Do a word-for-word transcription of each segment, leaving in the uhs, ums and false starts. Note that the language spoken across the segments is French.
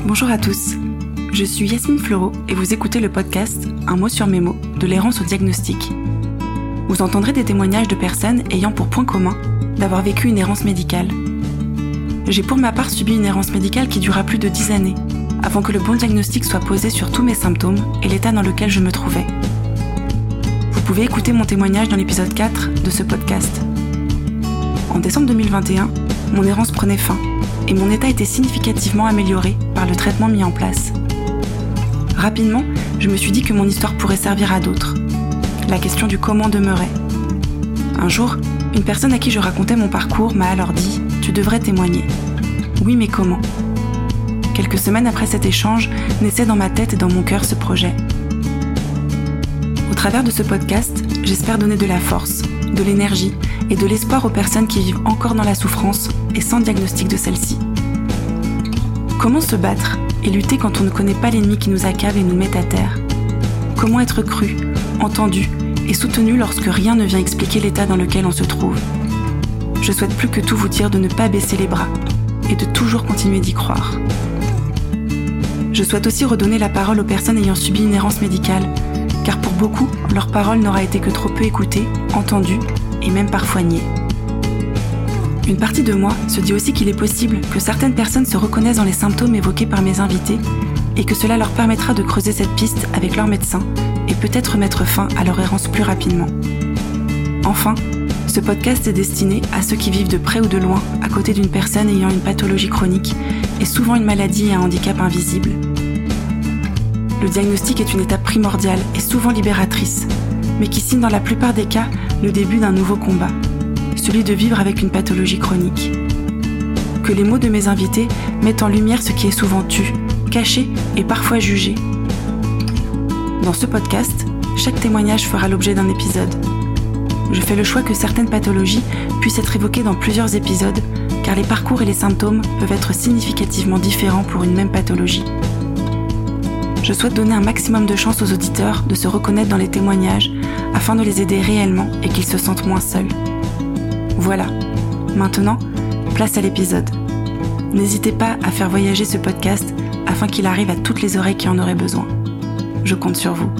Bonjour à tous, je suis Yasmine Fleureau et vous écoutez le podcast Un mot sur mes mots de l'errance au diagnostic. Vous entendrez des témoignages de personnes ayant pour point commun d'avoir vécu une errance médicale. J'ai pour ma part subi une errance médicale qui dura plus de dix années, avant que le bon diagnostic soit posé sur tous mes symptômes et l'état dans lequel je me trouvais. Vous pouvez écouter mon témoignage dans l'épisode quatre de ce podcast. En décembre deux mille vingt et un, mon errance prenait fin et mon état était significativement amélioré par le traitement mis en place. Rapidement, je me suis dit que mon histoire pourrait servir à d'autres. La question du comment demeurait. Un jour, une personne à qui je racontais mon parcours m'a alors dit « Tu devrais témoigner ». Oui, mais comment ? Quelques semaines après cet échange, naissait dans ma tête et dans mon cœur ce projet. Au travers de ce podcast, j'espère donner de la force, de l'énergie et de l'espoir aux personnes qui vivent encore dans la souffrance et sans diagnostic de celle-ci. Comment se battre et lutter quand on ne connaît pas l'ennemi qui nous accable et nous met à terre ? Comment être cru, entendu et soutenu lorsque rien ne vient expliquer l'état dans lequel on se trouve ? Je souhaite plus que tout vous dire de ne pas baisser les bras et de toujours continuer d'y croire. Je souhaite aussi redonner la parole aux personnes ayant subi une errance médicale, car pour beaucoup, leur parole n'aura été que trop peu écoutée, entendue et même parfois niée. Une partie de moi se dit aussi qu'il est possible que certaines personnes se reconnaissent dans les symptômes évoqués par mes invités et que cela leur permettra de creuser cette piste avec leur médecin et peut-être mettre fin à leur errance plus rapidement. Enfin, ce podcast est destiné à ceux qui vivent de près ou de loin à côté d'une personne ayant une pathologie chronique et souvent une maladie et un handicap invisible. Le diagnostic est une étape primordiale et souvent libératrice, mais qui signe dans la plupart des cas le début d'un nouveau combat, celui de vivre avec une pathologie chronique. Que les mots de mes invités mettent en lumière ce qui est souvent tu, caché et parfois jugé. Dans ce podcast, chaque témoignage fera l'objet d'un épisode. Je fais le choix que certaines pathologies puissent être évoquées dans plusieurs épisodes, car les parcours et les symptômes peuvent être significativement différents pour une même pathologie. Je souhaite donner un maximum de chance aux auditeurs de se reconnaître dans les témoignages afin de les aider réellement et qu'ils se sentent moins seuls. Voilà, maintenant, place à l'épisode. N'hésitez pas à faire voyager ce podcast afin qu'il arrive à toutes les oreilles qui en auraient besoin. Je compte sur vous.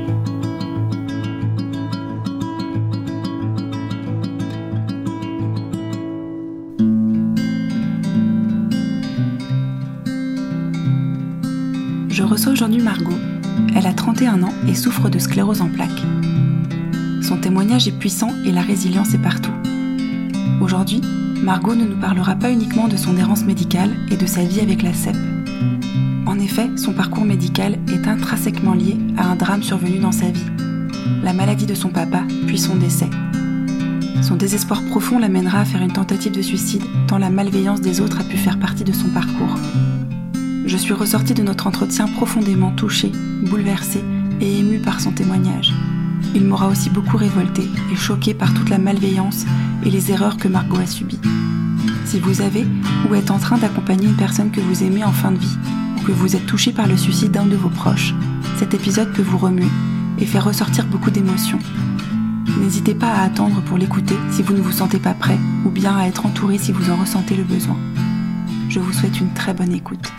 Je reçois aujourd'hui Margot. Elle a trente et un ans et souffre de sclérose en plaques. Son témoignage est puissant et la résilience est partout. Aujourd'hui, Margot ne nous parlera pas uniquement de son errance médicale et de sa vie avec la C E P. En effet, son parcours médical est intrinsèquement lié à un drame survenu dans sa vie, la maladie de son papa, puis son décès. Son désespoir profond l'amènera à faire une tentative de suicide, tant la malveillance des autres a pu faire partie de son parcours. Je suis ressortie de notre entretien profondément touchée, bouleversée et émue par son témoignage. Il m'aura aussi beaucoup révoltée et choquée par toute la malveillance et les erreurs que Margot a subies. Si vous avez ou êtes en train d'accompagner une personne que vous aimez en fin de vie, ou que vous êtes touché par le suicide d'un de vos proches, cet épisode peut vous remuer et faire ressortir beaucoup d'émotions. N'hésitez pas à attendre pour l'écouter si vous ne vous sentez pas prêt, ou bien à être entouré si vous en ressentez le besoin. Je vous souhaite une très bonne écoute.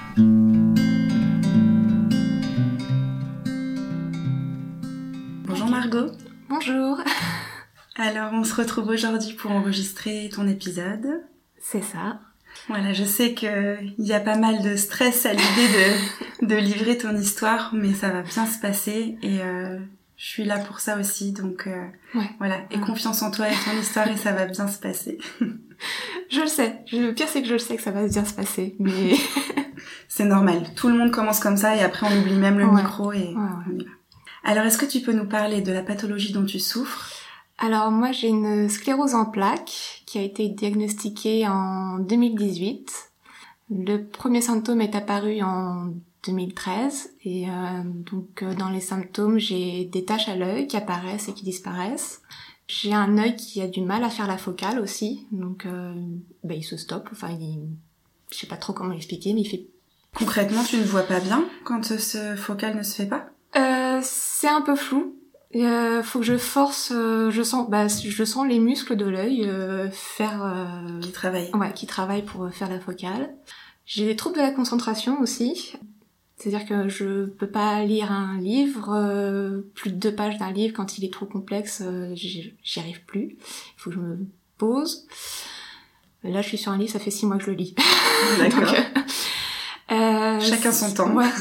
Bonjour Margot. Bonjour. Alors on se retrouve aujourd'hui pour enregistrer ton épisode. C'est ça. Voilà, je sais qu'il y a pas mal de stress à l'idée de, de livrer ton histoire, mais ça va bien se passer et euh, je suis là pour ça aussi, donc euh, ouais. Voilà, aie ouais. confiance en toi et ton histoire et ça va bien se passer. Je le sais, le pire c'est que je le sais que ça va bien se passer, mais... C'est normal, tout le monde commence comme ça et après on oublie même le ouais. micro et... Ouais, ouais. Alors est-ce que tu peux nous parler de la pathologie dont tu souffres ? Alors moi j'ai une sclérose en plaques qui a été diagnostiquée en deux mille dix-huit. Le premier symptôme est apparu en deux mille treize et euh, donc euh, dans les symptômes j'ai des taches à l'œil qui apparaissent et qui disparaissent. J'ai un œil qui a du mal à faire la focale aussi, donc euh, bah, il se stoppe, enfin il... je sais pas trop comment l'expliquer mais il fait... Concrètement tu ne vois pas bien quand ce focal ne se fait pas ? Euh, c'est un peu flou. Il euh, faut que je force, euh, je sens, bah, je sens les muscles de l'œil euh, faire. Euh, qui travaillent. Ouais, qui travaillent pour faire la focale. J'ai des troubles de la concentration aussi. C'est-à-dire que je peux pas lire un livre, euh, plus de deux pages d'un livre quand il est trop complexe, euh, j'y, j'y arrive plus. Il faut que je me pose. Là, je suis sur un livre, ça fait six mois que je le lis. D'accord. Donc, euh, Chacun son temps. Ouais.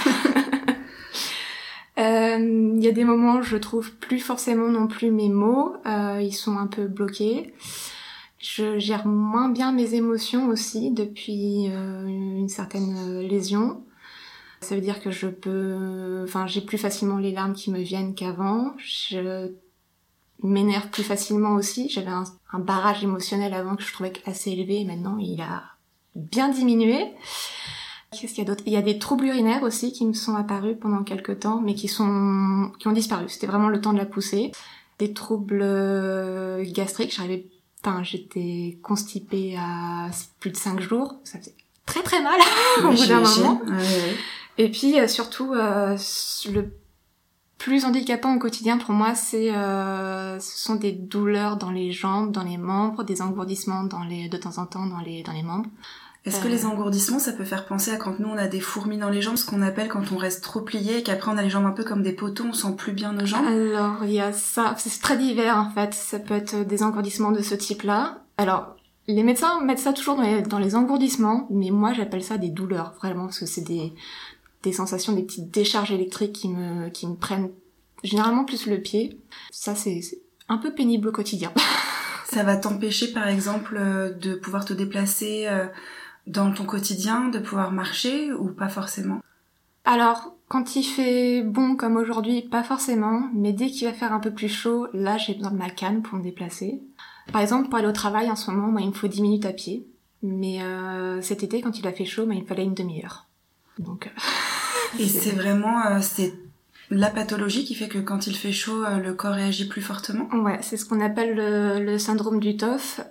Il euh, y a des moments où je trouve plus forcément non plus mes mots, euh, ils sont un peu bloqués. Je gère moins bien mes émotions aussi depuis euh, une certaine lésion. Ça veut dire que je peux, enfin, j'ai plus facilement les larmes qui me viennent qu'avant. Je m'énerve plus facilement aussi. J'avais un, un barrage émotionnel avant que je trouvais assez élevé. Et maintenant, il a bien diminué. Qu'est-ce qu'il y a d'autre ? Il y a des troubles urinaires aussi qui me sont apparus pendant quelques temps, mais qui sont, qui ont disparu. C'était vraiment le temps de la pousser. Des troubles gastriques. J'arrivais, enfin, j'étais constipée à plus de cinq jours. Ça faisait très très mal au bout d'un moment. Ouais, ouais. Et puis euh, surtout, euh, le plus handicapant au quotidien pour moi, c'est euh, ce sont des douleurs dans les jambes, dans les membres, des engourdissements dans les de temps en temps dans les dans les membres. Est-ce euh... que les engourdissements, ça peut faire penser à quand nous on a des fourmis dans les jambes, ce qu'on appelle quand on reste trop plié et qu'après on a les jambes un peu comme des poteaux, on sent plus bien nos jambes ? Alors il y a ça, c'est très divers en fait. Ça peut être des engourdissements de ce type-là. Alors les médecins mettent ça toujours dans les, dans les engourdissements, mais moi j'appelle ça des douleurs vraiment parce que c'est des des sensations, des petites décharges électriques qui me qui me prennent généralement plus le pied. Ça c'est, c'est un peu pénible au quotidien. Ça va t'empêcher par exemple de pouvoir te déplacer dans ton quotidien, de pouvoir marcher ou pas forcément ? Alors quand il fait bon comme aujourd'hui, pas forcément, mais dès qu'il va faire un peu plus chaud, là j'ai besoin de ma canne pour me déplacer. Par exemple pour aller au travail en ce moment, moi il me faut dix minutes à pied, mais euh, cet été quand il a fait chaud, moi, il me fallait une demi-heure. Donc et c'est, c'est vraiment euh, c'est la pathologie qui fait que quand il fait chaud, euh, le corps réagit plus fortement ? Ouais, c'est ce qu'on appelle le, le syndrome du T O F.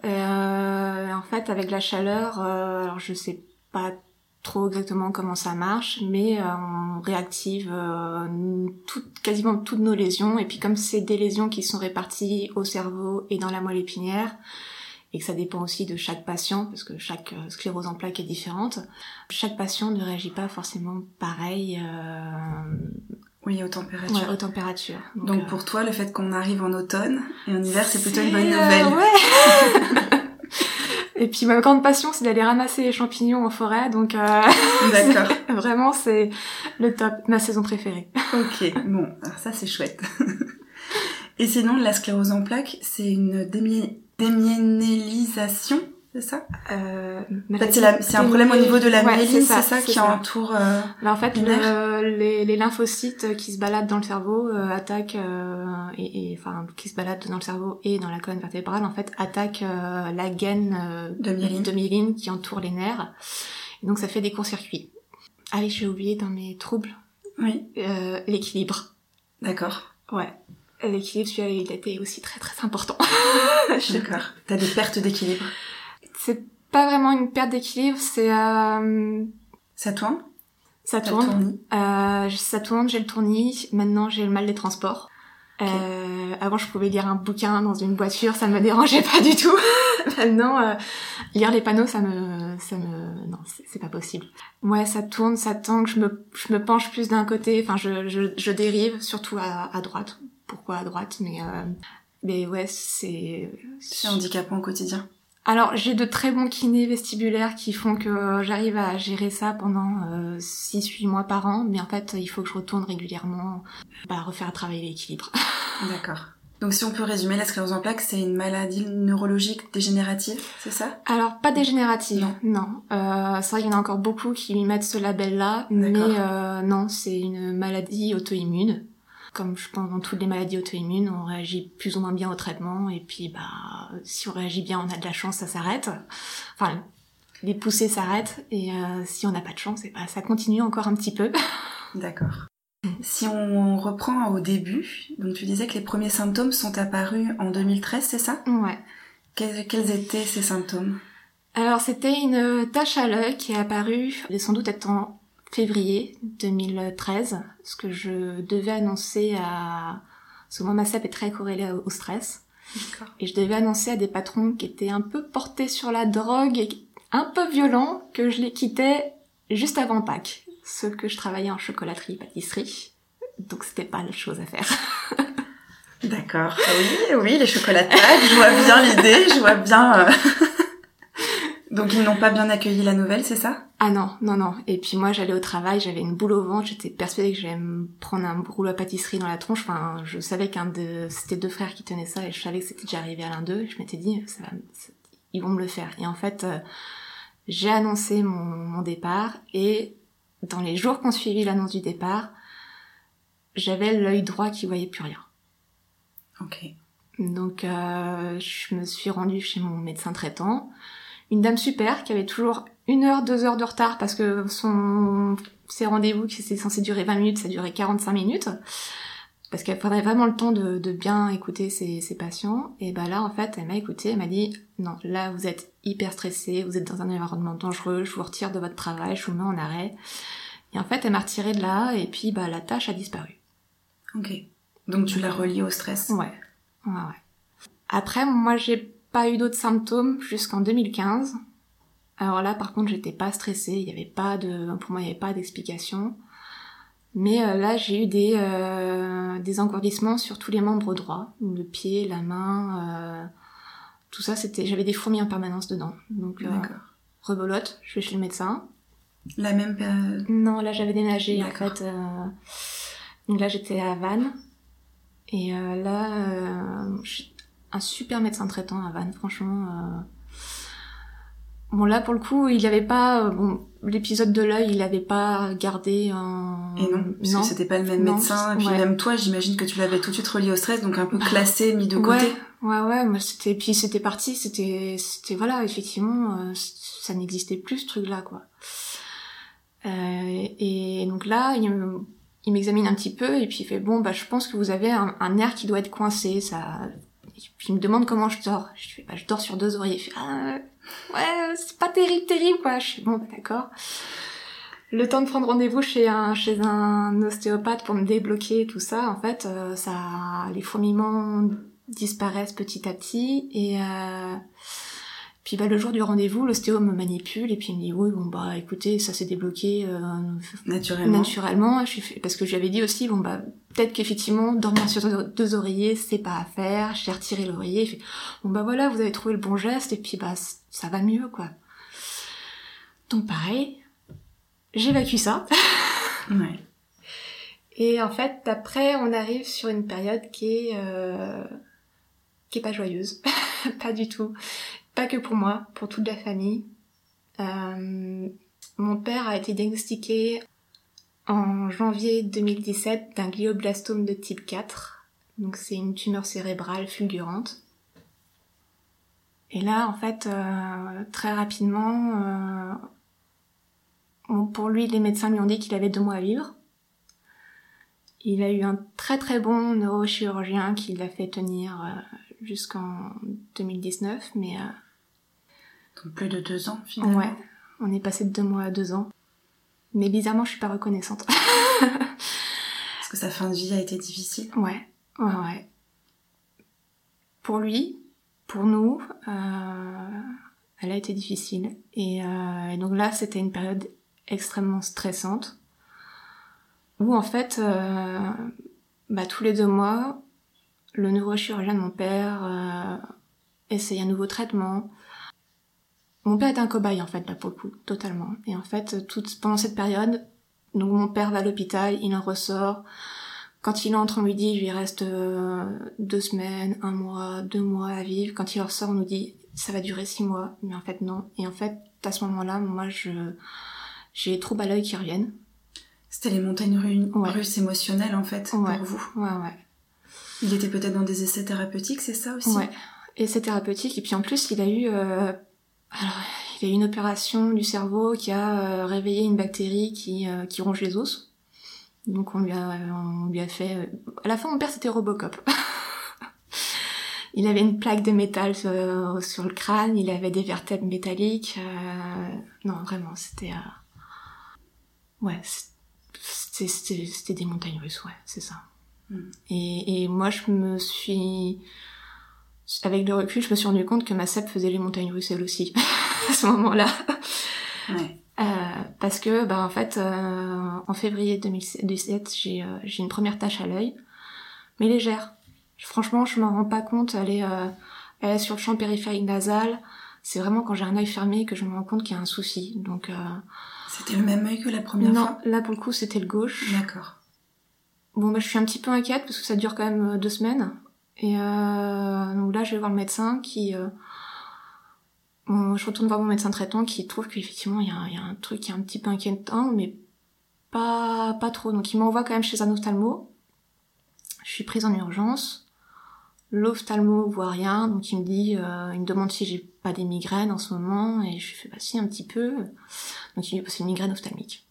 Euh, en fait, avec la chaleur, euh, alors je sais pas trop exactement comment ça marche, mais euh, on réactive euh, tout, quasiment toutes nos lésions. Et puis comme c'est des lésions qui sont réparties au cerveau et dans la moelle épinière, et que ça dépend aussi de chaque patient, parce que chaque sclérose en plaques est différente, chaque patient ne réagit pas forcément pareil. Euh... Oui, aux températures. Ouais, aux températures. Donc, Donc euh... pour toi, le fait qu'on arrive en automne et en hiver, c'est, c'est plutôt une bonne euh, nouvelle. Ouais. Et puis ma grande passion, c'est d'aller ramasser les champignons en forêt, donc euh... D'accord. Vraiment, c'est le top, ma saison préférée. Ok, bon, alors ça c'est chouette. Et sinon, la sclérose en plaques, c'est une démi... démyénélisation, c'est ça ? euh, En fait, c'est, la... c'est un problème au niveau de la ouais, myéline, c'est ça, c'est ça c'est qui ça. entoure euh, Là, en fait, le, les, les lymphocytes qui se baladent dans le cerveau euh, attaquent, euh, et, et, enfin, qui se baladent dans le cerveau et dans la colonne vertébrale, en fait, attaquent euh, la gaine euh, de, myéline. de myéline qui entoure les nerfs. Et donc, ça fait des courts-circuits. Ah oui, j'ai oublié dans mes troubles. Oui. Euh, l'équilibre. D'accord. Ouais. L'équilibre, celui-là, il était aussi très très important. D'accord. T'as des pertes d'équilibre ? C'est pas vraiment une perte d'équilibre, c'est... Euh... Ça tourne ? Ça tourne. Euh, ça tourne, j'ai le tournis. Maintenant, j'ai le mal des transports. Okay. Euh, avant, je pouvais lire un bouquin dans une voiture, ça me dérangeait pas du tout. Maintenant, euh, lire les panneaux, ça me... ça me... Non, c'est, c'est pas possible. Ouais, ça tourne, ça tangue, je me, je me penche plus d'un côté, enfin, je, je, je dérive, surtout à, à droite. Pourquoi à droite, mais euh, mais ouais, c'est c'est handicapant au quotidien. Alors j'ai de très bons kinés vestibulaires qui font que j'arrive à gérer ça pendant euh, six huit mois par an, mais en fait il faut que je retourne régulièrement, bah refaire travailler l'équilibre. D'accord. Donc si on peut résumer, la sclérose en plaques, c'est une maladie neurologique dégénérative, c'est ça ? Alors pas dégénérative, non. non. Euh, c'est vrai qu'il y en a encore beaucoup qui lui mettent ce label-là, D'accord. mais euh, non, c'est une maladie auto-immune. Comme je pense dans toutes les maladies auto-immunes, on réagit plus ou moins bien au traitement, et puis bah si on réagit bien, on a de la chance, ça s'arrête. Enfin, les poussées s'arrêtent, et euh, si on n'a pas de chance, et bah ça continue encore un petit peu. D'accord. Si on reprend au début, donc tu disais que les premiers symptômes sont apparus en deux mille treize, c'est ça ? Ouais. Quels, quels étaient ces symptômes ? Alors c'était une tache à l'œil qui est apparue, elle est sans doute être en février deux mille treize, ce que je devais annoncer à... Parce que moi, ma C E P est très corrélée au stress. D'accord. Et je devais annoncer à des patrons qui étaient un peu portés sur la drogue et un peu violent que je les quittais juste avant Pâques. Ce que je travaillais en chocolaterie, pâtisserie. Donc c'était pas la chose à faire. D'accord. Oui, oui, les chocolats de Pâques, je vois bien l'idée, je vois bien... Euh... Donc ils n'ont pas bien accueilli la nouvelle, c'est ça? Ah non, non, non. Et puis moi, j'allais au travail, j'avais une boule au ventre, j'étais persuadée que j'allais me prendre un rouleau à pâtisserie dans la tronche. Enfin, je savais qu'un de... C'était deux frères qui tenaient ça et je savais que c'était déjà arrivé à l'un d'eux. Je m'étais dit, ça va... ils vont me le faire. Et en fait, euh, j'ai annoncé mon, mon départ et dans les jours qui ont suivi l'annonce du départ, j'avais l'œil droit qui voyait plus rien. Ok. Donc, euh, je me suis rendue chez mon médecin traitant. Une dame super qui avait toujours une heure, deux heures de retard parce que son ses rendez-vous qui étaient censés durer vingt minutes, ça durait quarante-cinq minutes parce qu'elle prenait vraiment le temps de, de bien écouter ses, ses patients. Et bah là, en fait, elle m'a écouté, elle m'a dit non, là vous êtes hyper stressé, vous êtes dans un environnement dangereux, je vous retire de votre travail, je vous mets en arrêt. Et en fait, elle m'a retirée de là et puis bah la tâche a disparu. Ok. Donc tu l'as relié au stress. Ouais, ouais, ouais. Après, moi, j'ai pas eu d'autres symptômes jusqu'en deux mille quinze. Alors là, par contre, j'étais pas stressée. Il y avait pas de, pour moi, il y avait pas d'explication. Mais euh, là, j'ai eu des euh, des engourdissements sur tous les membres droits, le pied, la main, euh, tout ça. C'était, j'avais des fourmis en permanence dedans. Donc, euh, rebelote. Je vais chez le médecin. La même période. Non, là, j'avais déménagé. D'accord. En fait, euh, donc là, j'étais à Vannes. Et euh, là, euh, un super médecin traitant à Vannes, franchement. Euh... Bon là, pour le coup, il avait pas... Euh, bon, l'épisode de l'œil, il avait pas gardé en... Et non, parce non. que c'était pas le même non, médecin. Et puis ouais. même toi, j'imagine que tu l'avais tout de suite relié au stress, donc un peu classé, mis de côté. Ouais, ouais, ouais. Mais c'était, puis c'était parti, c'était... c'était voilà, effectivement, euh, ça n'existait plus, ce truc-là, quoi. Euh, et donc là, il me... il m'examine un petit peu et puis il fait bon bah je pense que vous avez un, un nerf qui doit être coincé ça. Et puis il me demande comment je dors. Je fais bah je dors sur deux oreillers. Il fait ah ouais c'est pas terrible terrible quoi. Je fais bon bah d'accord. Le temps de prendre rendez-vous chez un chez un ostéopathe pour me débloquer tout ça en fait euh, ça les fourmillements disparaissent petit à petit et euh, puis bah le jour du rendez-vous, l'ostéo me manipule et puis il me dit oui bon bah écoutez ça s'est débloqué euh, naturellement. Naturellement, je suis, parce que je lui avais dit aussi bon bah peut-être qu'effectivement dormir sur deux oreillers c'est pas à faire. J'ai retiré l'oreiller. Fait, bon bah voilà vous avez trouvé le bon geste et puis bah ça va mieux quoi. Donc pareil, j'évacue ça. Ouais. Et en fait après on arrive sur une période qui est euh, qui est pas joyeuse, pas du tout. Pas que pour moi, pour toute la famille. Euh, mon père a été diagnostiqué en janvier deux mille dix-sept d'un glioblastome de type quatre. Donc c'est une tumeur cérébrale fulgurante. Et là, en fait, euh, très rapidement, euh, bon, pour lui, les médecins lui ont dit qu'il avait deux mois à vivre. Il a eu un très très bon neurochirurgien qui l'a fait tenir euh, jusqu'en deux mille dix-neuf, mais... Euh, Donc plus de deux ans, finalement. Ouais, on est passé de deux mois à deux ans. Mais bizarrement, je suis pas reconnaissante. Parce que sa fin de vie a été difficile. Ouais, ouais, ouais. Pour lui, pour nous, euh, elle a été difficile. Et, euh, et donc là, c'était une période extrêmement stressante. Où en fait, euh, bah, tous les deux mois, le neurochirurgien de mon père euh, essaye un nouveau traitement. Mon père est un cobaye en fait, là pour le coup, totalement. Et en fait, toute, pendant cette période, donc mon père va à l'hôpital, il en ressort. Quand il entre, on lui dit, il lui reste euh, deux semaines, un mois, deux mois à vivre. Quand il ressort, on nous dit, ça va durer six mois. Mais en fait, non. Et en fait, à ce moment-là, moi, je j'ai les troubles à l'œil qui reviennent. C'était les montagnes russes, ouais. russes émotionnelles, en fait, ouais. pour vous. Ouais, ouais. Il était peut-être dans des essais thérapeutiques, c'est ça aussi? Ouais. Essais thérapeutiques. Et puis en plus, il a eu... Euh... Alors, il a eu une opération du cerveau qui a euh, réveillé une bactérie qui, euh, qui ronge les os. Donc on lui a, on lui a fait... Euh... À la fin, mon père, c'était Robocop. Il avait une plaque de métal sur, sur le crâne, il avait des vertèbres métalliques. Euh... Non, vraiment, c'était... Euh... Ouais, c'était, c'était, c'était des montagnes russes, ouais, c'est ça. Mm. Et, et moi, je me suis... avec le recul, je me suis rendu compte que ma S E P faisait les montagnes russes elle aussi, à ce moment-là. Ouais. Euh, parce que, bah, en fait, euh, en février deux mille dix-sept, j'ai, euh, j'ai une première tache à l'œil, mais légère. Franchement, je m'en rends pas compte, elle est, euh, elle est sur le champ périphérique nasal. C'est vraiment quand j'ai un œil fermé que je me rends compte qu'il y a un souci. Donc, euh... C'était le même œil que la première non, fois? Non, là pour le coup c'était le gauche. D'accord. Bon bah je suis un petit peu inquiète parce que ça dure quand même deux semaines. Et euh... donc là je vais voir le médecin qui... Euh... Bon, je retourne voir mon médecin traitant qui trouve qu'effectivement il y a, il y a un truc qui est un petit peu inquiétant, mais pas, pas trop. Donc il m'envoie quand même chez un ophtalmo. Je suis prise en urgence. L'ophtalmo voit rien, donc il me dit, euh, il me demande si j'ai pas des migraines en ce moment, et je lui fais bah si un petit peu. Donc il me dit bah, c'est une migraine ophtalmique.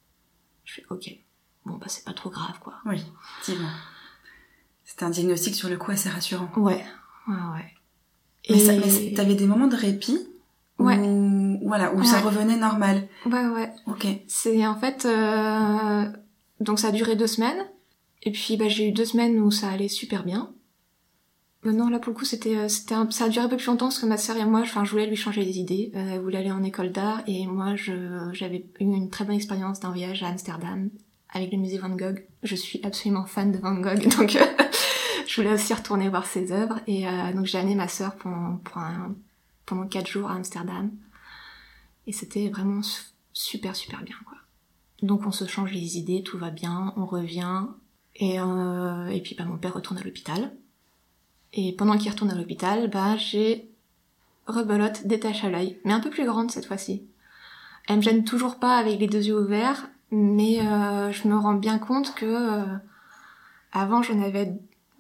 Je fais ok, bon bah c'est pas trop grave quoi. Oui, effectivement. C'était un diagnostic sur le coup assez rassurant. Ouais, ouais, ouais. Mais, et... ça, mais t'avais des moments de répit ouais. où, voilà, où ouais. ça revenait normal. Ouais, ouais. Ok. C'est en fait, euh... donc ça a duré deux semaines, et puis bah j'ai eu deux semaines où ça allait super bien. Euh, non, là pour le coup c'était, c'était un... ça a duré un peu plus longtemps parce que ma sœur et moi, enfin je voulais lui changer les idées. Euh, elle voulait aller en école d'art et moi je j'avais eu une très bonne expérience d'un voyage à Amsterdam avec le musée Van Gogh. Je suis absolument fan de Van Gogh, donc euh, je voulais aussi retourner voir ses œuvres et euh, donc j'ai amené ma sœur pendant pour un, pendant quatre jours à Amsterdam et c'était vraiment super super bien quoi. Donc on se change les idées, tout va bien, on revient et euh, et puis bah mon père retourne à l'hôpital. Et pendant qu'il retourne à l'hôpital, bah j'ai rebelote des taches à l'œil, mais un peu plus grandes cette fois-ci. Elle me gêne toujours pas avec les deux yeux ouverts, mais euh, je me rends bien compte que euh, avant j'en avais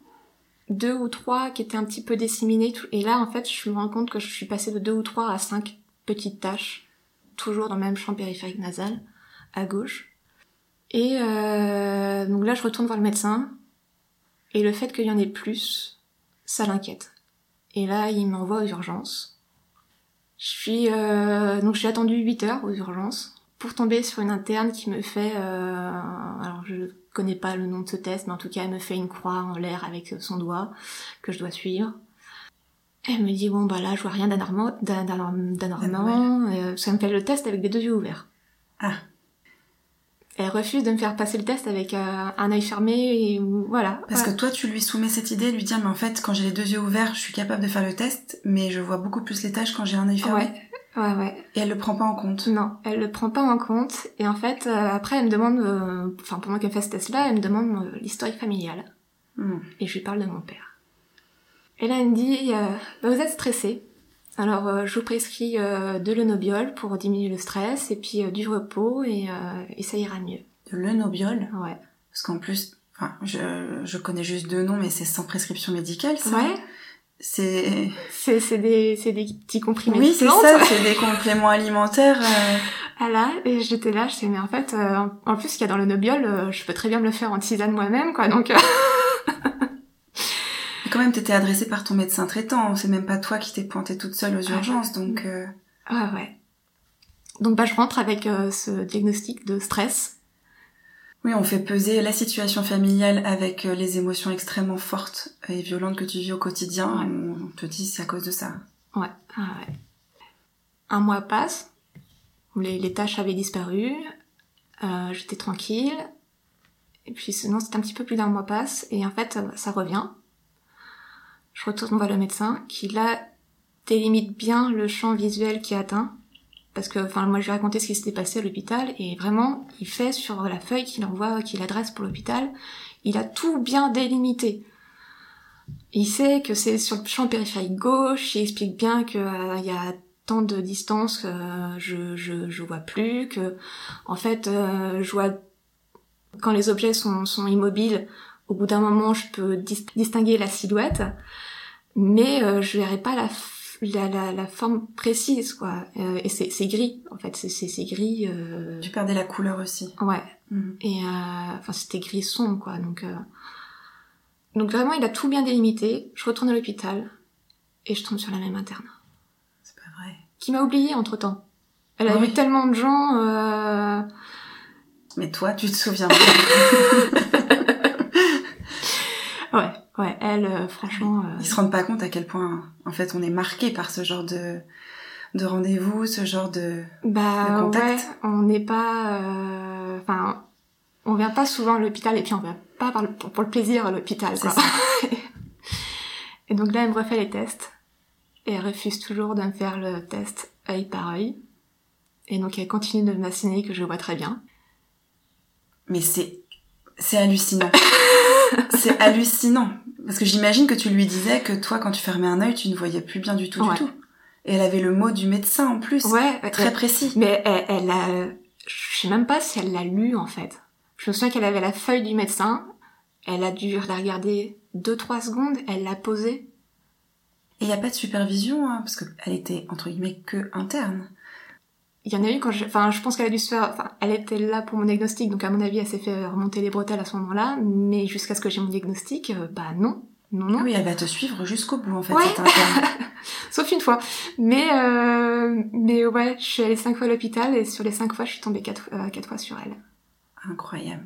deux ou trois qui étaient un petit peu disséminées, et là en fait je me rends compte que je suis passée de deux ou trois à cinq petites taches, toujours dans le même champ périphérique nasal, à gauche. Et euh, donc là je retourne voir le médecin, et le fait qu'il y en ait plus, ça l'inquiète. Et là, il m'envoie aux urgences. Je suis euh, donc j'ai attendu huit heures aux urgences pour tomber sur une interne qui me fait euh, alors je connais pas le nom de ce test, mais en tout cas elle me fait une croix en l'air avec son doigt que je dois suivre. Elle me dit bon bah là je vois rien d'anormant, d'anormant, euh, ça me fait le test avec les deux yeux ouverts. Ah. Elle refuse de me faire passer le test avec euh, un œil fermé et voilà. Parce voilà. que toi, tu lui soumets cette idée, lui dire, mais en fait, quand j'ai les deux yeux ouverts, je suis capable de faire le test, mais je vois beaucoup plus les taches quand j'ai un œil fermé. Ouais, ouais, ouais. Et elle le prend pas en compte. Non, elle le prend pas en compte. Et en fait, euh, après, elle me demande, euh, enfin, pendant qu'elle fait ce test-là, elle me demande euh, l'historique familial. Mmh. Et je lui parle de mon père. Et là, elle me dit, euh, bah, vous êtes stressé. Alors, euh, je vous prescris euh, de l'Onobiol pour diminuer le stress, et puis euh, du repos, et, euh, et ça ira mieux. De l'Onobiol? Ouais. Parce qu'en plus, enfin, je, je connais juste deux noms, mais c'est sans prescription médicale, ça. Ouais. C'est... C'est, c'est des, c'est des petits comprimés. Oui, c'est plantes. ça, c'est des compléments alimentaires. Euh... Ah là, et j'étais là, je sais, mais en fait, euh, en plus, qu'il y a dans l'Onobiol, euh, je peux très bien me le faire en tisane moi-même, quoi, donc... Euh... Mais quand même, t'étais adressée par ton médecin traitant, c'est même pas toi qui t'es pointée toute seule aux urgences, donc... Euh... Ah ouais. Donc bah je rentre avec euh, ce diagnostic de stress. Oui, on fait peser la situation familiale avec euh, les émotions extrêmement fortes et violentes que tu vis au quotidien. Ouais. On te dit c'est à cause de ça. Ouais, ah ouais. Un mois passe, les, les tâches avaient disparu, euh, j'étais tranquille, et puis sinon c'était un petit peu plus d'un mois passe, et en fait ça, ça revient. Je retourne voir le médecin qui là délimite bien le champ visuel qui est atteint. Parce que, enfin, moi, je lui ai raconté ce qui s'était passé à l'hôpital, et vraiment, il fait sur la feuille qu'il envoie, qu'il adresse pour l'hôpital, il a tout bien délimité. Il sait que c'est sur le champ périphérique gauche, il explique bien que euh, il y a tant de distance que euh, je, je, je vois plus, que, en fait, euh, je vois, quand les objets sont, sont immobiles, au bout d'un moment, je peux dis- distinguer la silhouette, mais euh, je verrai pas la La, la, la forme précise, quoi. Euh, et c'est, c'est gris, en fait. C'est, c'est, c'est gris... Euh... Tu perdais la couleur aussi. Ouais. Mmh. Et, euh... enfin, c'était gris sombre, quoi. Donc, euh... donc vraiment, il a tout bien délimité. Je retourne à l'hôpital. Et je tombe sur la même interne. C'est pas vrai. Qui m'a oubliée, entre-temps. Elle a oui. vu tellement de gens... Euh... Mais toi, tu te souviens pas. Ouais, Ouais, elle, euh, franchement... Euh... Ils se rendent pas compte à quel point, en fait, on est marqué par ce genre de, de rendez-vous, ce genre de, bah, de contact. Ouais, on n'est pas... Enfin, euh... on vient pas souvent à l'hôpital, et puis on vient pas par le... pour le plaisir à l'hôpital, quoi. C'est ça. Et donc là, elle me refait les tests, et elle refuse toujours de me faire le test œil par œil. Et donc elle continue de m'assigner que je vois très bien. Mais c'est... c'est hallucinant. C'est hallucinant. Parce que j'imagine que tu lui disais que toi, quand tu fermais un œil, tu ne voyais plus bien du tout, ouais. du tout. Et elle avait le mot du médecin en plus. Ouais. Très elle, précis. Mais elle, elle a... Je sais même pas si elle l'a lu, en fait. Je me souviens qu'elle avait la feuille du médecin. Elle a dû la regarder deux, trois secondes. Elle l'a posée. Et il n'y a pas de supervision, hein, parce qu'elle était, entre guillemets, que interne. Il y en a eu quand je... Enfin, je pense qu'elle a dû se faire... Enfin, elle était là pour mon diagnostic, donc à mon avis, elle s'est fait remonter les bretelles à ce moment-là. Mais jusqu'à ce que j'ai mon diagnostic, euh, bah non. Non, non. Ah oui, elle va te suivre jusqu'au bout, en fait, ouais. cette interne. Sauf une fois. Mais, euh... mais ouais, je suis allée cinq fois à l'hôpital, et sur les cinq fois, je suis tombée quatre, euh, quatre fois sur elle. Incroyable.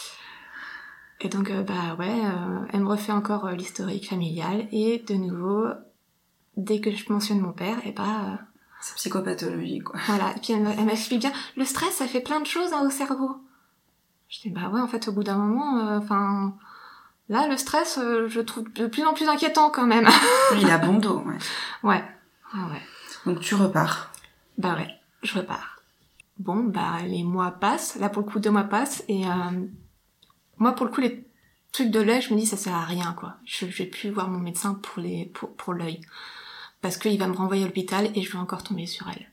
Et donc, euh, bah ouais, euh, elle me refait encore euh, l'historique familial, et de nouveau, dès que je mentionne mon père, et bah... Euh... c'est psychopathologie, quoi. Voilà, et puis elle, elle m'explique bien, le stress, ça fait plein de choses hein, au cerveau. Je dis, bah ouais, en fait, au bout d'un moment, enfin... Euh, là, le stress, euh, je trouve de plus en plus inquiétant, quand même. Oui, il a bon dos, ouais. Ouais, ah ouais. Donc tu repars. Bah ouais, je repars. Bon, bah les mois passent, là pour le coup deux mois passent, et euh, moi pour le coup les trucs de l'œil, je me dis ça sert à rien quoi. Je, je vais plus voir mon médecin pour les pour, pour l'œil. Parce qu'il va me renvoyer à l'hôpital et je vais encore tomber sur elle.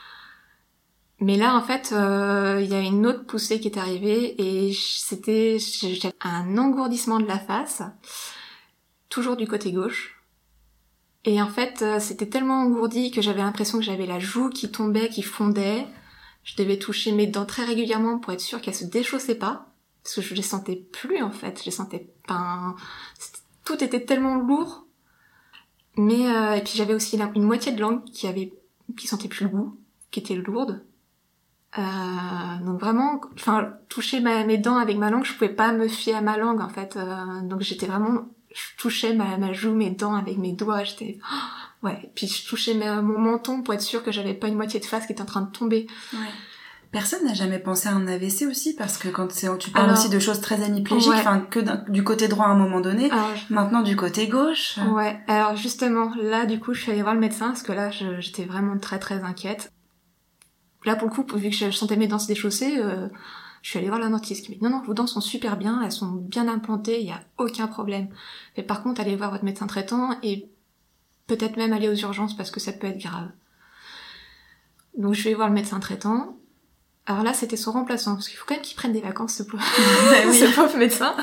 Mais là en fait, il euh, y a une autre poussée qui est arrivée et c'était j'avais un engourdissement de la face, toujours du côté gauche. Et en fait, c'était tellement engourdi que j'avais l'impression que j'avais la joue qui tombait, qui fondait. Je devais toucher mes dents très régulièrement pour être sûre qu'elles se déchaussaient pas. Parce que je les sentais plus, en fait. Je les sentais pas... Tout était tellement lourd. Mais, euh, et puis j'avais aussi une moitié de langue qui avait, qui sentait plus le goût, qui était lourde. Euh, donc vraiment, enfin, toucher ma, mes dents avec ma langue, je pouvais pas me fier à ma langue, en fait. Euh, donc j'étais vraiment... Je touchais ma, ma joue, mes dents avec mes doigts, j'étais... Oh, ouais, puis je touchais ma, mon menton pour être sûre que j'avais pas une moitié de face qui était en train de tomber. Ouais. Personne n'a jamais pensé à un A V C aussi, parce que quand c'est, tu parles Alors, aussi de choses très hémiplégiques, enfin, ouais. que du côté droit à un moment donné, alors, maintenant du côté gauche. Ouais, alors justement, là, du coup, je suis allée voir le médecin, parce que là, je, j'étais vraiment très très inquiète. Là, pour le coup, vu que je sentais mes dents se déchausser, euh, je suis allée voir la dentiste qui m'a dit « Non, non, vos dents sont super bien, elles sont bien implantées, il n'y a aucun problème. Mais par contre, allez voir votre médecin traitant et peut-être même aller aux urgences parce que ça peut être grave. » Donc, je vais voir le médecin traitant. Alors là, c'était son remplaçant, parce qu'il faut quand même qu'il prenne des vacances, ce pauvre, oui. ce pauvre médecin.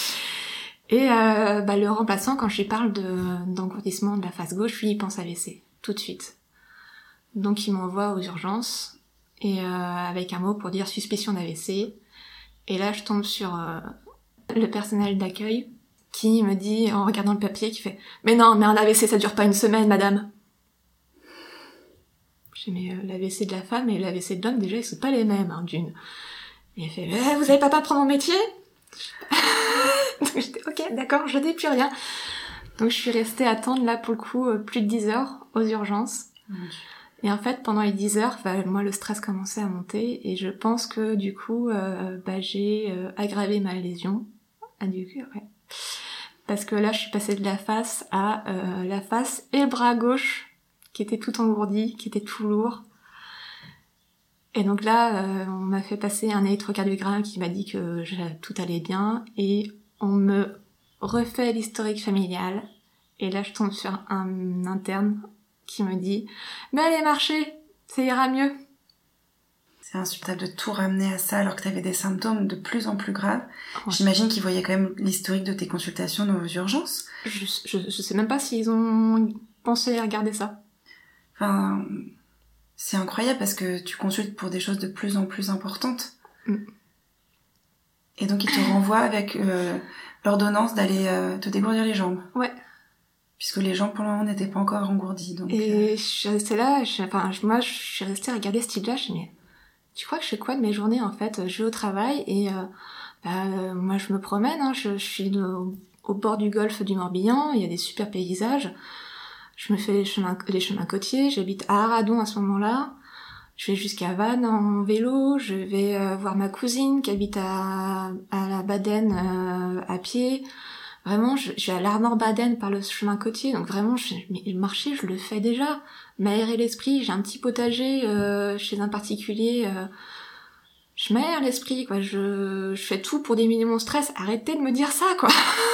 Et euh, bah, le remplaçant, quand je lui parle de, d'engourdissement de la face gauche, lui, il pense A V C, tout de suite. Donc, il m'envoie aux urgences. Et euh, avec un mot pour dire suspicion d'A V C. Et là, je tombe sur euh, le personnel d'accueil qui me dit, en regardant le papier, qui fait « Mais non, mais un A V C, ça dure pas une semaine, madame !» Je dis « Mais euh, l'A V C de la femme et l'A V C de l'homme, déjà, ils sont pas les mêmes, hein, d'une. » Et elle fait eh, « Vous avez pas peur de prendre mon métier ?» Donc j'étais « Ok, d'accord, je dis plus rien. » Donc je suis restée attendre, là, pour le coup, plus de dix heures aux urgences. Mmh. Et en fait, pendant les dix heures, bah, moi, le stress commençait à monter et je pense que du coup, euh, bah, j'ai euh, aggravé ma lésion. Ah, du coup, ouais. Parce que là, je suis passée de la face à euh, la face et le bras gauche qui était tout engourdi, qui était tout lourd. Et donc là, euh, on m'a fait passer un électrocardiogramme qui m'a dit que je, tout allait bien et on me refait l'historique familial. Et là, je tombe sur un interne qui me dit « Mais allez marcher, ça ira mieux !» C'est insupportable de tout ramener à ça alors que t'avais des symptômes de plus en plus graves. Ouais. J'imagine qu'ils voyaient quand même l'historique de tes consultations dans vos urgences. Je, je, je sais même pas s'ils ont pensé à regarder ça. Enfin, c'est incroyable parce que tu consultes pour des choses de plus en plus importantes. Mm. Et donc ils te renvoient avec euh, l'ordonnance d'aller euh, te dégourdir les jambes. Ouais. Puisque les jambes, pour le moment, n'étaient pas encore engourdies. Donc, et euh... je suis restée là, je, enfin, je, moi, je suis restée à regarder ce type-là, je me dis, mais tu crois que je fais quoi de mes journées, en fait ? Je vais au travail et, euh, bah, euh, moi, je me promène, hein, je, je suis de, au bord du golfe du Morbihan, il y a des super paysages. Je me fais les chemins, les chemins côtiers, j'habite à Arradon à ce moment-là. Je vais jusqu'à Vannes en vélo, je vais euh, voir ma cousine qui habite à, à la Baden euh, à pied. Vraiment, je, je vais à l'Armor-Baden par le chemin côtier, donc vraiment, je, mais marcher, je le fais déjà. M'aérer l'esprit, j'ai un petit potager euh, chez un particulier. Euh, je m'aère l'esprit, quoi. Je, je fais tout pour diminuer mon stress. Arrêtez de me dire ça, quoi.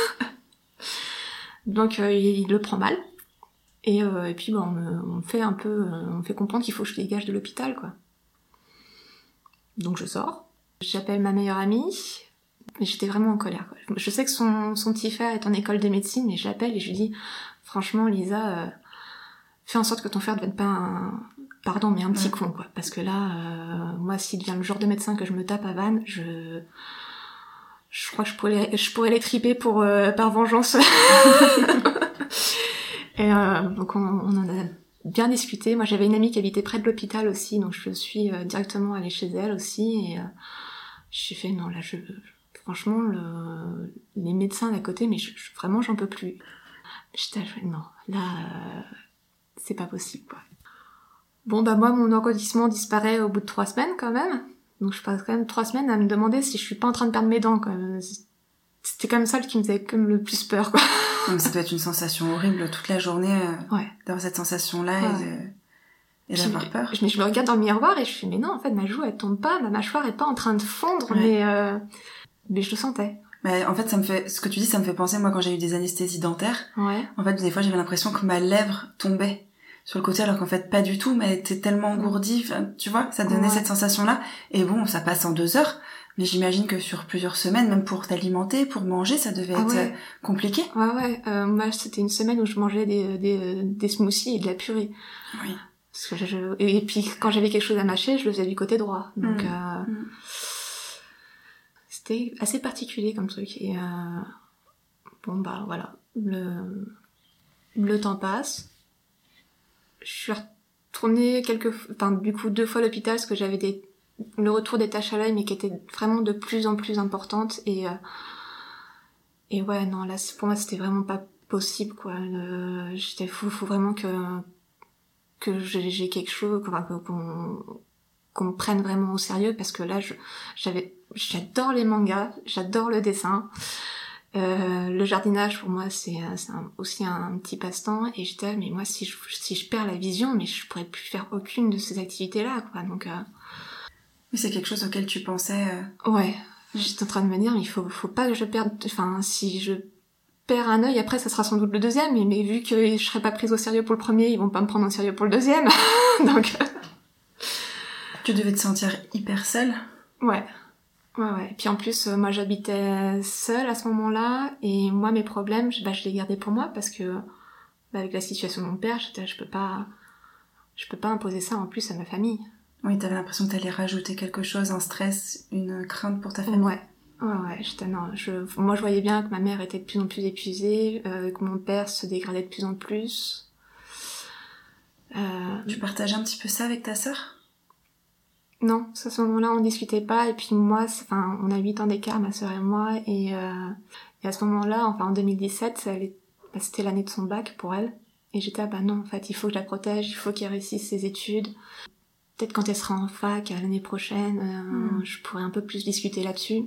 Donc, euh, il, il le prend mal. Et, euh, et puis, bon, on me, on me fait un peu, euh, on me fait comprendre qu'il faut que je dégage de l'hôpital, quoi. Donc, je sors. J'appelle ma meilleure amie. Mais j'étais vraiment en colère, quoi. Je sais que son, son petit frère est en école de médecine, mais je l'appelle et je lui dis, franchement, Lisa, euh, fais en sorte que ton frère ne devienne pas un, pardon, mais un petit ouais. con, quoi. Parce que là, euh, moi, s'il devient le genre de médecin que je me tape à Vannes, je, je crois que je pourrais, je pourrais les triper pour, euh, par vengeance. Et euh, donc on, on en a bien discuté. Moi, j'avais une amie qui habitait près de l'hôpital aussi, donc je suis euh, directement allée chez elle aussi. Et euh, j'ai fait non, là, je, franchement, le, les médecins d'à côté, mais je, je, vraiment, j'en peux plus. J'étais non, là, euh, c'est pas possible, quoi. Bon, bah moi, mon engourdissement disparaît au bout de trois semaines quand même. Donc je passe quand même trois semaines à me demander si je suis pas en train de perdre mes dents, quoi. C'était quand même ça qui me faisait comme le plus peur, quoi. Donc ça doit être une sensation horrible toute la journée, euh, ouais. d'avoir cette sensation-là ouais. et, de, et puis, d'avoir peur. Je, je me regarde dans le miroir et je fais, mais non, en fait, ma joue, elle tombe pas, ma mâchoire est pas en train de fondre, ouais. mais, euh, mais je le sentais. Mais en fait, ça me fait, ce que tu dis, ça me fait penser, moi, quand j'ai eu des anesthésies dentaires. Ouais. En fait, des fois, j'avais l'impression que ma lèvre tombait sur le côté, alors qu'en fait, pas du tout, mais elle était tellement engourdie, enfin, tu vois, ça donnait ouais. cette sensation-là. Et bon, ça passe en deux heures. Mais j'imagine que sur plusieurs semaines, même pour t'alimenter, pour manger, ça devait ah être ouais. compliqué. Ouais, ouais. Euh, moi, c'était une semaine où je mangeais des, des, des smoothies et de la purée. Oui. Parce que je, je... Et puis, quand j'avais quelque chose à mâcher, je le faisais du côté droit. Donc, mmh. Euh... Mmh. c'était assez particulier comme truc. Et euh... bon, bah, voilà. Le, le temps passe. Je suis retournée quelques fois, enfin, du coup, deux fois à l'hôpital parce que j'avais des le retour des taches à l'œil, mais qui était vraiment de plus en plus importante. Et, euh, et ouais, non, là, pour moi, c'était vraiment pas possible, quoi. Le, j'étais fou, faut vraiment que, que j'ai, j'ai quelque chose, enfin, qu'on, qu'on me prenne vraiment au sérieux, parce que là, je, j'avais, j'adore les mangas, j'adore le dessin. Euh, le jardinage, pour moi, c'est, c'est un, aussi un, un petit passe-temps. Et j'étais, mais moi, si je, si je perds la vision, mais je pourrais plus faire aucune de ces activités-là, quoi. Donc, euh, oui, c'est quelque chose auquel tu pensais... Euh... Ouais, j'étais en train de me dire, mais il faut, faut pas que je perde... Enfin, si je perds un œil, après, ça sera sans doute le deuxième, mais, mais vu que je serais pas prise au sérieux pour le premier, ils vont pas me prendre au sérieux pour le deuxième. Donc... Tu devais te sentir hyper seule. Ouais, ouais, ouais. Et puis en plus, euh, moi, j'habitais seule à ce moment-là, et moi, mes problèmes, je, bah, je les gardais pour moi, parce que, bah, avec la situation de mon père, j'étais, je peux pas... Je peux pas imposer ça, en plus, à ma famille. Oui, t'avais l'impression que t'allais rajouter quelque chose, un stress, une crainte pour ta famille. Ouais, ouais, ouais. J'étais, non, je, moi, je voyais bien que ma mère était de plus en plus épuisée, euh, que mon père se dégradait de plus en plus. Euh... Tu partageais un petit peu ça avec ta sœur ? Non, à ce moment-là, on discutait pas. Et puis moi, enfin, on a huit ans d'écart, ma sœur et moi. Et, euh, et à ce moment-là, enfin, en deux mille dix-sept, ça allait, bah, c'était l'année de son bac pour elle. Et j'étais, ah bah non, en fait, il faut que je la protège, il faut qu'elle réussisse ses études. Peut-être quand elle sera en fac l'année prochaine, euh, mmh. je pourrais un peu plus discuter là-dessus.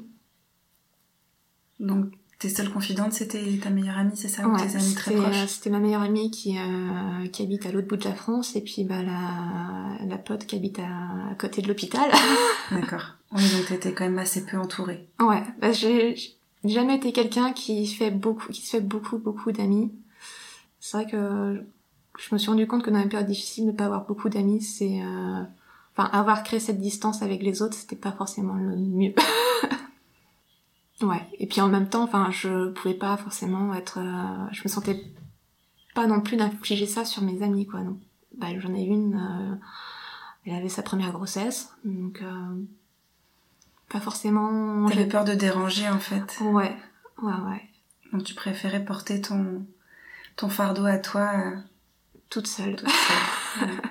Donc, tes seules confidentes, c'était ta meilleure amie, c'est ça, ou ouais, tes amies très proches? euh, C'était ma meilleure amie qui, euh, qui habite à l'autre bout de la France, et puis bah, la, la pote qui habite à, à côté de l'hôpital. D'accord. Oui, donc t'étais quand même assez peu entourée. Ouais, bah, j'ai, j'ai jamais été quelqu'un qui fait beaucoup, qui se fait beaucoup, beaucoup d'amis. C'est vrai que je me suis rendu compte que dans une période difficile, ne pas avoir beaucoup d'amis, c'est... Euh... Enfin, avoir créé cette distance avec les autres, c'était pas forcément le mieux. Ouais. Et puis en même temps, enfin, je pouvais pas forcément être... Euh... Je me sentais pas non plus d'infliger ça sur mes amis, quoi. Donc, bah, j'en ai une... Euh... Elle avait sa première grossesse, donc... Euh... Pas forcément... T'avais peur de déranger, en fait. Ouais. Ouais, ouais. Donc tu préférais porter ton, ton fardeau à toi... Euh... Toute seule. Toute seule. Ouais.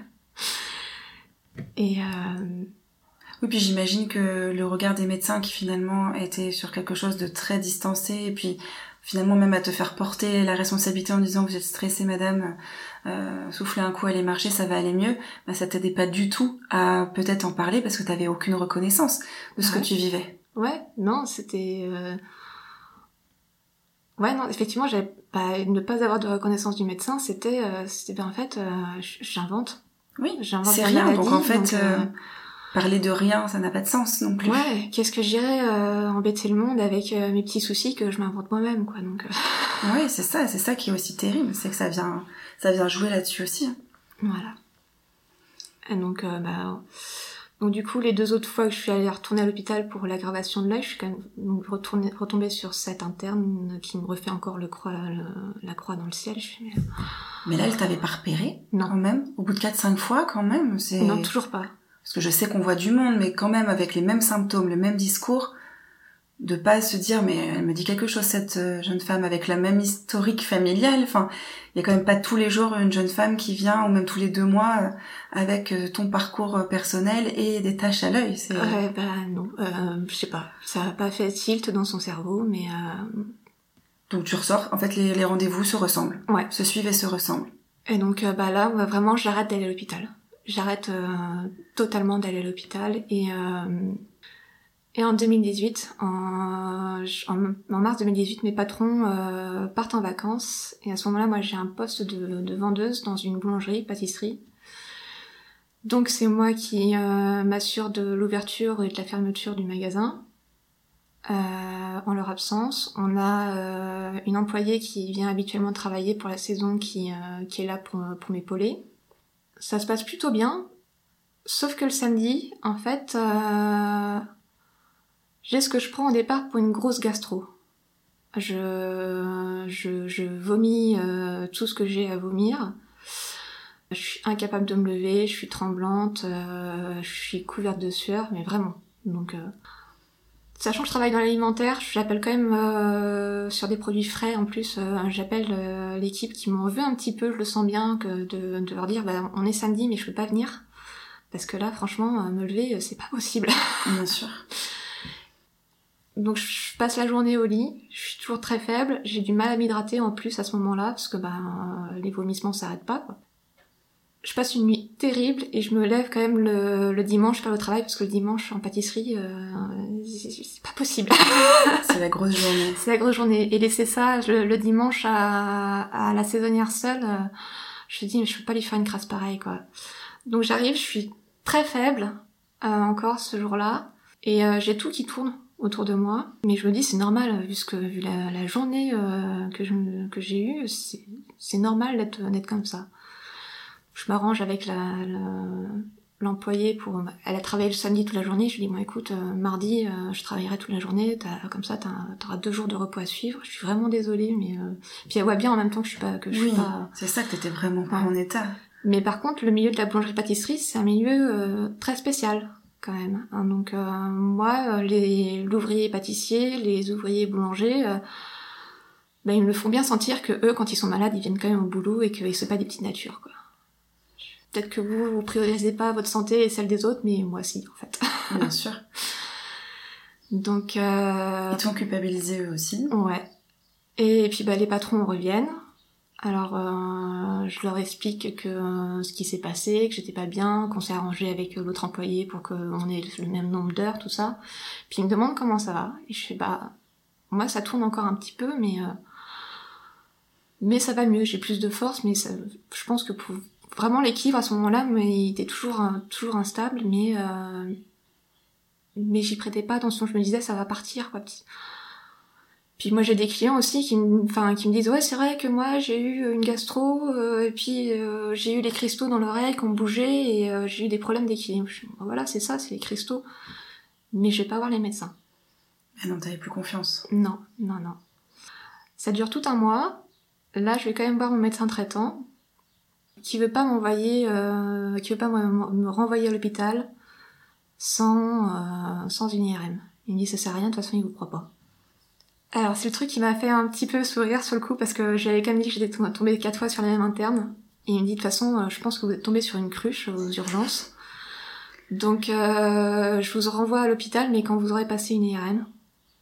Et euh... oui, puis j'imagine que le regard des médecins qui finalement était sur quelque chose de très distancé, et puis finalement même à te faire porter la responsabilité en disant vous êtes stressée madame, euh, soufflez un coup, allez marcher, ça va aller mieux, bah ça t'aidait pas du tout à peut-être en parler parce que t'avais aucune reconnaissance de ce ouais. que tu vivais. Ouais, non, c'était... Euh... Ouais, non, effectivement, j'avais pas... ne pas avoir de reconnaissance du médecin, c'était, euh, c'était ben, en fait, euh, j'invente. Oui, j'invente c'est rien, maladie, donc en fait... donc, euh... Euh... Parler de rien, ça n'a pas de sens non plus. Ouais, qu'est-ce que j'irais euh, embêter le monde avec euh, mes petits soucis que je m'invente moi-même, quoi. Donc. Euh... Ouais, c'est ça, c'est ça qui est aussi terrible, c'est que ça vient, ça vient jouer là-dessus aussi. Voilà. Et donc, euh, bah, donc du coup, les deux autres fois que je suis allée retourner à l'hôpital pour l'aggravation de l'œil, je suis quand même retournée, retombée sur cette interne qui me refait encore le croix, le, la croix dans le ciel. Je suis... Mais là, elle t'avait pas repéré, non. Quand même, au bout de quatre cinq fois, quand même, c'est. Non, toujours pas. Parce que je sais qu'on voit du monde, mais quand même avec les mêmes symptômes, le même discours, de pas se dire mais elle me dit quelque chose cette jeune femme avec la même historique familiale. Enfin, il y a quand même pas tous les jours une jeune femme qui vient ou même tous les deux mois avec ton parcours personnel et des taches à l'œil. C'est... Ouais, bah non, euh, je sais pas, ça a pas fait tilt dans son cerveau, mais. Euh... Donc tu ressors. En fait, les, les rendez-vous se ressemblent. Ouais. Se suivent et se ressemblent. Et donc euh, bah là, vraiment, j'arrête d'aller à l'hôpital. J'arrête euh, totalement d'aller à l'hôpital et euh, et en deux mille dix-huit, en, en, en mars deux mille dix-huit, mes patrons euh, partent en vacances et à ce moment-là, moi, j'ai un poste de, de vendeuse dans une boulangerie, pâtisserie. Donc c'est moi qui euh, m'assure de l'ouverture et de la fermeture du magasin. Euh, en leur absence, on a euh, une employée qui vient habituellement travailler pour la saison qui euh, qui est là pour pour m'épauler. Ça se passe plutôt bien, sauf que le samedi, en fait, euh, j'ai ce que je prends au départ pour une grosse gastro. Je, je, je vomis euh, tout ce que j'ai à vomir. Je suis incapable de me lever, je suis tremblante, euh, je suis couverte de sueur, mais vraiment. Donc, euh, sachant que je travaille dans l'alimentaire, j'appelle quand même euh, sur des produits frais en plus. Euh, j'appelle euh, l'équipe qui m'en veut un petit peu, je le sens bien, que de, de leur dire bah, on est samedi mais je peux pas venir parce que là franchement me lever c'est pas possible. Bien sûr. Donc je passe la journée au lit, je suis toujours très faible, j'ai du mal à m'hydrater en plus à ce moment-là parce que bah les vomissements s'arrêtent pas quoi. Je passe une nuit terrible et je me lève quand même le, le dimanche faire le travail parce que le dimanche en pâtisserie euh, c'est, c'est pas possible. C'est la grosse journée. C'est la grosse journée et laisser ça le, le dimanche à, à la saisonnière seule, euh, je me dis mais je peux pas lui faire une crasse pareille quoi. Donc j'arrive, je suis très faible euh, encore ce jour-là et euh, j'ai tout qui tourne autour de moi, mais je me dis c'est normal vu ce que vu la, la journée euh, que je que j'ai eue, c'est c'est normal d'être d'être comme ça. Je m'arrange avec la, la l'employée pour elle a travaillé le samedi toute la journée, je lui dis bon écoute euh, mardi euh, je travaillerai toute la journée, t'as, comme ça t'as, t'auras deux jours de repos à suivre. Je suis vraiment désolée mais euh... puis elle voit bien en même temps que je suis pas que je oui, suis pas c'est ça que t'étais vraiment pas ouais. en état. Mais par contre le milieu de la boulangerie-pâtisserie c'est un milieu euh, très spécial quand même. Hein, donc euh, moi les l'ouvrier pâtissier, les ouvriers boulangers euh, ben ils me le font bien sentir que eux quand ils sont malades ils viennent quand même au boulot et que c'est pas des petites natures quoi. Peut-être que vous, vous priorisez pas votre santé et celle des autres, mais moi si, en fait. Bien sûr. Donc, euh... Ils t'ont culpabilisé eux aussi. Ouais. Et puis, bah, les patrons reviennent. Alors, euh, je leur explique que euh, ce qui s'est passé, que j'étais pas bien, qu'on s'est arrangé avec l'autre employé pour qu'on ait le même nombre d'heures, tout ça. Puis ils me demandent comment ça va. Et je fais, bah, moi, ça tourne encore un petit peu, mais... Euh... Mais ça va mieux, j'ai plus de force, mais ça... je pense que pour... Vraiment l'équilibre à ce moment-là, mais il était toujours toujours instable, mais euh, mais j'y prêtais pas attention. Je me disais ça va partir quoi. Puis moi j'ai des clients aussi qui me, enfin qui me disent ouais c'est vrai que moi j'ai eu une gastro euh, et puis euh, j'ai eu les cristaux dans l'oreille qui ont bougé et euh, j'ai eu des problèmes d'équilibre. Je, voilà c'est ça, c'est les cristaux, mais je vais pas voir les médecins. Mais non, t'avais plus confiance. Non non non. Ça dure tout un mois. Là je vais quand même voir mon médecin traitant. Qui veut pas m'envoyer, euh, qui veut pas me, me renvoyer à l'hôpital sans euh, sans une I R M. Il me dit ça sert à rien, de toute façon il vous croit pas. Alors c'est le truc qui m'a fait un petit peu sourire sur le coup parce que j'avais quand même dit que j'étais tombée quatre fois sur la même interne. Et il me dit de toute façon je pense que vous êtes tombée sur une cruche aux urgences. Donc euh, je vous renvoie à l'hôpital mais quand vous aurez passé une I R M.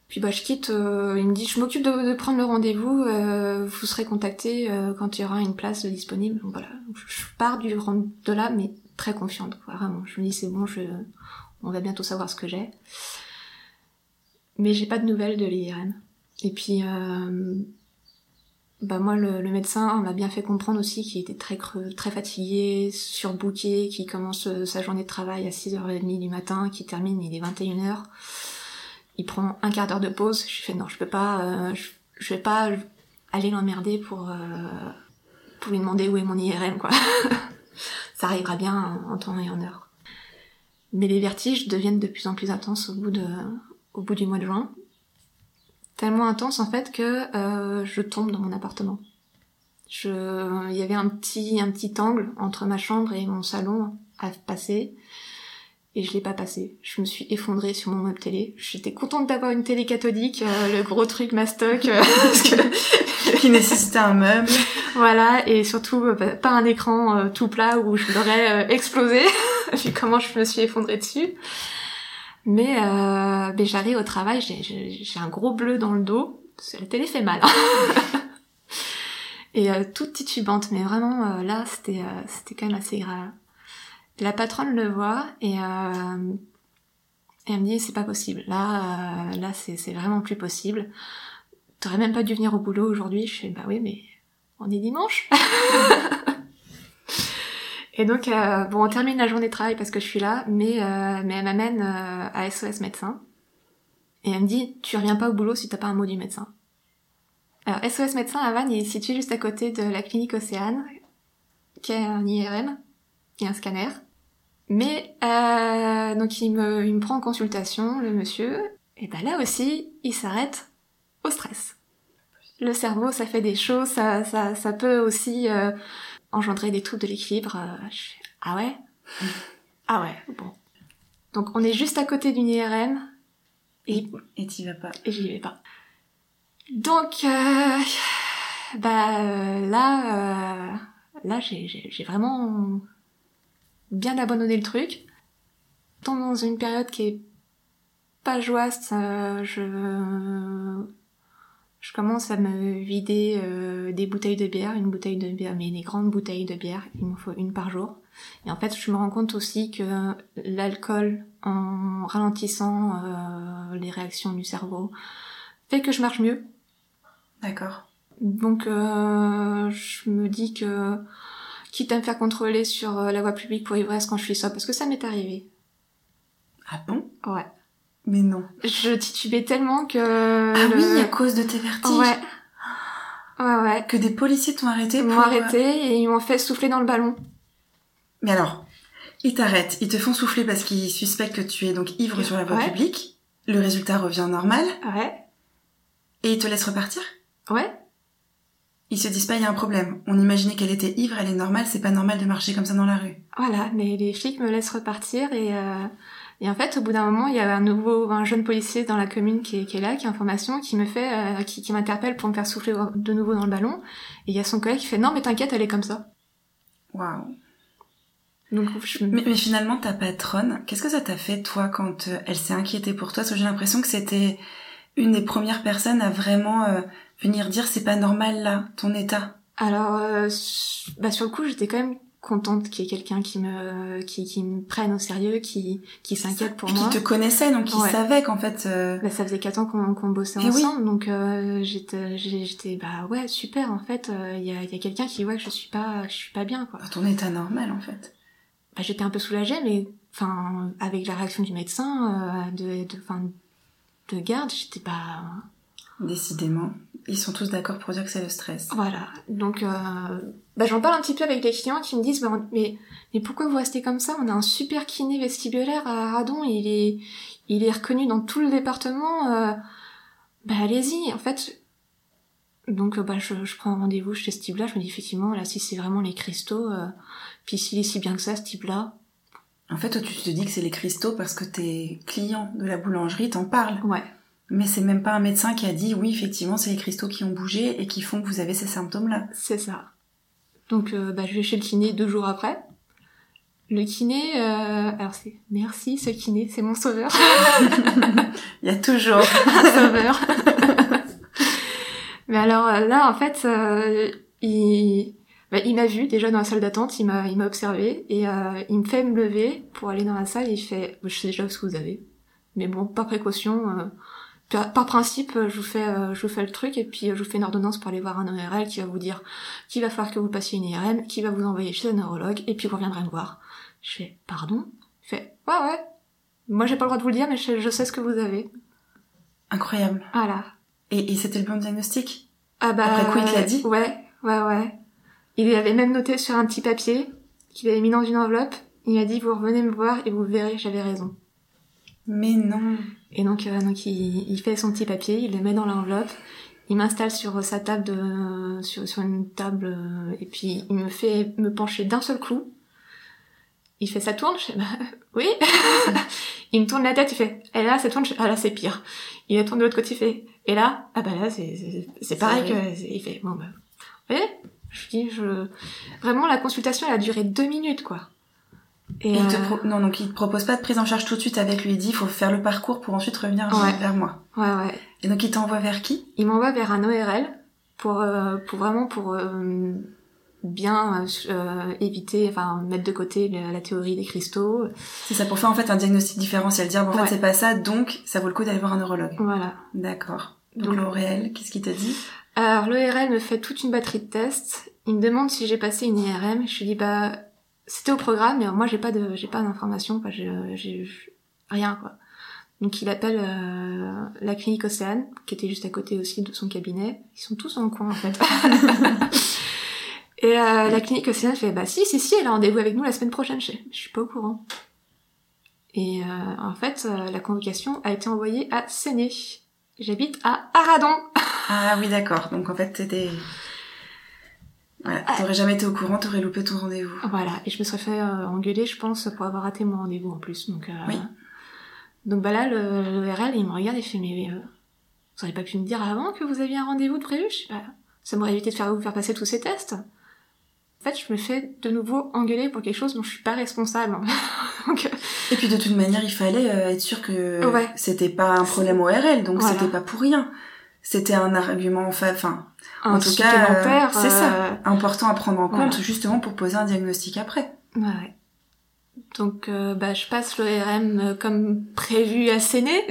Puis bah je quitte, euh, il me dit je m'occupe de, de prendre le rendez-vous, euh, vous serez contacté euh, quand il y aura une place disponible. Donc voilà, je, je pars du de là, mais très confiante, quoi, vraiment. Je me dis c'est bon, je, on va bientôt savoir ce que j'ai. Mais j'ai pas de nouvelles de l'I R M. Et puis euh, bah moi le, le médecin m'a bien fait comprendre aussi qu'il était très creux, très fatigué, surbooké, qu'il commence sa journée de travail à six heures trente du matin, qu'il termine il est vingt et une heures. Il prend un quart d'heure de pause. Je fais non, je peux pas, euh, je, je vais pas aller l'emmerder pour euh, pour lui demander où est mon I R M, quoi. Ça arrivera bien en temps et en heure. Mais les vertiges deviennent de plus en plus intenses au bout de au bout du mois de juin. Tellement intense en fait que euh, je tombe dans mon appartement. Je, il y avait un petit un petit angle entre ma chambre et mon salon à passer. Et je l'ai pas passé. Je me suis effondrée sur mon meuble télé. J'étais contente d'avoir une télé cathodique, euh, le gros truc mastoc, euh, parce que... qui nécessitait un meuble. Voilà, et surtout euh, pas un écran euh, tout plat où je l'aurais euh, explosé. Vu comment je me suis effondrée dessus. Mais, euh, mais j'arrive au travail, j'ai, j'ai, j'ai un gros bleu dans le dos. La télé fait mal. Hein. Et euh, toute titubante, mais vraiment euh, là c'était euh, c'était quand même assez grave. La patronne le voit et, euh, et elle me dit c'est pas possible. Là, euh, là c'est, c'est vraiment plus possible. T'aurais même pas dû venir au boulot aujourd'hui. Je fais bah oui mais on est dimanche. Et donc euh, bon on termine la journée de travail parce que je suis là, mais euh, mais elle m'amène euh, à S O S médecin et elle me dit tu reviens pas au boulot si t'as pas un mot du médecin. Alors S O S médecin à Vannes il est situé juste à côté de la clinique Océane qui a un I R M et un scanner. Mais euh, donc il me, il me prend en consultation, le monsieur, et ben là aussi, il s'arrête au stress. Le cerveau, ça fait des choses, ça, ça, ça peut aussi euh, engendrer des troubles de l'équilibre. Euh, je fais, ah ouais Ah ouais, bon. Donc on est juste à côté d'une I R M, et, et t'y vas pas. Et j'y vais pas. Donc, euh, bah euh, là, euh, là j'ai, j'ai, j'ai vraiment... bien abandonné le truc. Je tombe dans une période qui est pas joyeuse, euh, je je commence à me vider euh, des bouteilles de bière, une bouteille de bière, mais des grandes bouteilles de bière, il m'en faut une par jour. Et en fait, je me rends compte aussi que l'alcool, en ralentissant euh, les réactions du cerveau, fait que je marche mieux. D'accord. Donc, euh, je me dis que quitte à me faire contrôler sur la voie publique pour ivresse quand je suis sobre, parce que ça m'est arrivé. Ah bon ? Ouais. Mais non. Je titubais tellement que... Ah le... oui, à cause de tes vertiges. Ouais. Ouais, ouais. Que des policiers t'ont arrêté Ils pour... m'ont arrêté et ils m'ont fait souffler dans le ballon. Mais alors, ils t'arrêtent, ils te font souffler parce qu'ils suspectent que tu es donc ivre sur la voie ouais. publique. Le résultat revient normal. Ouais. Et ils te laissent repartir ? Ouais. Ils se disent pas, il y a un problème. On imaginait qu'elle était ivre, elle est normale, c'est pas normal de marcher comme ça dans la rue. Voilà, mais les flics me laissent repartir et... Euh... Et en fait, au bout d'un moment, il y a un nouveau, un jeune policier dans la commune qui est, qui est là, qui est en formation, qui me fait, euh, qui, qui m'interpelle pour me faire souffler de nouveau dans le ballon. Et il y a son collègue qui fait, non, mais t'inquiète, elle est comme ça. Waouh. Donc, je... mais, mais finalement, ta patronne, qu'est-ce que ça t'a fait, toi, quand euh, elle s'est inquiétée pour toi? Parce que j'ai l'impression que c'était une des premières personnes à vraiment euh, venir dire, c'est pas normal, là, ton état. Alors, euh, bah, sur le coup, j'étais quand même contente qu'il y ait quelqu'un qui me qui qui me prenne au sérieux, qui qui s'inquiète pour et moi, qui te connaissait, donc qui ouais. savait qu'en fait euh... bah, ça faisait quatre ans qu'on qu'on bossait et ensemble, oui. donc euh, j'étais j'étais bah ouais super, en fait il euh, y a il y a quelqu'un qui voit que je suis pas je suis pas bien, quoi. Dans ton état normal, en fait. Bah j'étais un peu soulagée, mais enfin avec la réaction du médecin, euh, de de enfin de garde, j'étais pas... Décidément, ils sont tous d'accord pour dire que c'est le stress. Voilà, donc euh, bah j'en parle un petit peu avec les clients qui me disent bah, mais mais pourquoi vous restez comme ça? On a un super kiné vestibulaire à Radon, il est il est reconnu dans tout le département. Euh, bah allez-y, en fait. Donc bah je, je prends un rendez-vous chez ce type-là, je me dis effectivement là si c'est vraiment les cristaux, euh, puis s'il est si bien que ça ce type-là. En fait toi tu te dis que c'est les cristaux parce que tes clients de la boulangerie t'en parlent. Ouais. Mais c'est même pas un médecin qui a dit oui effectivement c'est les cristaux qui ont bougé et qui font que vous avez ces symptômes-là. C'est ça. Donc euh, bah je vais chez le kiné deux jours après. Le kiné, euh, alors c'est merci ce kiné, c'est mon sauveur. Il y a toujours un sauveur. Mais alors là, en fait, euh, il, bah, il m'a vu déjà dans la salle d'attente, il m'a, il m'a observé et euh, il me fait me lever pour aller dans la salle. Et il fait, je sais déjà ce que vous avez, mais bon, par précaution, euh, par, par principe, je vous fais, euh, je vous fais le truc et puis je vous fais une ordonnance pour aller voir un O R L qui va vous dire qu'il va falloir que vous passiez une I R M, qui va vous envoyer chez un neurologue et puis vous reviendrez me voir. Je fais, pardon? Il fait, ouais, ouais. Moi, j'ai pas le droit de vous le dire, mais je, je sais ce que vous avez. Incroyable. Voilà. Et, et c'était le bon diagnostic? Ah bah. Après coup, il te l'a dit? Ouais, ouais, ouais. Il avait même noté sur un petit papier qu'il avait mis dans une enveloppe. Il m'a dit, vous revenez me voir et vous verrez, j'avais raison. Mais non. Et donc, euh, donc il, il fait son petit papier, il le met dans l'enveloppe. Il m'installe sur sa table de, sur, sur une table, euh, et puis il me fait me pencher d'un seul coup. Il fait, ça tourne? Je fais, bah, oui. Il me tourne la tête, il fait, et là, ça tourne? Je fais, ah là, c'est pire. Il la tourne de l'autre côté, il fait, et là? Ah bah là, c'est, c'est, c'est pareil que, c'est, il fait, bon bah, vous voyez? Je dis, je, vraiment, la consultation, elle a duré deux minutes, quoi. Et, et il te pro... non, donc il te propose pas de prise en charge tout de suite avec lui, il dit, il faut faire le parcours pour ensuite revenir ouais. vers moi. Ouais, ouais. Et donc il t'envoie vers qui? Il m'envoie vers un O R L pour, euh, pour vraiment, pour, euh, bien euh, éviter, enfin mettre de côté la, la théorie des cristaux. C'est ça, pour faire en fait un diagnostic différentiel, dire bon, en ouais. fait c'est pas ça, donc ça vaut le coup d'aller voir un neurologue. Voilà. D'accord. Donc, donc l'O R L, qu'est-ce qu'il t'a dit? Alors l'O R L me fait toute une batterie de tests. Il me demande si j'ai passé une I R M. Je lui dis bah c'était au programme, mais moi j'ai pas de j'ai pas d'informations, quoi. J'ai, j'ai rien, quoi. Donc il appelle euh, la clinique Océane, qui était juste à côté aussi de son cabinet. Ils sont tous dans le coin en fait. Et euh, la clinique Océane fait bah si si si, elle a rendez-vous avec nous la semaine prochaine. Je, je suis pas au courant. Et euh, en fait euh, la convocation a été envoyée à Séné. J'habite à Arradon. Ah oui d'accord. Donc en fait t'étais voilà, t'aurais jamais été au courant, t'aurais loupé ton rendez-vous. Voilà, et je me serais fait euh, engueuler, je pense, pour avoir raté mon rendez-vous en plus. Donc, euh, oui. Donc bah là, le, le R L, il me regarde et fait, mais euh, vous auriez pas pu me dire avant que vous aviez un rendez-vous de prévu? Je sais pas, ça m'aurait évité de faire vous faire passer tous ces tests. En fait, je me fais de nouveau engueuler pour quelque chose dont je suis pas responsable. Donc, euh... Et puis de toute manière, il fallait euh, être sûr que ouais. c'était pas un problème O R L, donc voilà. C'était pas pour rien. C'était un argument, enfin, un en tout cas, euh, c'est euh... ça, important à prendre en compte, voilà. Justement pour poser un diagnostic après. Ouais, ouais. Donc, euh, bah, je passe l'O R M comme prévu à Séné.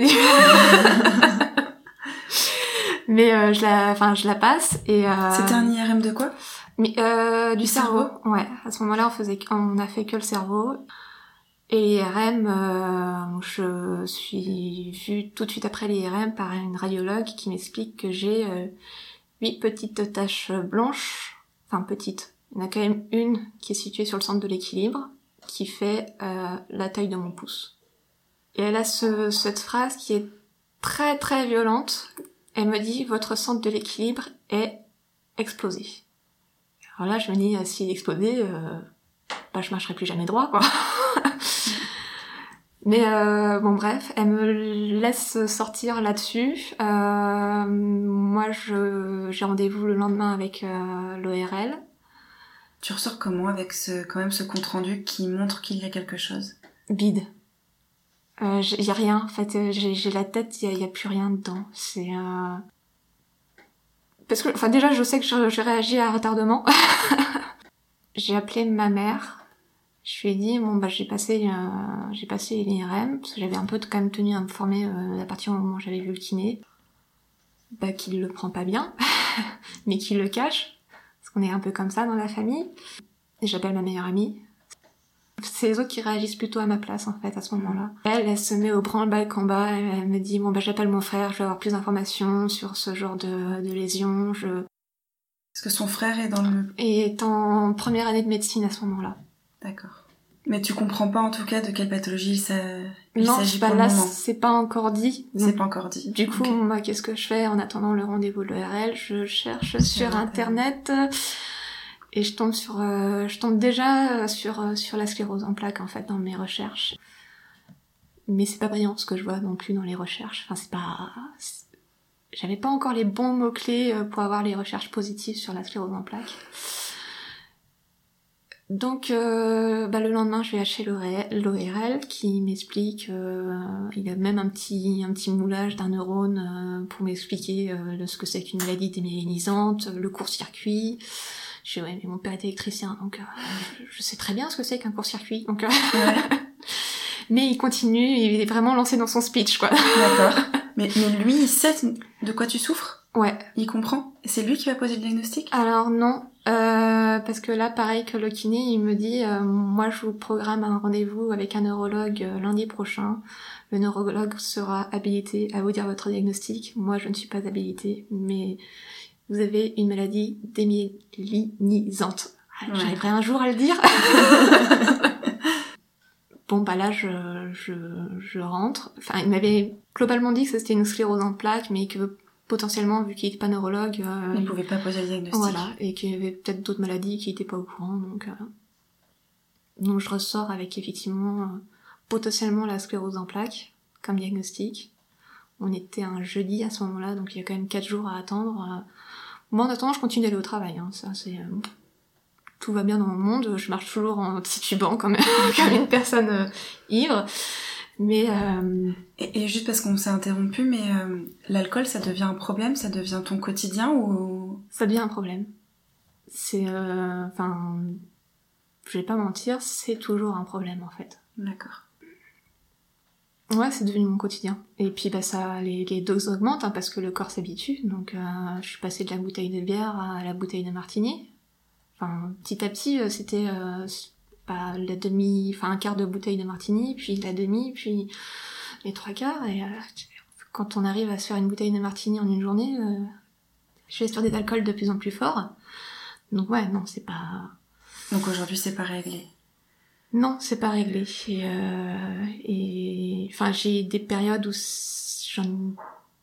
Mais euh, je la, enfin, je la passe et. Euh... C'était un I R M de quoi? Mais, euh, du, du cerveau. cerveau. Ouais. À ce moment-là, on faisait, on a fait que le cerveau. Et l'I R M, euh, je suis vue tout de suite après l'I R M par une radiologue qui m'explique que j'ai euh, huit petites taches blanches, enfin petites. Il y en a quand même une qui est située sur le centre de l'équilibre, qui fait euh, la taille de mon pouce. Et elle a ce, cette phrase qui est très très violente. Elle me dit, votre centre de l'équilibre est explosé. Alors là, je me dis, s'il est explosé, euh, bah, je marcherai plus jamais droit, quoi. Mais euh, bon, bref, elle me laisse sortir là-dessus. Euh, moi, je j'ai rendez-vous le lendemain avec euh, l'O R L. Tu ressors comment avec ce quand même ce compte rendu qui montre qu'il y a quelque chose? Vide. Euh, y a rien. En fait, j'ai, j'ai la tête, il y, y a plus rien dedans. C'est euh... parce que, enfin, déjà, je sais que je, je réagis à retardement. J'ai appelé ma mère. Je lui ai dit, bon, bah, j'ai passé, euh, j'ai passé l'I R M, parce que j'avais un peu quand même tenu à me former euh, à partir du moment où j'avais vu le kiné. Bah, qu'il le prend pas bien, mais qu'il le cache, parce qu'on est un peu comme ça dans la famille. Et j'appelle ma meilleure amie. C'est les autres qui réagissent plutôt à ma place, en fait, à ce moment-là. Elle, elle se met au branle-bas en bas, elle, elle me dit, bon, bah, j'appelle mon frère, je vais avoir plus d'informations sur ce genre de, de lésions, je... Est-ce que son frère est dans le... Et est en première année de médecine à ce moment-là. D'accord. Mais tu comprends pas en tout cas de quelle pathologie ça il non, s'agit bah, pour là, le moment. c'est pas encore dit. Donc, c'est pas encore dit. Du coup, okay. Moi, qu'est-ce que je fais en attendant le rendez-vous de l'O R L? Je cherche sur, sur Internet et je tombe sur, euh, je tombe déjà sur euh, sur la sclérose en plaques en fait dans mes recherches. Mais c'est pas brillant ce que je vois non plus dans les recherches. Enfin, c'est pas, c'est... j'avais pas encore les bons mots clés pour avoir les recherches positives sur la sclérose en plaques. Donc, euh, bah, le lendemain, je vais acheter l'O R L qui m'explique, euh, il a même un petit, un petit moulage d'un neurone euh, pour m'expliquer euh, ce que c'est qu'une maladie démyélinisante, le court-circuit. Je dis, ouais, mais mon père est électricien, donc euh, je sais très bien ce que c'est qu'un court-circuit. Donc, euh... ouais. Mais il continue, il est vraiment lancé dans son speech, quoi. D'accord. Mais, mais lui, il sait de quoi tu souffres ? Ouais. Il comprend ? Et c'est lui qui va poser le diagnostic ? Alors non, euh, parce que là, pareil que le kiné, il me dit, euh, moi je vous programme un rendez-vous avec un neurologue euh, lundi prochain. Le neurologue sera habilité à vous dire votre diagnostic. Moi, je ne suis pas habilitée, mais vous avez une maladie démyélinisante. Ouais. J'arriverai un jour à le dire. Bon, bah là, je, je, je rentre. Enfin, il m'avait globalement dit que c'était une sclérose en plaques, mais que potentiellement, vu qu'il n'était pas neurologue... Euh, il ne pouvait pas poser le diagnostic. Voilà, et qu'il y avait peut-être d'autres maladies qui n'étaient pas au courant, donc... Euh, donc je ressors avec, effectivement, euh, potentiellement la sclérose en plaques, comme diagnostic. On était un jeudi à ce moment-là, donc il y a quand même quatre jours à attendre. Euh... Bon, en attendant, je continue d'aller au travail, hein, ça, c'est... Euh... Tout va bien dans mon monde, je marche toujours en titubant comme, comme une personne euh, ivre. Mais euh... et, et juste parce qu'on s'est interrompu, mais euh, l'alcool, ça devient un problème, ça devient ton quotidien ou ça devient un problème. C'est, enfin, euh, je vais pas mentir, c'est toujours un problème en fait. D'accord. Ouais, c'est devenu mon quotidien. Et puis bah ça, les, les doses augmentent hein, parce que le corps s'habitue. Donc euh, je suis passée de la bouteille de bière à la bouteille de martini. Enfin, petit à petit, c'était euh, bah, la demi, enfin un quart de bouteille de martini, puis la demi, puis les trois quarts. Et euh, quand on arrive à se faire une bouteille de martini en une journée, euh, je vais sur des alcools de plus en plus forts. Donc ouais, non, c'est pas... Donc aujourd'hui, c'est pas réglé. Non, c'est pas réglé. Et, euh, et... enfin, j'ai des périodes où j'en...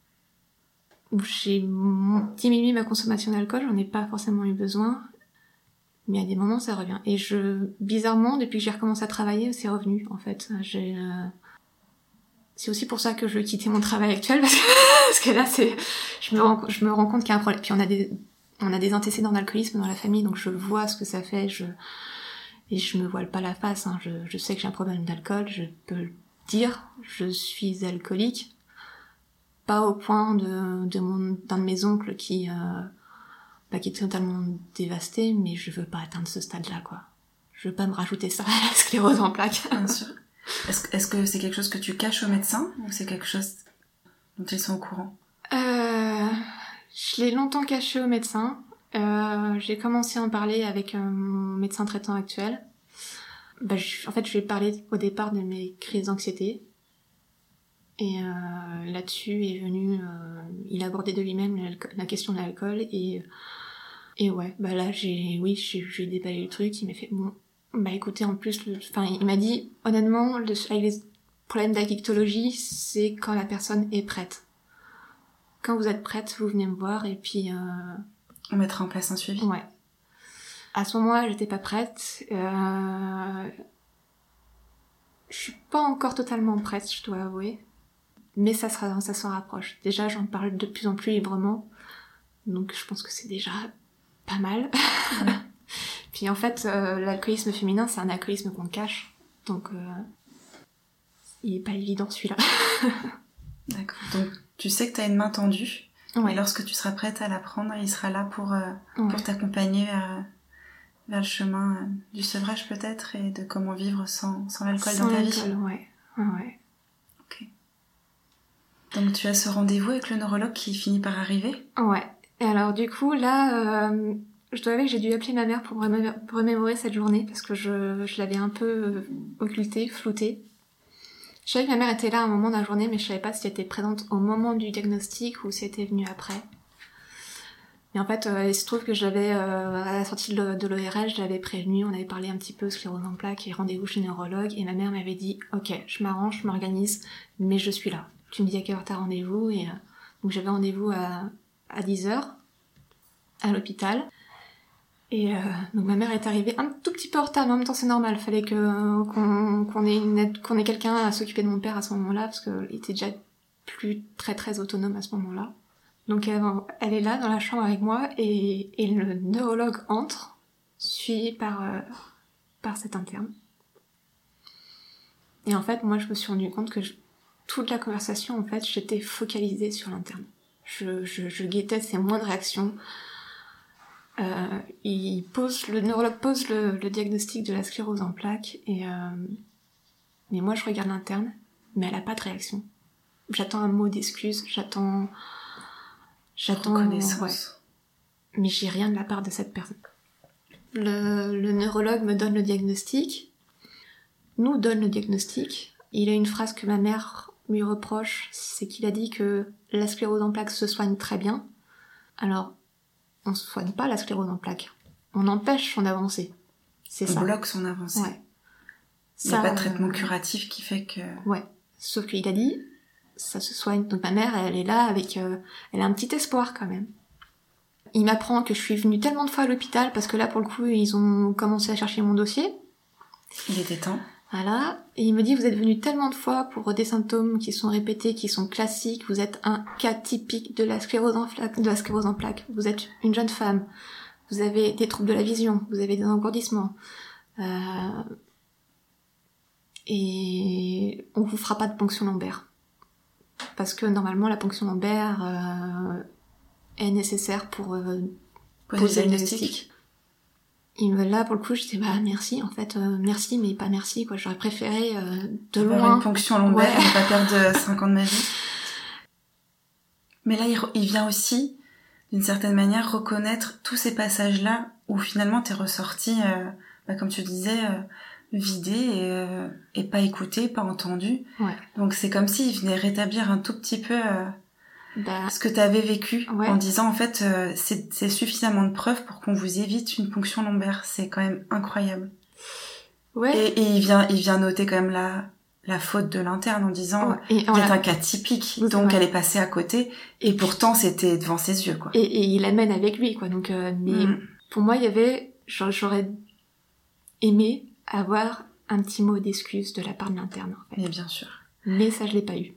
où j'ai diminué ma consommation d'alcool, j'en ai pas forcément eu besoin. Mais à des moments, ça revient. Et je, bizarrement, depuis que j'ai recommencé à travailler, c'est revenu, en fait. J'ai, euh... c'est aussi pour ça que je veux quitter mon travail actuel, parce que, parce que là, c'est, je me rends, je me rends compte qu'il y a un problème. Puis on a des, on a des antécédents d'alcoolisme dans la famille, donc je vois ce que ça fait, je, et je me voile pas la face, hein. Je, je sais que j'ai un problème d'alcool, je peux le dire, je suis alcoolique. Pas au point de, de mon, d'un de mes oncles qui, euh, Bah, qui est totalement dévastée, mais je veux pas atteindre ce stade-là, quoi. Je veux pas me rajouter ça à la sclérose en plaques. Bien sûr. Est-ce, est-ce que c'est quelque chose que tu caches aux médecins, ou c'est quelque chose dont ils sont au courant ? Euh, je l'ai longtemps caché aux médecins. Euh, j'ai commencé à en parler avec euh, mon médecin traitant actuel. Bah, je, en fait, je lui ai parlé au départ de mes crises d'anxiété. Et euh, là-dessus est venu, euh, il a abordé de lui-même la question de l'alcool et et ouais, bah là j'ai, oui, j'ai, j'ai déballé le truc. Il m'a fait bon, bah écoutez, en plus, enfin il m'a dit honnêtement, le, avec les problèmes d'addictologie, c'est quand la personne est prête. Quand vous êtes prête, vous venez me voir et puis euh, on mettra en place un suivi. Ouais. À ce moment-là, j'étais pas prête. Euh, je suis pas encore totalement prête, je dois avouer. Mais ça, sera, ça se rapproche. Déjà, j'en parle de plus en plus librement. Donc, je pense que c'est déjà pas mal. Ouais. Puis, en fait, euh, l'alcoolisme féminin, c'est un alcoolisme qu'on cache. Donc, euh, il est pas évident, celui-là. D'accord. Donc, tu sais que t'as une main tendue. Ouais. Et lorsque tu seras prête à la prendre, il sera là pour, euh, ouais. pour t'accompagner vers, vers le chemin euh, du sevrage, peut-être, et de comment vivre sans, sans l'alcool sans dans ta l'alcool, vie. Ouais. Ouais. Ok. Donc tu as ce rendez-vous avec le neurologue qui finit par arriver ? Ouais. Et alors du coup, là, euh, je dois avouer que j'ai dû appeler ma mère pour remé- remémorer cette journée parce que je, je l'avais un peu euh, occultée, floutée. Je savais que ma mère était là à un moment de la journée, mais je savais pas si elle était présente au moment du diagnostic ou si elle était venue après. Mais en fait, euh, il se trouve que j'avais, euh, à la sortie de, de l'O R L, je l'avais prévenue, on avait parlé un petit peu sclérose en plaques et rendez-vous chez le neurologue, et ma mère m'avait dit « Ok, je m'arrange, je m'organise, mais je suis là. Tu me dis à quelle heure t'as rendez-vous ?» Et euh, donc j'avais rendez-vous à, à dix heures à l'hôpital. Et euh, donc ma mère est arrivée un tout petit peu en retard, mais en même temps c'est normal, fallait que euh, qu'on, qu'on ait une aide, qu'on ait quelqu'un à s'occuper de mon père à ce moment-là, parce qu'il était déjà plus très très autonome à ce moment-là. Donc elle, elle est là dans la chambre avec moi, et, et le neurologue entre, suivi par euh, par cet interne. Et en fait, moi, je me suis rendu compte que je, toute la conversation, en fait, j'étais focalisée sur l'interne. Je, je, je guettais ses moindres réactions. Euh, il pose, le neurologue pose le, le diagnostic de la sclérose en plaques, et euh, mais moi, je regarde l'interne, mais elle a pas de réaction. J'attends un mot d'excuse, j'attends, j'attends, reconnaissance. Ouais. Mais j'ai rien de la part de cette personne. Le, le neurologue me donne le diagnostic, nous donne le diagnostic. Il a une phrase que ma mère lui reproche, c'est qu'il a dit que la sclérose en plaques se soigne très bien. Alors, on se soigne pas la sclérose en plaques. On empêche son avancée. C'est on ça. On bloque son avancée. Ouais. Il n'y a pas de traitement euh... curatif qui fait que... Ouais. Sauf qu'il a dit, ça se soigne. Donc ma mère, elle est là avec... Euh, elle a un petit espoir quand même. Il m'apprend que je suis venue tellement de fois à l'hôpital, parce que là, pour le coup, ils ont commencé à chercher mon dossier. Il était temps. Voilà. Et il me dit, vous êtes venue tellement de fois pour des symptômes qui sont répétés, qui sont classiques. Vous êtes un cas typique de la sclérose en plaques. De la sclérose en plaques. Vous êtes une jeune femme. Vous avez des troubles de la vision. Vous avez des engourdissements. Euh... Et on vous fera pas de ponction lombaire. Parce que normalement, la ponction lombaire euh, est nécessaire pour euh, poser le diagnostic. Il me là pour le coup, je dis bah merci en fait, euh, merci mais pas merci quoi. J'aurais préféré euh, de avoir loin une ponction lombaire ouais. et ne pas perdre cinq ans de ma vie. Mais là, il, il vient aussi, d'une certaine manière, reconnaître tous ces passages-là où finalement t'es ressorti, euh, bah, comme tu disais, euh, vidé et, euh, et pas écouté, pas entendu. Ouais. Donc c'est comme s'il venait rétablir un tout petit peu euh, bah, ce que t'avais vécu ouais. en disant en fait euh, c'est, c'est suffisamment de preuves pour qu'on vous évite une ponction lombaire. C'est quand même incroyable. Ouais. Et, et il vient, il vient noter quand même la la faute de l'interne en disant oh, et c'est un cas typique, oui, donc ouais. elle est passée à côté et pourtant c'était devant ses yeux quoi. Et, et il l'amène avec lui quoi. Donc euh, mais mm. pour moi il y avait j'aurais aimé avoir un petit mot d'excuse de la part de l'interne en fait. Mais bien sûr. Mais ça je l'ai pas eu.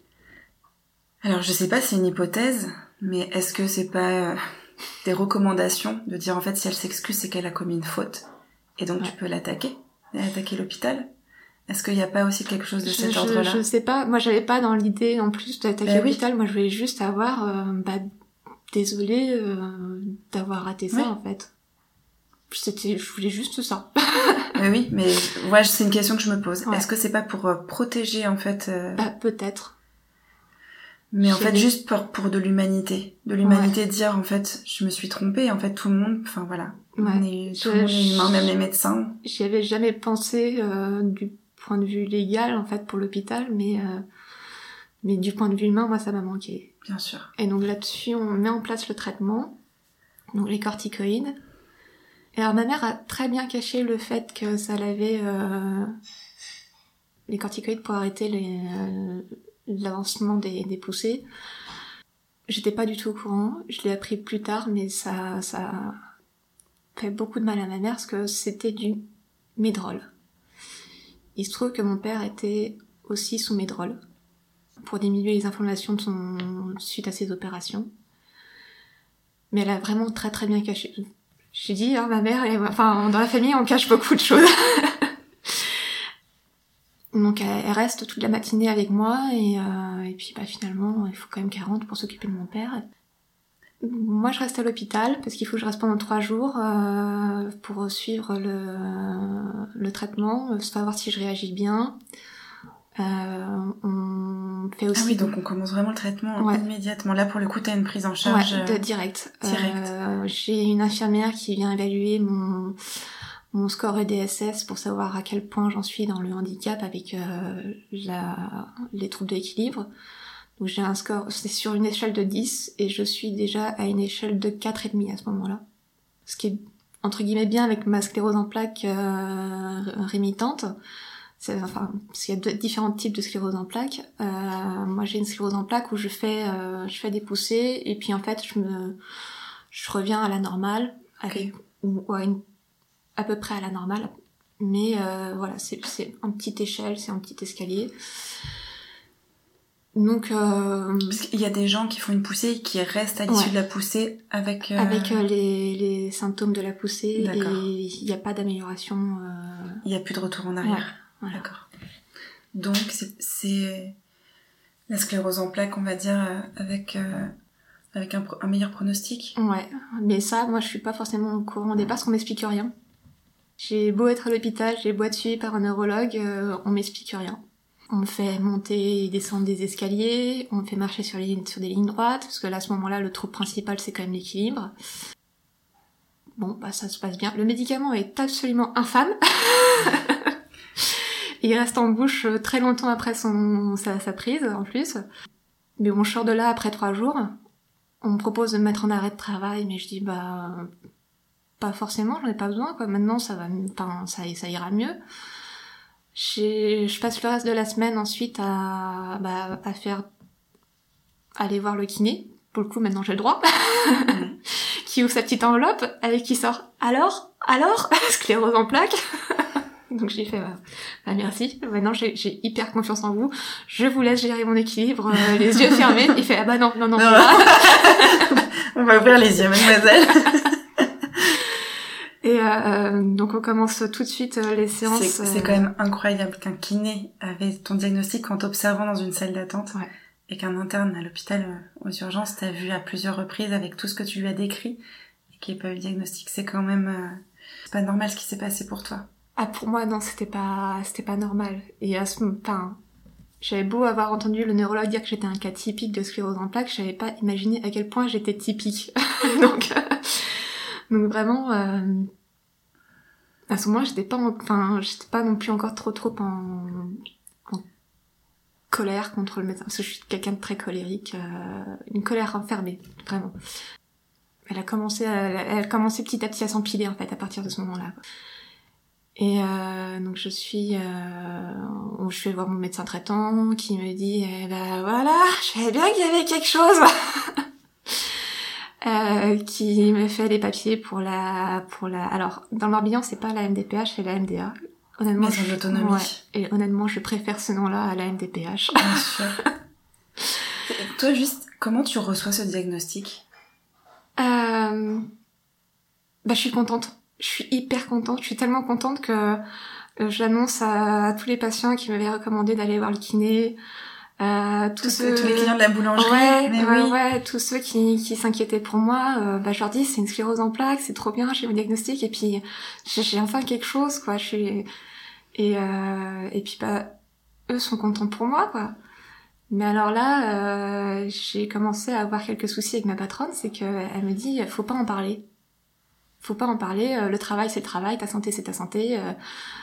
Alors je sais pas si c'est une hypothèse, mais est-ce que c'est pas euh, des recommandations de dire en fait si elle s'excuse c'est qu'elle a commis une faute et donc ouais. tu peux l'attaquer, attaquer l'hôpital. Est-ce qu'il n'y a pas aussi quelque chose de je, cet je, ordre-là? Je sais pas. Moi, j'avais pas dans l'idée en plus d'attaquer ben l'hôpital. Oui. Moi, je voulais juste avoir, euh, bah, désolée euh, d'avoir raté ça, oui. en fait. C'était, je voulais juste ça. ben oui, mais ouais, c'est une question que je me pose. Ouais. Est-ce que c'est pas pour euh, protéger en fait euh... Bah peut-être. Mais en J'ai fait, des... juste pour pour de l'humanité, de l'humanité, ouais. dire en fait, je me suis trompée. En fait, tout le monde, enfin voilà, ouais. on est, tout je, le monde est humain, même les médecins. J'y avais jamais pensé euh, du point de vue légal en fait pour l'hôpital, mais euh, mais du point de vue humain, moi ça m'a manqué. Bien sûr. Et donc là-dessus, on met en place le traitement, donc les corticoïdes. Et alors ma mère a très bien caché le fait que ça l'avait euh, les corticoïdes pour arrêter les, euh, l'avancement des, des poussées. J'étais pas du tout au courant, je l'ai appris plus tard, mais ça ça fait beaucoup de mal à ma mère parce que c'était du Medrol. Il se trouve que mon père était aussi sous Medrol pour diminuer les inflammations de son suite à ses opérations. Mais elle a vraiment très très bien caché. J'ai dit, hein, ma mère, elle est... enfin, dans la famille, on cache beaucoup de choses. Donc, elle reste toute la matinée avec moi, et, euh, et puis, bah, finalement, il faut quand même qu'elle rentre pour s'occuper de mon père. Moi, je reste à l'hôpital, parce qu'il faut que je reste pendant trois jours, euh, pour suivre le, le traitement, savoir si je réagis bien. Euh, on fait aussi... Ah oui, donc on commence vraiment le traitement ouais. immédiatement. Là, pour le coup, t'as une prise en charge... Ouais, de direct. Direct. Euh, j'ai une infirmière qui vient évaluer mon, mon score E D S S pour savoir à quel point j'en suis dans le handicap avec euh, la, les troubles d'équilibre. Donc j'ai un score, c'est sur une échelle de dix, et je suis déjà à une échelle de quatre virgule cinq à ce moment-là. Ce qui est, entre guillemets, bien avec ma sclérose en plaques euh, rémitante. C'est, enfin, parce qu'il y a deux, différents types de sclérose en plaques. Euh, moi, j'ai une sclérose en plaques où je fais, euh, je fais des poussées, et puis en fait, je me, je reviens à la normale, avec, okay. ou, ou à, une, à peu près à la normale. Mais euh, voilà, c'est, c'est en petite échelle, c'est en petit escalier. Donc, euh... parce qu'il y a des gens qui font une poussée et qui restent à l'issue ouais. de la poussée avec... Euh... Avec euh, les, les symptômes de la poussée. D'accord. Et il n'y a pas d'amélioration. Euh... Il n'y a plus de retour en arrière. Ouais, voilà. D'accord. Donc, c'est, c'est la sclérose en plaques, on va dire, euh, avec, euh, avec un, un meilleur pronostic. Ouais, mais ça, moi, je suis pas forcément au courant au départ parce qu'on m'explique rien. J'ai beau être à l'hôpital, j'ai beau être suivie par un neurologue, euh, on m'explique rien. On me fait monter et descendre des escaliers, on me fait marcher sur, les lignes, sur des lignes droites, parce que là, à ce moment-là, le trouble principal, c'est quand même l'équilibre. Bon, bah ça se passe bien. Le médicament est absolument infâme. Il reste en bouche très longtemps après son, sa, sa prise, en plus. Mais bon, je sors de là après trois jours. On me propose de me mettre en arrêt de travail, mais je dis, bah, pas forcément, j'en ai pas besoin, quoi. Maintenant, ça va, enfin, ça, ça ira mieux. J'ai, je passe le reste de la semaine ensuite à, bah, à faire, aller voir le kiné. Pour le coup, maintenant, j'ai le droit. Qui ouvre sa petite enveloppe, avec qui sort, alors, alors, sclérose en plaques. Donc j'ai fait, bah, bah merci, maintenant j'ai, j'ai hyper confiance en vous, je vous laisse gérer mon équilibre, euh, les yeux fermés. Il fait, ah bah non, non, non. non. On va ouvrir les yeux, mademoiselle. Et euh, donc on commence tout de suite euh, les séances. C'est, c'est quand même incroyable qu'un kiné avait ton diagnostic en t'observant dans une salle d'attente. Ouais. Et qu'un interne à l'hôpital euh, aux urgences t'a vu à plusieurs reprises avec tout ce que tu lui as décrit et qu'il n'y ait pas eu le diagnostic. C'est quand même... Euh, c'est pas normal ce qui s'est passé pour toi. Ah, pour moi, non, c'était pas, c'était pas normal. Et à ce, enfin, j'avais beau avoir entendu le neurologue dire que j'étais un cas typique de sclérose en plaques, j'avais pas imaginé à quel point j'étais typique. donc, euh, donc vraiment, euh, à ce moment-là, j'étais pas, en, enfin, j'étais pas non plus encore trop, trop en, en colère contre le médecin, parce que je suis quelqu'un de très colérique, euh, une colère enfermée, vraiment. Elle a commencé, à, elle a commencé petit à petit à s'empiler en fait à partir de ce moment-là. Et euh, donc je suis, euh, je vais voir mon médecin traitant qui me dit, eh ben voilà, je savais bien qu'il y avait quelque chose, euh, qui me fait les papiers pour la, pour la. Alors dans le Morbihan c'est pas la M D P H, c'est la M D A. Honnêtement, Maison de l'autonomie. Ouais, et honnêtement je préfère ce nom-là à la M D P H. Bien sûr. Toi juste, comment tu reçois ce diagnostic ? Euh, bah je suis contente. Je suis hyper contente, je suis tellement contente que euh, j'annonce à, à tous les patients qui m'avaient recommandé d'aller voir le kiné, euh, tous, tous, ceux, tous les clients de la boulangerie, ouais, mais ouais, oui. ouais, tous ceux qui, qui s'inquiétaient pour moi, euh, bah je leur dis c'est une sclérose en plaques, c'est trop bien, j'ai mon diagnostic et puis j'ai, j'ai enfin quelque chose quoi, je suis et euh, et puis bah eux sont contents pour moi quoi. Mais alors là, euh, j'ai commencé à avoir quelques soucis avec ma patronne, c'est que elle me dit faut pas en parler. Faut pas en parler, euh, le travail c'est le travail, ta santé c'est ta santé, euh,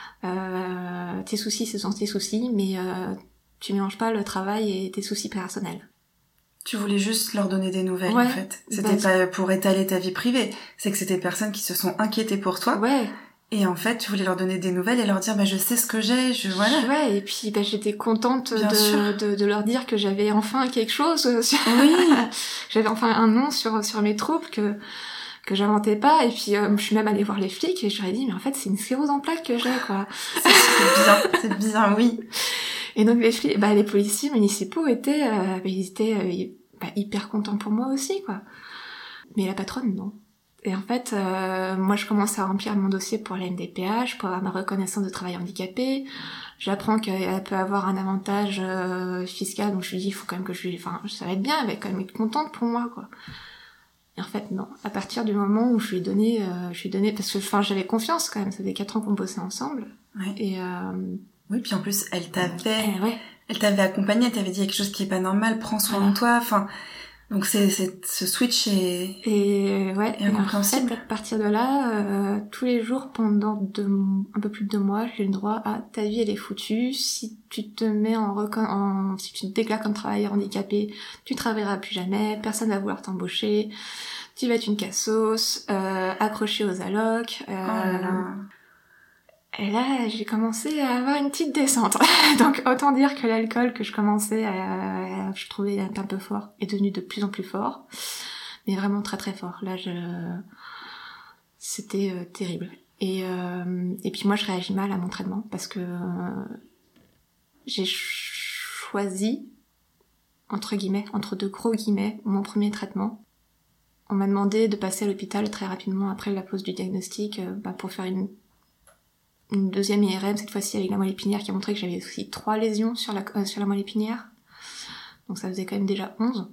euh, tes soucis ce sont tes soucis, mais euh, tu mélanges pas le travail et tes soucis personnels. Tu voulais juste leur donner des nouvelles ouais, en fait. C'était bah, pas pour étaler ta vie privée, c'est que c'était des personnes qui se sont inquiétées pour toi. Ouais. Et en fait, tu voulais leur donner des nouvelles et leur dire bah je sais ce que j'ai, je voilà. Ouais, et puis bah j'étais contente de, de de leur dire que j'avais enfin quelque chose sur... Oui. J'avais enfin un nom sur sur mes troubles que que j'inventais pas, et puis euh, je suis même allée voir les flics et je leur ai dit mais en fait c'est une sclérose en plaques que j'ai quoi. c'est, c'est bien, c'est bien, oui. Et donc les flics, bah les policiers municipaux étaient, euh, bah, ils étaient euh, bah, hyper contents pour moi aussi quoi. Mais la patronne non. Et en fait, euh, moi je commence à remplir mon dossier pour la M D P H, pour avoir ma reconnaissance de travail handicapé. J'apprends qu'elle peut avoir un avantage euh, fiscal, donc je lui dis il faut quand même que je lui, enfin ça va être bien, elle va quand même être contente pour moi quoi. Et en fait, non. À partir du moment où je lui ai donné, euh, je lui ai donné, parce que, enfin, j'avais confiance quand même. Ça faisait quatre ans qu'on bossait ensemble. Ouais. Et euh... oui, puis en plus, elle t'avait, eh, ouais. elle t'avait accompagnée, elle t'avait dit quelque chose qui est pas normal, prends soin voilà. de toi. Enfin, donc c'est, c'est ce switch est, et ouais, est incompréhensible. En fait, à partir de là, euh, tous les jours pendant deux, un peu plus de deux mois, j'ai eu le droit à ta vie elle est foutue. Si tu te mets en, recon... en si tu te déclares comme travailleur handicapé, tu travailleras plus jamais, personne va vouloir t'embaucher. Tu vas être une cassos, euh, accrochée aux allocs. Euh, oh là là. Et là, j'ai commencé à avoir une petite descente. Donc, autant dire que l'alcool que je commençais à, à je trouvais un peu fort, est devenu de plus en plus fort. Mais vraiment très très fort. Là, je, c'était euh, terrible. Et, euh, et puis moi, je réagis mal à mon traitement parce que euh, j'ai choisi entre guillemets, entre deux gros guillemets, mon premier traitement. On m'a demandé de passer à l'hôpital très rapidement après la pose du diagnostic euh, bah, pour faire une, une deuxième I R M, cette fois-ci avec la moelle épinière, qui a montré que j'avais aussi trois lésions sur la, euh, sur la moelle épinière. Donc ça faisait quand même déjà onze.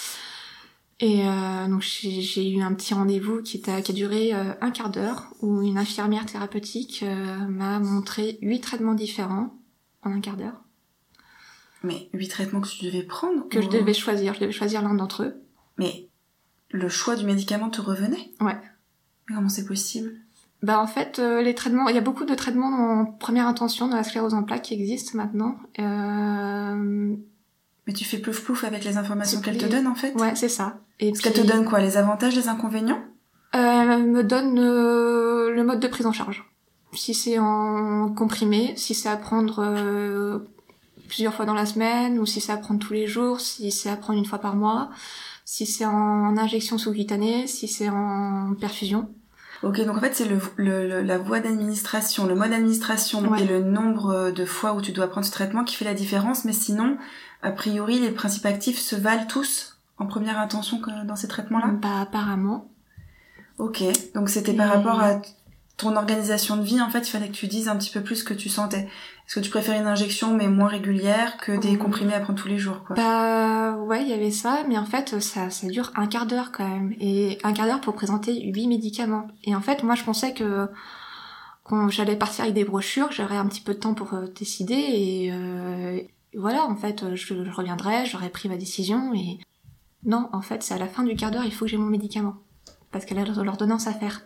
Et euh, donc j'ai, j'ai eu un petit rendez-vous qui, était, qui a duré euh, un quart d'heure, où une infirmière thérapeutique euh, m'a montré huit traitements différents en un quart d'heure. Mais huit traitements que tu devais prendre? Que ou... je devais choisir, je devais choisir l'un d'entre eux. Mais le choix du médicament te revenait? Ouais. Mais comment c'est possible? Bah en fait, euh, les traitements, il y a beaucoup de traitements en première intention dans la sclérose en plaques qui existent maintenant. Euh... Mais tu fais plouf plouf avec les informations qu'elle te donne en fait? Ouais, c'est ça. Et Parce puis... qu'elle te donne quoi? Les avantages, les inconvénients? euh, Elle me donne euh, le mode de prise en charge. Si c'est en comprimé, si c'est à prendre euh, plusieurs fois dans la semaine, ou si c'est à prendre tous les jours, si c'est à prendre une fois par mois, si c'est en injection sous-cutanée, si c'est en perfusion. Ok, donc en fait c'est le, le, la voie d'administration, le mode d'administration ouais. et le nombre de fois où tu dois prendre ce traitement qui fait la différence, mais sinon, a priori, les principes actifs se valent tous en première intention dans ces traitements-là? Bah apparemment. Ok, donc c'était et... par rapport à ton organisation de vie, en fait, il fallait que tu dises un petit peu plus ce que tu sentais. Est-ce que tu préfères une injection mais moins régulière que des mmh. comprimés à prendre tous les jours, quoi? Bah ouais, il y avait ça, mais en fait ça ça dure un quart d'heure quand même, et un quart d'heure pour présenter huit médicaments. Et en fait, moi je pensais que quand j'allais partir avec des brochures, j'aurais un petit peu de temps pour euh, décider et, euh, et voilà, en fait, je, je reviendrai, j'aurais pris ma décision et non, en fait, c'est à la fin du quart d'heure, il faut que j'ai mon médicament parce qu'elle a l'ordonnance à faire.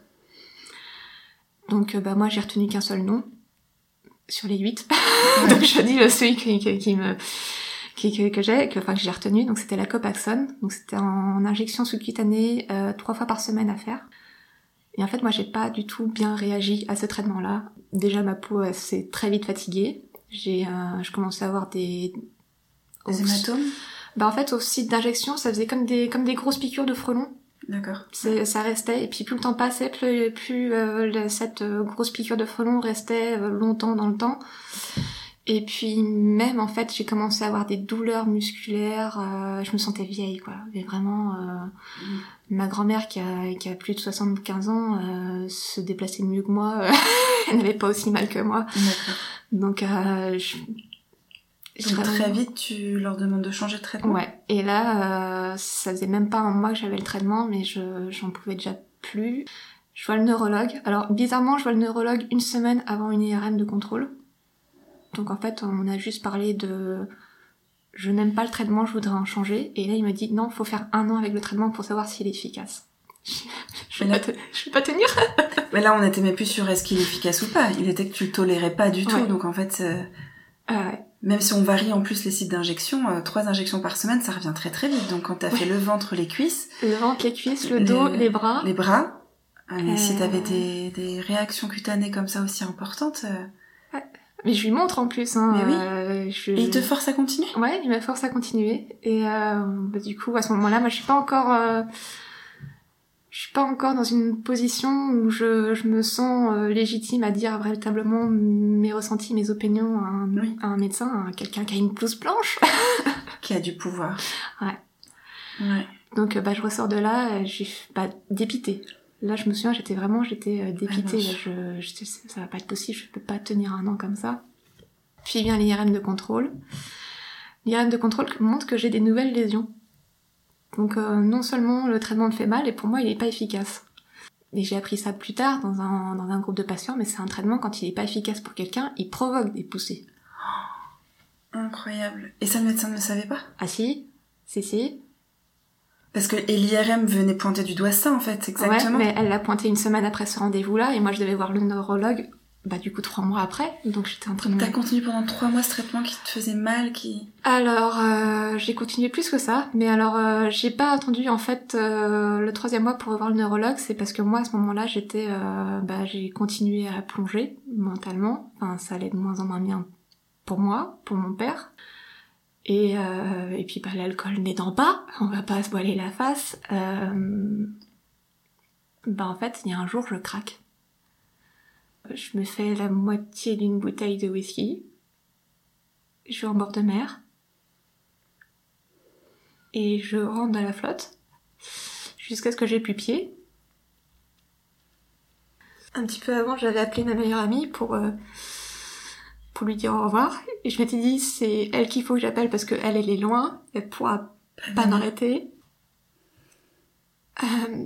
Donc bah moi j'ai retenu qu'un seul nom sur les huit. Donc je dis le celui qui, qui, qui me qui, que, que j'ai que enfin que j'ai retenu, donc c'était la Copaxone. Donc c'était en injection sous-cutanée euh, trois fois par semaine à faire. Et en fait moi j'ai pas du tout bien réagi à ce traitement-là. Déjà ma peau elle, s'est très vite fatiguée. J'ai euh, je commençais à avoir des des hématomes. Bah en fait au site d'injection, ça faisait comme des comme des grosses piqûres de frelons. D'accord. C'est, ça restait, et puis plus le temps passait, plus, plus euh, le, cette euh, grosse piqûre de frelon restait euh, longtemps dans le temps. Et puis même en fait, j'ai commencé à avoir des douleurs musculaires. Euh, je me sentais vieille, quoi. Mais vraiment, euh, mmh. ma grand-mère qui a, qui a plus de soixante-quinze ans euh, se déplaçait mieux que moi. Elle n'avait pas aussi mal que moi. D'accord. Donc, euh, je... Donc vraiment... très vite, tu leur demandes de changer de traitement? Ouais. Et là, euh, ça faisait même pas un mois que j'avais le traitement, mais je j'en pouvais déjà plus. Je vois le neurologue. Alors, bizarrement, je vois le neurologue une semaine avant une I R M de contrôle. Donc en fait, on a juste parlé de... Je n'aime pas le traitement, je voudrais en changer. Et là, il me dit, non, faut faire un an avec le traitement pour savoir s'il est efficace. Je vais, là... pas, te... je vais pas tenir. Mais là, on n'était même plus sûr est-ce qu'il est efficace ou pas. Il était que tu le tolérais pas du tout. Ouais. Donc en fait... Euh... Ah ouais. Même si on varie en plus les sites d'injection, euh, trois injections par semaine, ça revient très très vite. Donc quand t'as ouais. fait le ventre, les cuisses... Le ventre, les cuisses, le dos, les, les bras... Les bras. Euh, mais euh... si t'avais des, des réactions cutanées comme ça aussi importantes... Euh... Ouais. Mais je lui montre en plus. Hein, mais oui. Euh, je... Et il te force à continuer? Ouais, il me force à continuer. Et euh, bah, du coup, à ce moment-là, moi je suis pas encore... Euh... Je suis pas encore dans une position où je, je me sens euh, légitime à dire véritablement mes ressentis, mes opinions à un, oui. à un médecin, à quelqu'un qui a une blouse blanche. Qui a du pouvoir. Ouais. Ouais. Donc bah je ressors de là, je suis bah, dépitée. Là je me souviens, j'étais vraiment j'étais euh, dépitée. Ah, là, je, je, ça va pas être possible, je peux pas tenir un an comme ça. Puis vient l'I R M de contrôle. L'I R M de contrôle montre que j'ai des nouvelles lésions. Donc euh, non seulement le traitement me fait mal, et pour moi il est pas efficace. Et j'ai appris ça plus tard dans un, dans un groupe de patients, mais c'est un traitement, quand il est pas efficace pour quelqu'un, il provoque des poussées. Oh, incroyable. Et ça, le médecin ne le savait pas? Ah si, si, si. Parce que l'I R M venait pointer du doigt ça, en fait, exactement. Ouais, mais elle l'a pointé une semaine après ce rendez-vous-là, et moi je devais voir le neurologue, bah du coup trois mois après, donc j'étais en train de... T'as continué pendant trois mois ce traitement qui te faisait mal, qui... Alors, euh, j'ai continué plus que ça, mais alors euh, j'ai pas attendu en fait euh, le troisième mois pour voir le neurologue, c'est parce que moi à ce moment-là j'étais, euh, bah j'ai continué à plonger mentalement, enfin ça allait de moins en moins bien pour moi, pour mon père, et euh, et puis bah l'alcool n'aidant pas, on va pas se voiler la face, euh, bah en fait il y a un jour je craque. Je me fais la moitié d'une bouteille de whisky. Je suis en bord de mer. et je rentre dans la flotte jusqu'à ce que j'ai plus pied. Un petit peu avant, j'avais appelé ma meilleure amie pour euh, pour lui dire au revoir, et je m'étais dit c'est elle qu'il faut que j'appelle parce que elle elle est loin, elle pourra pas Mmh. m'arrêter. Euh...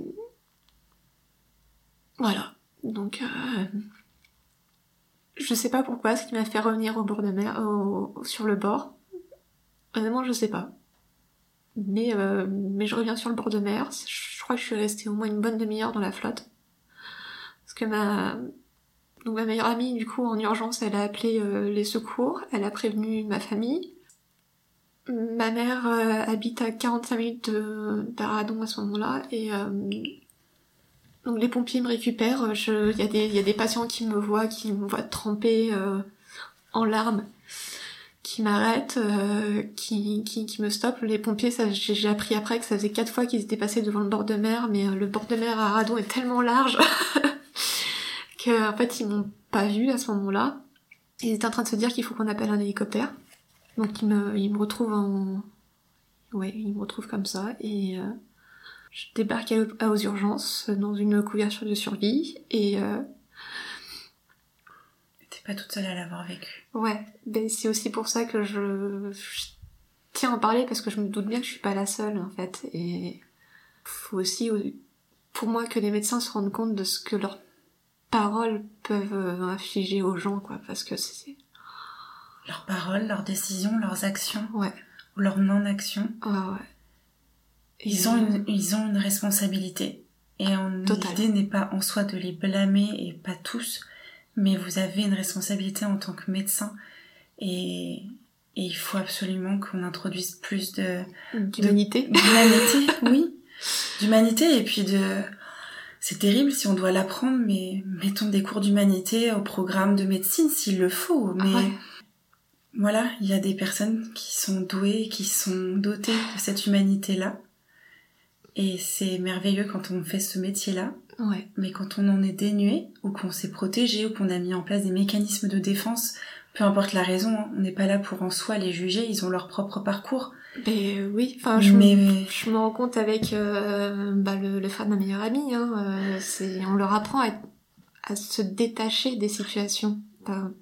Voilà, donc euh... je sais pas pourquoi, ce qui m'a fait revenir au bord de mer, au... sur le bord. Honnêtement, je sais pas. Mais, euh... mais je reviens sur le bord de mer. Je crois que je suis restée au moins une bonne demi-heure dans la flotte. Parce que ma... Donc ma meilleure amie, du coup, en urgence, elle a appelé euh, les secours, elle a prévenu ma famille. Ma mère euh, habite à quarante-cinq minutes de d'Aradon à ce moment-là, et euh... donc les pompiers me récupèrent. Je... Il y a des, il y a des patients qui me voient, qui me voient tremper euh, en larmes, qui m'arrêtent, euh, qui, qui, qui me stoppent. Les pompiers, ça, j'ai, j'ai appris après que ça faisait quatre fois qu'ils étaient passés devant le bord de mer, mais euh, le bord de mer à Aradon est tellement large que en fait ils m'ont pas vu à ce moment-là. Ils étaient en train de se dire qu'il faut qu'on appelle un hélicoptère. Donc ils me, ils me retrouvent en, ouais, ils me retrouvent comme ça, et euh, je débarque à, aux urgences dans une couverture de survie, et euh, T'es pas toute seule à l'avoir vécu. ouais, ben c'est aussi pour ça que je, je tiens à en parler, parce que je me doute bien que je suis pas la seule en fait, et faut aussi pour moi que les médecins se rendent compte de ce que leurs paroles peuvent infliger aux gens, quoi, parce que c'est Leurs paroles, leurs décisions, leurs actions, ouais, ou leur non-action. ouais, ouais. Ils ont une, ils ont une responsabilité. Et en, l'idée n'est pas en soi de les blâmer, et pas tous, mais vous avez une responsabilité en tant que médecin, et, et il faut absolument qu'on introduise plus de... D'humanité. De, d'humanité, oui. D'humanité, et puis de... C'est terrible si on doit l'apprendre, mais mettons des cours d'humanité au programme de médecine s'il le faut. Mais ouais. Voilà, il y a des personnes qui sont douées, qui sont dotées de cette humanité-là. Et c'est merveilleux quand on fait ce métier-là. Ouais. Mais quand on en est dénué, ou qu'on s'est protégé, ou qu'on a mis en place des mécanismes de défense, peu importe la raison, hein, on n'est pas là pour en soi les juger, ils ont leur propre parcours. Mais oui, enfin, je, mais... me, je me rends compte avec euh, bah, le, le frère de ma meilleure amie, hein, euh, c'est, on leur apprend à, à se détacher des situations. Enfin,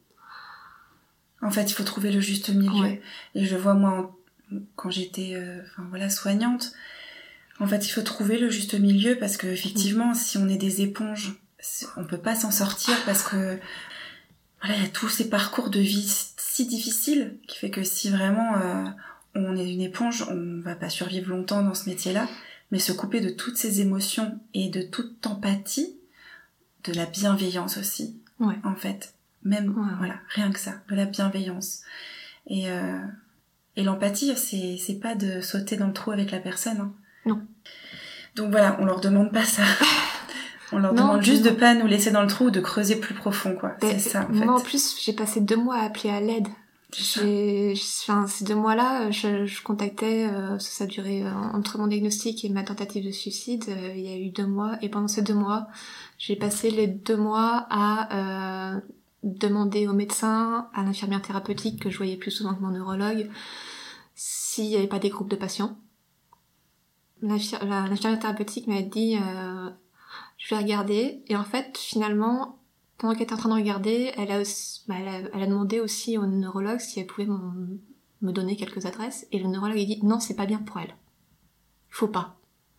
en fait, il faut trouver le juste milieu. Ouais. Et je vois, moi, quand j'étais euh, enfin, voilà, soignante, en fait, il faut trouver le juste milieu, parce que effectivement, mmh. si on est des éponges, on peut pas s'en sortir, parce que voilà, il y a tous ces parcours de vie si difficiles qui fait que si vraiment euh, on est une éponge, on va pas survivre longtemps dans ce métier-là. Mais se couper de toutes ces émotions et de toute empathie, de la bienveillance aussi, ouais. en fait. Même, ouais. voilà, rien que ça, de la bienveillance. Et, euh, et l'empathie, c'est, c'est pas de sauter dans le trou avec la personne. Hein. Non. Donc voilà, on leur demande pas ça. On leur non, demande juste non. de pas nous laisser dans le trou ou de creuser plus profond, quoi. Ben, c'est ça, en fait. Moi, en plus, j'ai passé deux mois à appeler à l'aide. J'ai, enfin, ces deux mois-là, je, je contactais, euh, ça a duré euh, entre mon diagnostic et ma tentative de suicide, euh, il y a eu deux mois, et pendant ces deux mois, j'ai passé les deux mois à euh, demander au médecin, à l'infirmière thérapeutique que je voyais plus souvent que mon neurologue, s'il n'y avait pas des groupes de patients. L'infir- la, l'infirmière thérapeutique m'a dit euh, je vais regarder, et en fait, finalement, pendant qu'elle était en train de regarder, elle a, aussi, bah elle, a, elle a demandé aussi au neurologue si elle pouvait me donner quelques adresses, et le neurologue a dit non, c'est pas bien pour elle. Il faut pas.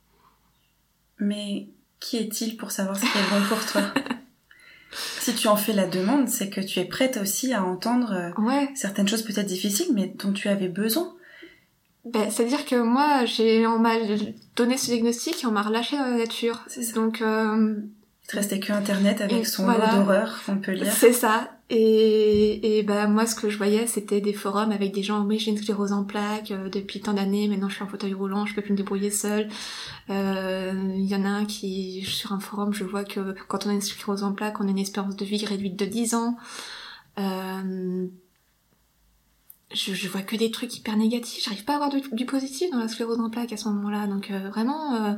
Mais qui est-il pour savoir ce qui est bon pour toi? Si tu en fais la demande, c'est que tu es prête aussi à entendre ouais. certaines choses peut-être difficiles, mais dont tu avais besoin. Ben, c'est-à-dire que moi, j'ai, on m'a donné ce diagnostic et on m'a relâché dans la nature. C'est ça. Donc, euh, il te restait que Internet avec et son voilà. lot d'horreur, on peut lire. C'est ça. Et, et ben, moi, ce que je voyais, c'était des forums avec des gens, oui, j'ai une sclérose en plaques euh, depuis tant d'années, maintenant je suis en fauteuil roulant, je peux plus me débrouiller seule. Euh, il y en a un qui, sur un forum, je vois que quand on a une sclérose en plaques, on a une espérance de vie réduite de dix ans. Euh, Je, je vois que des trucs hyper négatifs, j'arrive pas à avoir du, du positif dans la sclérose en plaques à ce moment-là, donc euh, vraiment, euh,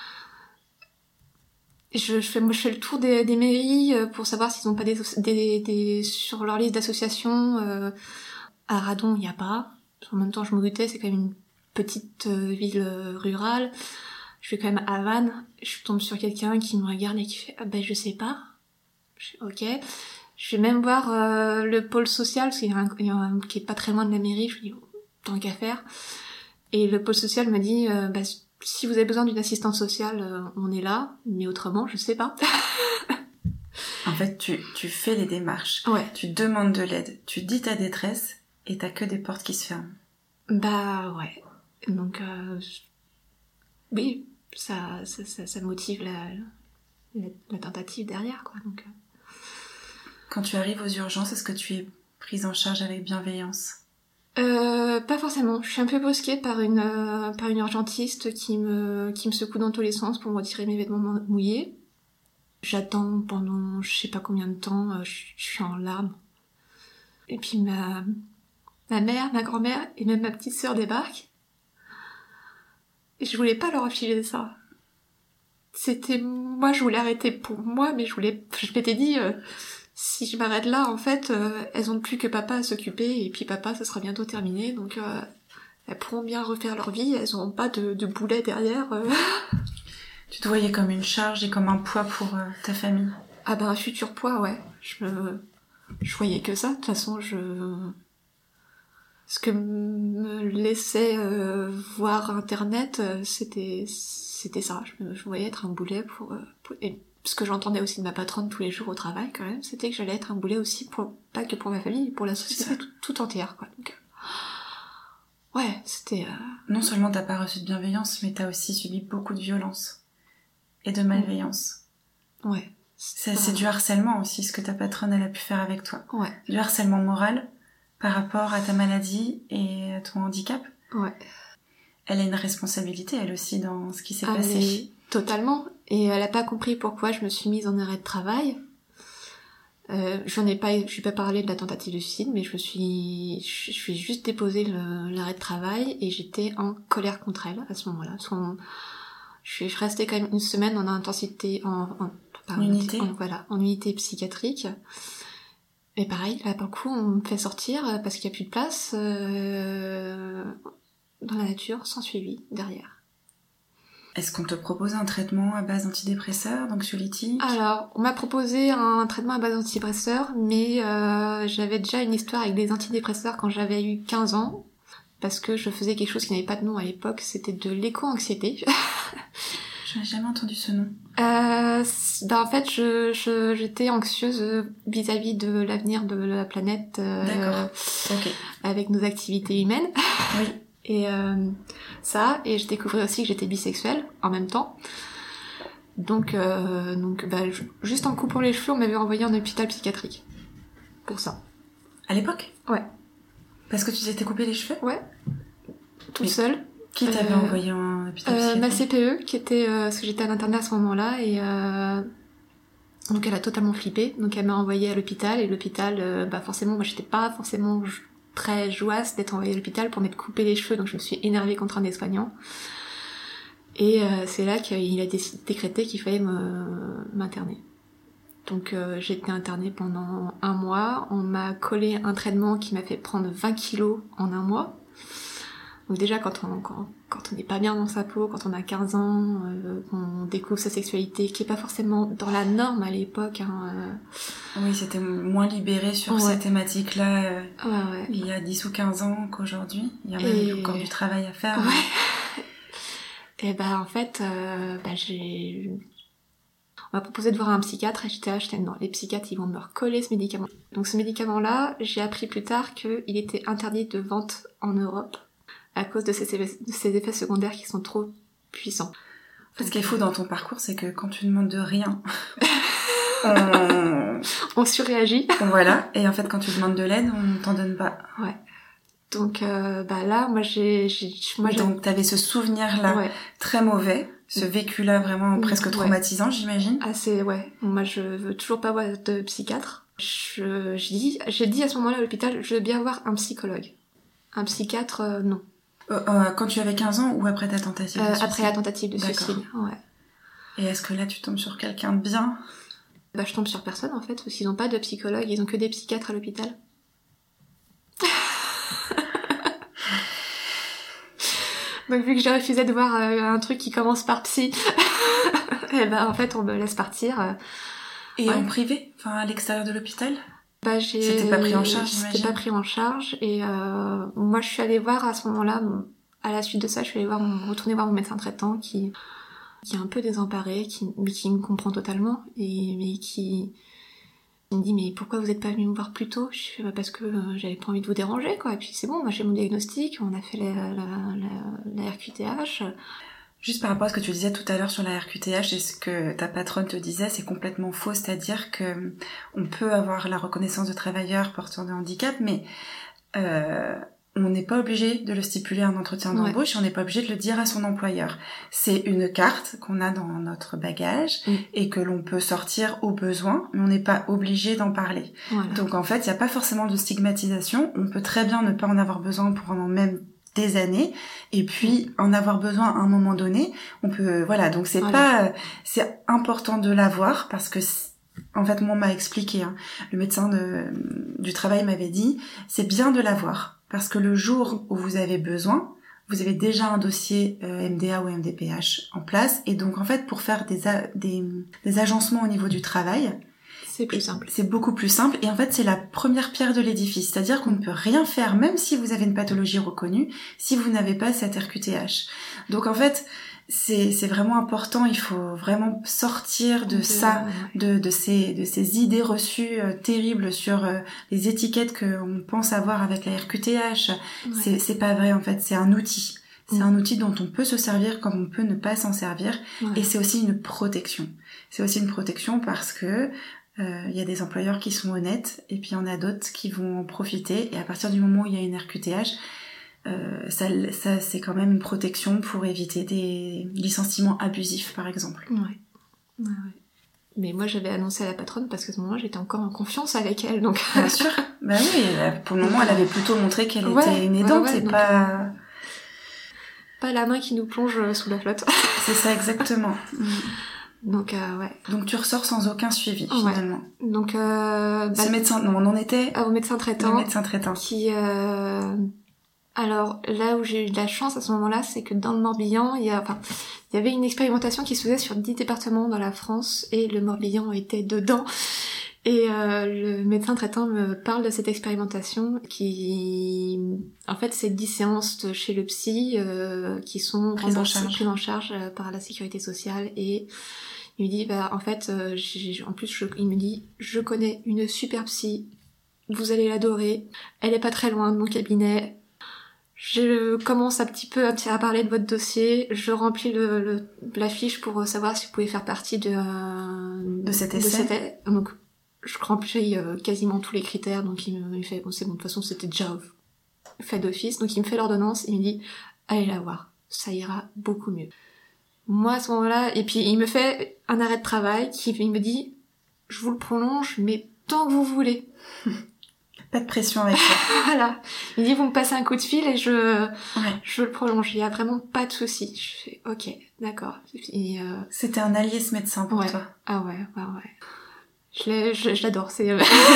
je, je, fais, moi, je fais le tour des, des mairies pour savoir s'ils ont pas des, des, des sur leur liste d'associations. Euh, à Radon, il y a pas. En même temps, je me doutais, c'est quand même une petite euh, ville rurale. Je vais quand même à Vannes. Je tombe sur quelqu'un qui me regarde et qui fait ah, ben je sais pas. Je fais, ok. Je vais même voir euh, le pôle social parce qu'il y a un, il y a un qui est pas très loin de la mairie. Je me dis tant qu'à faire. Et le pôle social me dit euh, bah, si vous avez besoin d'une assistante sociale, euh, on est là. Mais autrement, je sais pas. En fait, tu, tu fais les démarches, ouais. Tu demandes de l'aide, tu dis ta détresse et t'as que des portes qui se ferment. Bah ouais. Donc euh, oui, ça, ça, ça, ça motive la, la, la tentative derrière, quoi. Donc, euh... Quand tu arrives aux urgences, est-ce que tu es prise en charge avec bienveillance ? Euh, pas forcément. Je suis un peu brusquée par une euh, par une urgentiste qui me qui me secoue dans tous les sens pour me retirer mes vêtements mouillés. J'attends pendant je sais pas combien de temps, euh, je, je suis en larmes. Et puis ma ma mère, ma grand-mère et même ma petite sœur débarquent. Et je voulais pas leur refiler ça. C'était moi, je voulais arrêter pour moi, mais je voulais je m'étais dit euh, si je m'arrête là, en fait, euh, elles ont plus que papa à s'occuper, et puis papa, ça sera bientôt terminé, donc euh, elles pourront bien refaire leur vie, elles auront pas de, de boulet derrière. Euh. Tu te voyais comme une charge et comme un poids pour euh, ta famille ? Ah ben, un futur poids, ouais. Je me... je voyais que ça, de toute façon, je... Ce que me laissait euh, voir Internet, euh, c'était c'était ça. Je me je voyais être un boulet pour... Euh, pour... Et ce que j'entendais aussi de ma patronne tous les jours au travail, quand même, c'était que j'allais être un boulet aussi, pour pas que pour ma famille, mais pour la société tout, tout entière, quoi. Donc, ouais, c'était... Euh... Non seulement t'as pas reçu de bienveillance, mais t'as aussi subi beaucoup de violence et de malveillance. Ouais. C'est, c'est du harcèlement aussi, ce que ta patronne, elle a pu faire avec toi. Ouais. Du harcèlement moral par rapport à ta maladie et à ton handicap. Ouais. Elle a une responsabilité, elle aussi, dans ce qui s'est ah, passé. Mais... Totalement. Et elle a pas compris pourquoi je me suis mise en arrêt de travail. Euh, j'en ai pas, je vais pas parlé de la tentative de suicide, mais je me suis, je suis juste déposé le, l'arrêt de travail et j'étais en colère contre elle à ce moment-là. Parce qu'on, je suis restée quand même une semaine en intensité, en, en, en unité. En, voilà, en unité psychiatrique. Et pareil, là, par le coup, on me fait sortir parce qu'il y a plus de place, euh, dans la nature, sans suivi, derrière. Est-ce qu'on te propose un traitement à base d'antidépresseurs, d'anxiolytiques ? Alors, on m'a proposé un traitement à base d'antidépresseurs, mais euh, j'avais déjà une histoire avec des antidépresseurs quand j'avais eu quinze ans, parce que je faisais quelque chose qui n'avait pas de nom à l'époque, c'était de l'éco-anxiété. Je n'ai jamais entendu ce nom. Euh, bah en fait, je, je, j'étais anxieuse vis-à-vis de l'avenir de la planète, euh, D'accord. Okay. Avec nos activités humaines. Oui. Et euh, ça, et je découvrais aussi que j'étais bisexuelle en même temps. Donc, euh, donc bah, juste en coupant les cheveux, on m'avait envoyé en hôpital psychiatrique. Pour ça. À l'époque ? Ouais. Parce que tu t'étais coupé les cheveux ? Ouais. Toute seule. Qui t'avait euh, envoyé en hôpital psychiatrique ? euh, Ma C P E, qui était... Euh, parce que j'étais à l'internat à ce moment-là, et... Euh, donc elle a totalement flippé. Donc elle m'a envoyée à l'hôpital, et l'hôpital, euh, bah forcément, moi j'étais pas forcément... très joyeuse d'être envoyée à l'hôpital pour m'être coupé les cheveux, donc je me suis énervée contre un des soignants. Et euh, c'est là qu'il a décidé, décrété qu'il fallait me, m'interner. Donc euh, j'ai été internée pendant un mois. On m'a collé un traitement qui m'a fait prendre vingt kilos en un mois. Donc déjà quand on quand, quand on n'est pas bien dans sa peau, quand on a quinze ans, euh, qu'on découvre sa sexualité, qui est pas forcément dans la norme à l'époque. Hein, euh... Oui, c'était moins libéré sur ouais. ces thématiques-là euh, ouais, ouais. il y a dix ou quinze ans qu'aujourd'hui. Il y a même Et... encore du travail à faire. Ouais. Mais... Et bah en fait, euh, bah, j'ai... On m'a proposé de voir un psychiatre et j'étais acheté non, les psychiatres ils vont me recoller ce médicament. Donc ce médicament-là, j'ai appris plus tard qu'il était interdit de vente en Europe à cause de ces effets, de ces effets secondaires qui sont trop puissants. Ce qui est fou dans ton parcours, c'est que quand tu demandes de rien, on... on surréagit. Voilà, et en fait quand tu demandes de l'aide, on t'en donne pas. Ouais. Donc euh, bah là, moi j'ai... j'ai moi, donc j'ai... t'avais ce souvenir-là ouais. très mauvais, ce vécu-là vraiment presque traumatisant, ouais. j'imagine. Ah c'est... ouais. Moi je veux toujours pas voir de psychiatre. Je, j'ai, dit, j'ai dit à ce moment-là à l'hôpital, je veux bien voir un psychologue. Un psychiatre, euh, non. Euh, euh, quand tu avais quinze ans ou après ta tentative de euh, suicide ? Après la tentative de D'accord. suicide, ouais. Et est-ce que là tu tombes sur quelqu'un de bien ? Bah je tombe sur personne en fait, parce qu'ils n'ont pas de psychologue, ils ont que des psychiatres à l'hôpital. Donc vu que j'ai refusé de voir euh, un truc qui commence par psy, et ben en fait on me laisse partir. Euh, Et ouais. en privé, enfin à l'extérieur de l'hôpital? Bah j'ai. C'était pas pris en charge, j'imagine. C'était pas pris en charge et euh, moi je suis allée voir à ce moment-là, à la suite de ça, je suis allée voir mon, retourner voir mon médecin traitant qui qui est un peu désemparé, qui mais qui me comprend totalement et mais qui il me dit mais pourquoi vous êtes pas venu me voir plus tôt? Je fais bah parce que euh, j'avais pas envie de vous déranger quoi. Et puis c'est bon, moi j'ai mon diagnostic, on a fait la, la, la, la R Q T H. Juste par rapport à ce que tu disais tout à l'heure sur la R Q T H et ce que ta patronne te disait, c'est complètement faux, c'est-à-dire que on peut avoir la reconnaissance de travailleur porteur de handicap, mais euh, on n'est pas obligé de le stipuler à un entretien d'embauche, ouais. On n'est pas obligé de le dire à son employeur. C'est une carte qu'on a dans notre bagage mmh. et que l'on peut sortir au besoin, mais on n'est pas obligé d'en parler. Voilà. Donc en fait, il n'y a pas forcément de stigmatisation, on peut très bien ne pas en avoir besoin pendant même des années, et puis mmh. en avoir besoin à un moment donné, on peut, voilà, donc c'est voilà. pas, euh, c'est important de l'avoir, parce que en fait, moi, on m'a expliqué, hein, le médecin de, du travail m'avait dit, c'est bien de l'avoir, parce que le jour où vous avez besoin, vous avez déjà un dossier euh, M D A ou M D P H en place, et donc en fait, pour faire des, a- des, des agencements au niveau du travail, c'est plus simple. C'est beaucoup plus simple, et en fait, c'est la première pierre de l'édifice, c'est-à-dire qu'on ne peut rien faire, même si vous avez une pathologie reconnue, si vous n'avez pas cette R Q T H. Donc en fait, c'est, c'est vraiment important, il faut vraiment sortir de, de ça, de, de, ces, de ces idées reçues euh, terribles sur euh, les étiquettes qu'on pense avoir avec la R Q T H. Ouais. C'est, c'est pas vrai, en fait, c'est un outil. C'est mmh. un outil dont on peut se servir comme on peut ne pas s'en servir. Ouais. Et c'est aussi une protection. C'est aussi une protection parce que il euh, y a des employeurs qui sont honnêtes et puis il y en a d'autres qui vont en profiter. Et à partir du moment où il y a une R Q T H, Euh, ça, ça c'est quand même une protection pour éviter des licenciements abusifs par exemple. Ouais. Ouais, ouais. Mais moi j'avais annoncé à la patronne parce que à ce moment-là j'étais encore en confiance avec elle donc. Bien sûr. Bah oui, pour le moment elle avait plutôt montré qu'elle ouais, était une aidante ouais, ouais, et donc, pas. Euh... Pas la main qui nous plonge sous la flotte. C'est ça exactement. Donc euh, ouais. Donc tu ressors sans aucun suivi finalement. Ouais. Donc euh, bah, ce médecin, non on en était. Au médecin traitant. Le médecin traitant. Qui euh... Alors, là où j'ai eu de la chance à ce moment-là, c'est que dans le Morbihan, il y a, enfin, il y avait une expérimentation qui se faisait sur dix départements dans la France, et le Morbihan était dedans. Et euh, le médecin traitant me parle de cette expérimentation qui, en fait, c'est dix séances chez le psy euh, qui sont prises en charge, prises en charge par la sécurité sociale. Et il me dit, bah, en fait, euh, j'ai, en plus, je, il me dit, je connais une super psy, vous allez l'adorer. Elle est pas très loin de mon cabinet. Je commence un petit peu à parler de votre dossier, je remplis le, le, la fiche pour savoir si vous pouvez faire partie de, euh, de cet essai. De cet... Donc, je remplis euh, quasiment tous les critères, donc il me il fait, bon c'est bon, de toute façon c'était déjà fait d'office, donc il me fait l'ordonnance, il me dit, allez la voir, ça ira beaucoup mieux. Moi à ce moment-là, et puis il me fait un arrêt de travail, qui, il me dit, je vous le prolonge, mais tant que vous voulez. Pas de pression avec ça. Voilà. Il dit, vous me passez un coup de fil et je, ouais. je le prolonge. Il y a vraiment pas de souci. Je fais, ok, d'accord. Et euh... C'était un allié ce médecin pour ouais. toi. Ah ouais, ouais, ouais. Je, l'ai, je, je l'adore. C'est,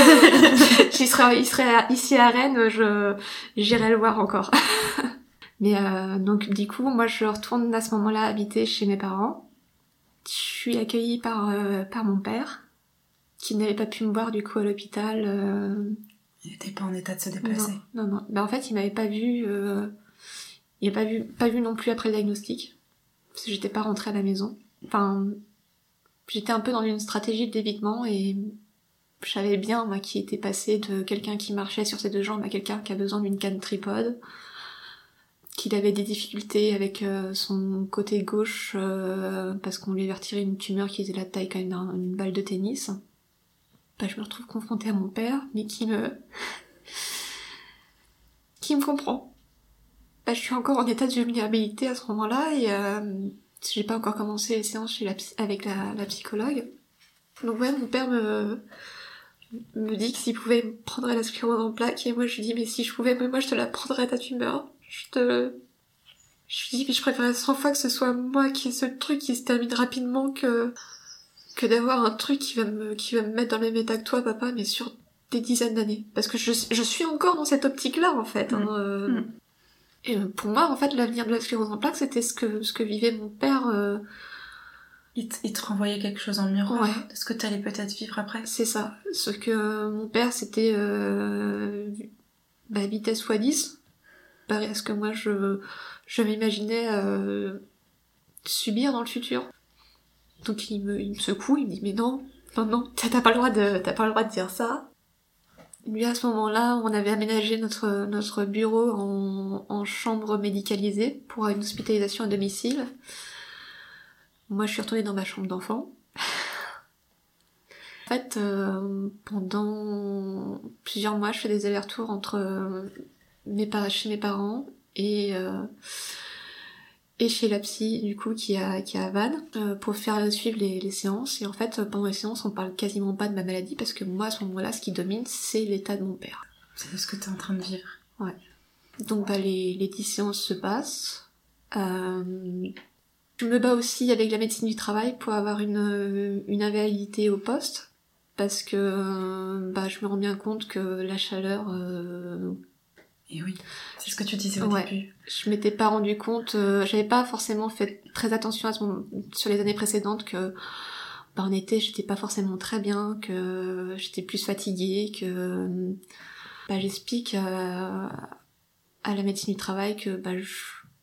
il serait, il serait ici à Rennes, je, j'irai le voir encore. Mais euh, donc du coup, moi je retourne à ce moment-là habiter chez mes parents. Je suis accueillie par, euh, par mon père, qui n'avait pas pu me voir du coup à l'hôpital. Euh... Il était pas en état de se déplacer. Non, non, non. Bah, en fait, il m'avait pas vu, euh... il m'a pas vu, pas vu non plus après le diagnostic. Parce que j'étais pas rentrée à la maison. Enfin, j'étais un peu dans une stratégie d'évitement et je savais bien, moi, qui était passé de quelqu'un qui marchait sur ses deux jambes à quelqu'un qui a besoin d'une canne tripode. Qu'il avait des difficultés avec euh, son côté gauche, euh, parce qu'on lui avait retiré une tumeur qui faisait la taille quand même d'une balle de tennis. Bah, je me retrouve confrontée à mon père, mais qui me... qui me comprend. Bah, je suis encore en état de vulnérabilité à ce moment-là, et euh, j'ai pas encore commencé les séances chez la psy... avec la, la psychologue. Donc ouais, mon père me... me dit que s'il pouvait me prendre la sclérose en plaques, et moi je lui dis, mais si je pouvais, moi je te la prendrais ta tumeur. Je te... Je lui dis, mais je préférerais cent fois que ce soit moi qui ai ce truc qui se termine rapidement que... que d'avoir un truc qui va me, qui va me mettre dans le même état que toi, papa, mais sur des dizaines d'années. Parce que je, je suis encore dans cette optique-là, en fait. Hein, mmh. euh... Mmh. Et pour moi, en fait, l'avenir de la sclérose en plaques, c'était ce que, ce que vivait mon père. Euh... Il, t- il te renvoyait quelque chose en miroir ouais. de ce que t'allais peut-être vivre après. C'est ça. Sauf que euh, mon père, c'était euh, bah, vitesse fois dix. Pareil à ce que moi, je, je m'imaginais euh, subir dans le futur. Donc il me, il me secoue, il me dit mais non, non, non, t'as pas le droit de, t'as pas le droit de dire ça. Lui, à ce moment-là, on avait aménagé notre, notre bureau en, en chambre médicalisée pour une hospitalisation à domicile. Moi, je suis retournée dans ma chambre d'enfant. En fait, euh, pendant plusieurs mois, je fais des allers-retours entre euh, mes pa- chez mes parents et, euh, et chez la psy, du coup, qui a, qui a à Vannes, euh, pour faire suivre les, les séances. Et en fait, pendant les séances, on parle quasiment pas de ma maladie parce que moi, à ce moment-là, ce qui domine, c'est l'état de mon père. C'est ce que t'es en train de vivre. Ouais. Donc, bah, les, les dix séances se passent. Euh, je me bats aussi avec la médecine du travail pour avoir une, une invalidité au poste. Parce que bah, je me rends bien compte que la chaleur... Euh... Et oui, c'est ce que tu disais au ouais. début. Je m'étais pas rendu compte, euh, j'avais pas forcément fait très attention à ce moment, sur les années précédentes que bah, en été j'étais pas forcément très bien, que j'étais plus fatiguée, que bah, j'explique à, à la médecine du travail que bah, je...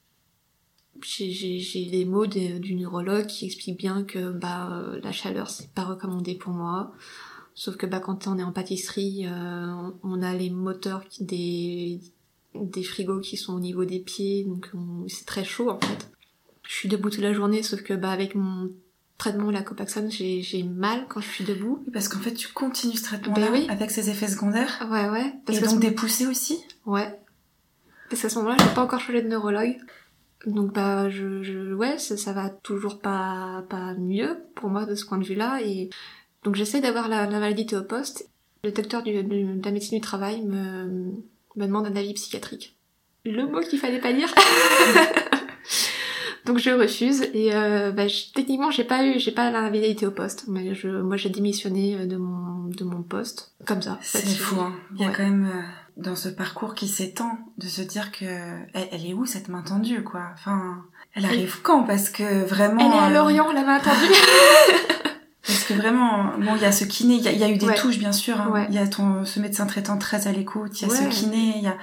J'ai, j'ai, j'ai des mots de, du neurologue qui expliquent bien que bah, la chaleur c'est pas recommandé pour moi. Sauf que bah, quand on est en pâtisserie, euh, on a les moteurs qui, des, des frigos qui sont au niveau des pieds, donc on, c'est très chaud en fait. Je suis debout toute la journée, sauf que bah, avec mon traitement la Copaxone, j'ai, j'ai mal quand je suis debout. Parce qu'en fait tu continues ce traitement-là ben oui. avec ses effets secondaires. Ouais, ouais. Parce et donc des poussées aussi. Ouais. Parce qu'à ce moment-là, j'ai pas encore changé de neurologue. Donc bah je, je ouais ça, ça va toujours pas pas mieux pour moi de ce point de vue-là et donc j'essaie d'avoir la, la validité au poste. Le docteur du, du, de la médecine du travail me me demande un avis psychiatrique. Le mot qu'il fallait pas dire. Donc je refuse et euh, bah, je, techniquement j'ai pas eu j'ai pas la validité au poste mais je moi j'ai démissionné de mon de mon poste comme ça. C'est fou hein. Il y a ouais. quand même euh... dans ce parcours qui s'étend, de se dire que elle, elle est où cette main tendue quoi. Enfin, elle arrive et... quand parce que vraiment. Elle est à euh... Lorient la main tendue. Parce que vraiment, bon, il y a ce kiné, il y, y a eu des ouais. touches bien sûr. Il hein. ouais. y a ton ce médecin traitant très à l'écoute, il y a ouais. ce kiné, il y a.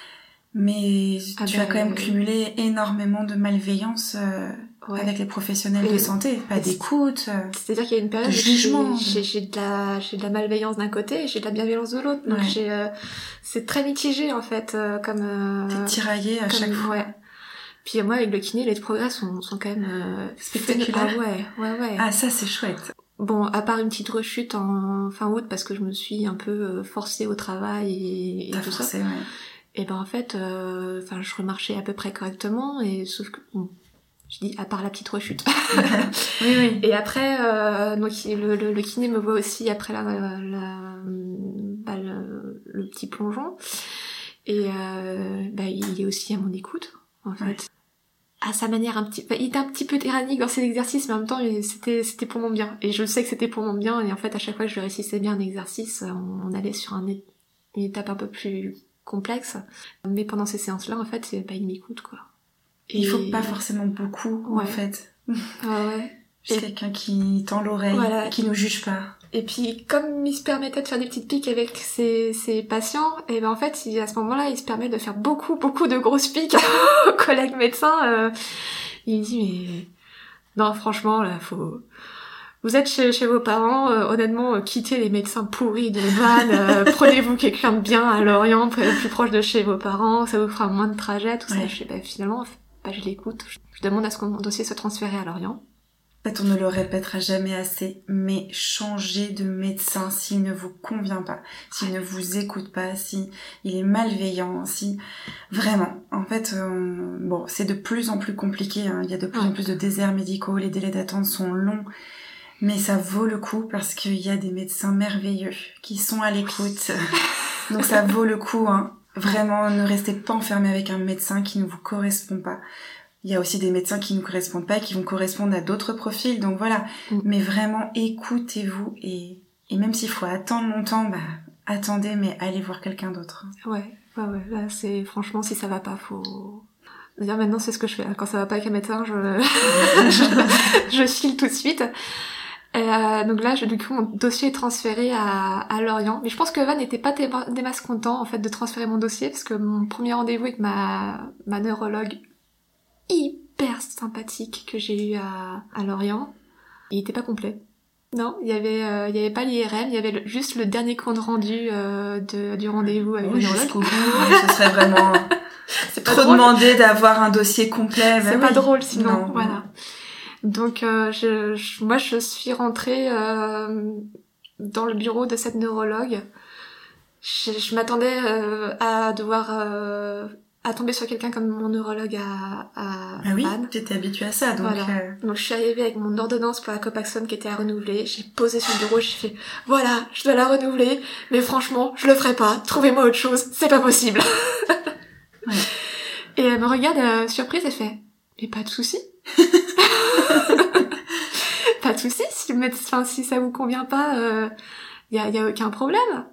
Mais ah tu ben, as quand même euh... cumulé énormément de malveillance euh, ouais. avec les professionnels et... de santé, pas d'écoute. Euh, C'est-à-dire qu'il y a une période de jugement. J'ai, j'ai de la, j'ai de la malveillance d'un côté et j'ai de la bienveillance de l'autre. Donc ouais. j'ai, euh, c'est très mitigé en fait, euh, comme. Euh, T'es tiraillée à comme, chaque fois. Ouais. Puis moi avec le kiné, les progrès sont, sont quand même euh, spectaculaires. Ah ouais, ouais, ouais. Ah ça c'est chouette. Bon, à part une petite rechute en fin août parce que je me suis un peu forcée au travail et, et T'as tout forcé, ça. Ouais. Et ben en fait, enfin euh, je remarchais à peu près correctement et sauf que bon, je dis à part la petite rechute. oui oui. Et après, euh, donc le, le, le kiné me voit aussi après la, la, la bah, le, le petit plongeon et euh, bah il est aussi à mon écoute en fait. Ouais. À sa manière un petit, bah, il était un petit peu tyrannique dans ses exercices, mais en même temps c'était c'était pour mon bien et je sais que c'était pour mon bien et en fait à chaque fois que je réussissais bien un exercice, on, on allait sur un, une étape un peu plus complexe, mais pendant ces séances-là, en fait, c'est, bah, il m'écoute, quoi. Et... Il faut pas forcément beaucoup, ouais. en fait. Ouais, ouais. Juste et... quelqu'un qui tend l'oreille, voilà. qui nous juge pas. Et puis, comme il se permettait de faire des petites piques avec ses, ses patients, et ben en fait, il, à ce moment-là, il se permet de faire beaucoup, beaucoup de grosses piques aux collègues médecins. Euh... Il me dit, mais non, franchement, là, faut... Vous êtes chez, chez vos parents, euh, honnêtement, euh, quittez les médecins pourris de Vannes, euh, prenez-vous quelqu'un de bien à Lorient, plus proche de chez vos parents, ça vous fera moins de trajet, tout ouais. ça. Je sais, bah, finalement, bah, je l'écoute. Je demande à ce que mon dossier soit transféré à Lorient. En fait, on ne le répétera jamais assez, mais changez de médecin s'il ne vous convient pas, s'il ne vous écoute pas, si il est malveillant, si... Vraiment, en fait, on... bon, c'est de plus en plus compliqué, hein. Il y a de plus ouais. en plus de déserts médicaux, les délais d'attente sont longs. Mais ça vaut le coup parce qu'il y a des médecins merveilleux qui sont à l'écoute. Donc ça vaut le coup, hein. Vraiment, ne restez pas enfermés avec un médecin qui ne vous correspond pas. Il y a aussi des médecins qui ne correspondent pas et qui vont correspondre à d'autres profils. Donc voilà. Mm. Mais vraiment, écoutez-vous et, et même s'il faut attendre longtemps, bah, attendez, mais allez voir quelqu'un d'autre. Ouais, ouais, ouais. Là, c'est, franchement, si ça va pas, faut, Dire maintenant c'est ce que je fais. Quand ça va pas avec un médecin, je je, je file tout de suite. Et euh, donc là, je, du coup, mon dossier est transféré à, à Lorient. Mais je pense que Van n'était pas des masses content en fait de transférer mon dossier parce que mon premier rendez-vous avec ma ma neurologue hyper sympathique que j'ai eu à à Lorient, il était pas complet. Non, il y avait euh, il y avait pas l'I R M, il y avait le, juste le dernier compte rendu euh, de du rendez-vous avec oui, le neurologue. Jusqu'au bout, ce serait vraiment c'est pas trop drôle. Demander d'avoir un dossier complet. C'est bah pas oui. drôle sinon, non. voilà. Donc euh, je, je moi je suis rentrée euh, dans le bureau de cette neurologue. Je, je m'attendais euh, à devoir euh, à tomber sur quelqu'un comme mon neurologue à à Ah oui, Anne. t'étais habituée à ça, donc. Voilà. Euh... Donc je suis arrivée avec mon ordonnance pour la Copaxone qui était à renouveler. J'ai posé sur le bureau, j'ai fait voilà, je dois la renouveler, mais franchement, je le ferai pas. Trouvez-moi autre chose, c'est pas possible. ouais. Et elle me regarde euh, surprise, elle fait mais pas de souci. Pas de souci, si, enfin, si ça vous convient pas, il euh, y, a, y a aucun problème.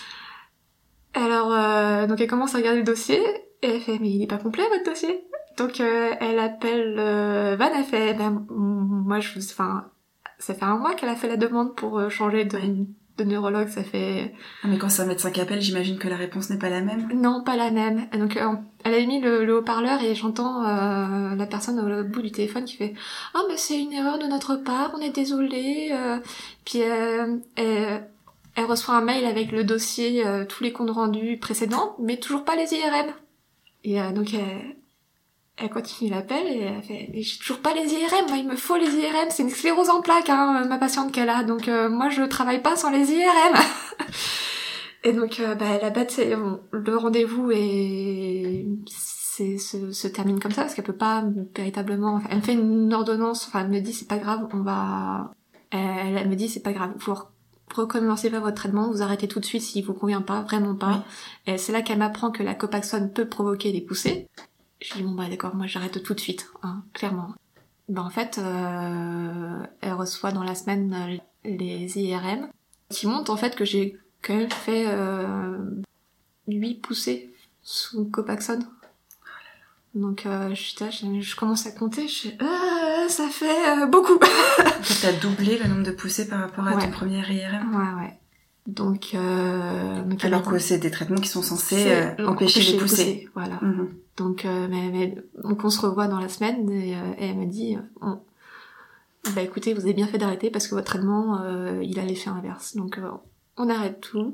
Alors, euh, donc elle commence à regarder le dossier, et elle fait, mais il est pas complet votre dossier. Donc euh, elle appelle euh, Van, elle fait, ben, moi je vous, enfin, ça fait un mois qu'elle a fait la demande pour euh, changer de, ouais. de neurologue, ça fait... Ah, mais quand c'est un médecin qui appelle, j'imagine que la réponse n'est pas la même. Non, pas la même. Donc euh, elle a mis le, le haut-parleur et j'entends euh, la personne au bout du téléphone qui fait « Ah, mais c'est une erreur de notre part, on est désolé. Euh... » Puis euh, elle, elle reçoit un mail avec le dossier, euh, tous les comptes rendus précédents, mais toujours pas les I R M. Et euh, donc elle, elle continue l'appel et elle fait « Mais j'ai toujours pas les I R M, moi il me faut les I R M, c'est une sclérose en plaques, hein, ma patiente qu'elle a, donc euh, moi je travaille pas sans les I R M. » Et donc, euh, bah, la bête, c'est, bon, le rendez-vous et c'est, se, se termine comme ça, parce qu'elle peut pas véritablement, enfin, elle me fait une ordonnance, enfin, elle me dit, c'est pas grave, on va, elle, elle me dit, c'est pas grave, vous recommencez pas votre traitement, vous arrêtez tout de suite s'il vous convient pas, vraiment pas. Oui. Et c'est là qu'elle m'apprend que la Copaxone peut provoquer des poussées. Je dis, bon, bah, d'accord, moi, j'arrête tout de suite, hein, clairement. Bah, en fait, euh, elle reçoit dans la semaine les I R M, qui montrent, en fait, que j'ai quand même fait euh, huit poussées sous Copaxone. Donc euh, je, là, je, je commence à compter, je fais ah, ça fait euh, beaucoup. En fait, t'as doublé le nombre de poussées par rapport à ouais. ton premier I R M. Ouais, ouais. Donc, euh, donc alors que c'est des traitements qui sont censés euh, empêcher, empêcher les poussées. Les poussées voilà. Mm-hmm. Donc, euh, mais, mais donc on se revoit dans la semaine et, euh, et elle me dit, on, bah écoutez, vous avez bien fait d'arrêter parce que votre traitement, euh, il a l'effet inverse. Donc euh, on arrête tout.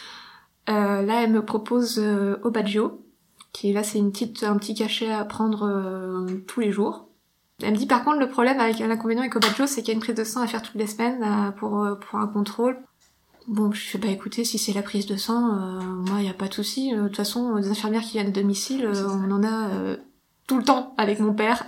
Euh, là, elle me propose euh, Aubagio, qui là c'est une petite, un petit cachet à prendre euh, tous les jours. Elle me dit par contre le problème avec l'inconvénient avec Aubagio, c'est qu'il y a une prise de sang à faire toutes les semaines euh, pour euh, pour un contrôle. Bon, je fais bah écoutez, si c'est la prise de sang, euh, moi y a pas de souci. De toute façon, des infirmières qui viennent à domicile, euh, on en a euh, tout le temps avec mon père.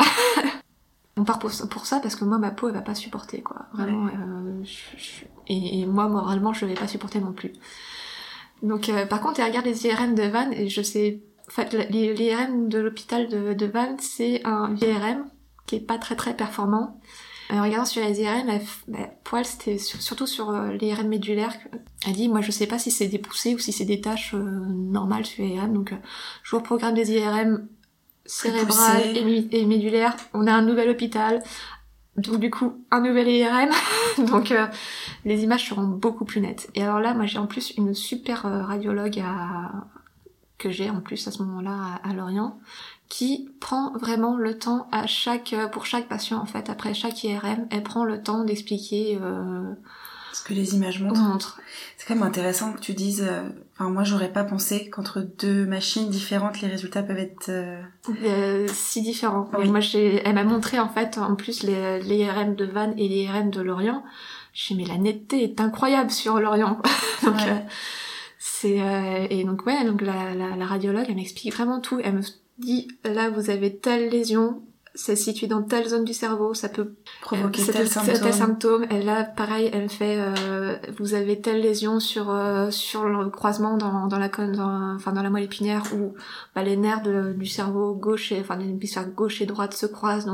On part pour, pour ça parce que moi ma peau elle va pas supporter quoi. Vraiment. Ouais. Euh, je, je, et, et moi moralement je vais pas supporter non plus. Donc euh, par contre elle regarde les I R M de Van et je sais, en fait l'I R M de l'hôpital de, de Van c'est un I R M qui est pas très très performant. En regardant sur les I R M, elle, bah, pour elle c'était sur, surtout sur euh, l'I R M médulaire. Elle dit moi je sais pas si c'est des poussées ou si c'est des tâches euh, normales sur l'I R M, donc euh, je vous reprogramme des I R M cérébrale et, et médulaire, on a un nouvel hôpital, donc du coup un nouvel I R M, donc euh, les images seront beaucoup plus nettes. Et alors là, moi j'ai en plus une super euh, radiologue à... que j'ai en plus à ce moment-là à, à Lorient, qui prend vraiment le temps à chaque pour chaque patient en fait, après chaque I R M, elle prend le temps d'expliquer euh, ce que les images montrent. montrent. C'est quand même intéressant que tu dises. Euh, enfin, moi, j'aurais pas pensé qu'entre deux machines différentes, les résultats peuvent être euh... Euh, si différents. Oui. Moi, j'ai, elle m'a montré en fait, en plus les, les I R M de Van et les I R M de Lorient. J'ai dit mais la netteté est incroyable sur Lorient. donc ouais. euh, c'est euh, et donc ouais, donc la, la, la radiologue, elle m'explique vraiment tout. Elle me dit là vous avez telle lésion. C'est situé dans telle zone du cerveau, ça peut provoquer euh, tel symptôme. tel symptôme. Et là, pareil, elle me fait, euh, vous avez telle lésion sur euh, sur le croisement dans dans la colonne, dans, enfin dans la moelle épinière où bah, les nerfs de, du cerveau gauche et enfin l'hémisphère gauche et droite se croisent. Donc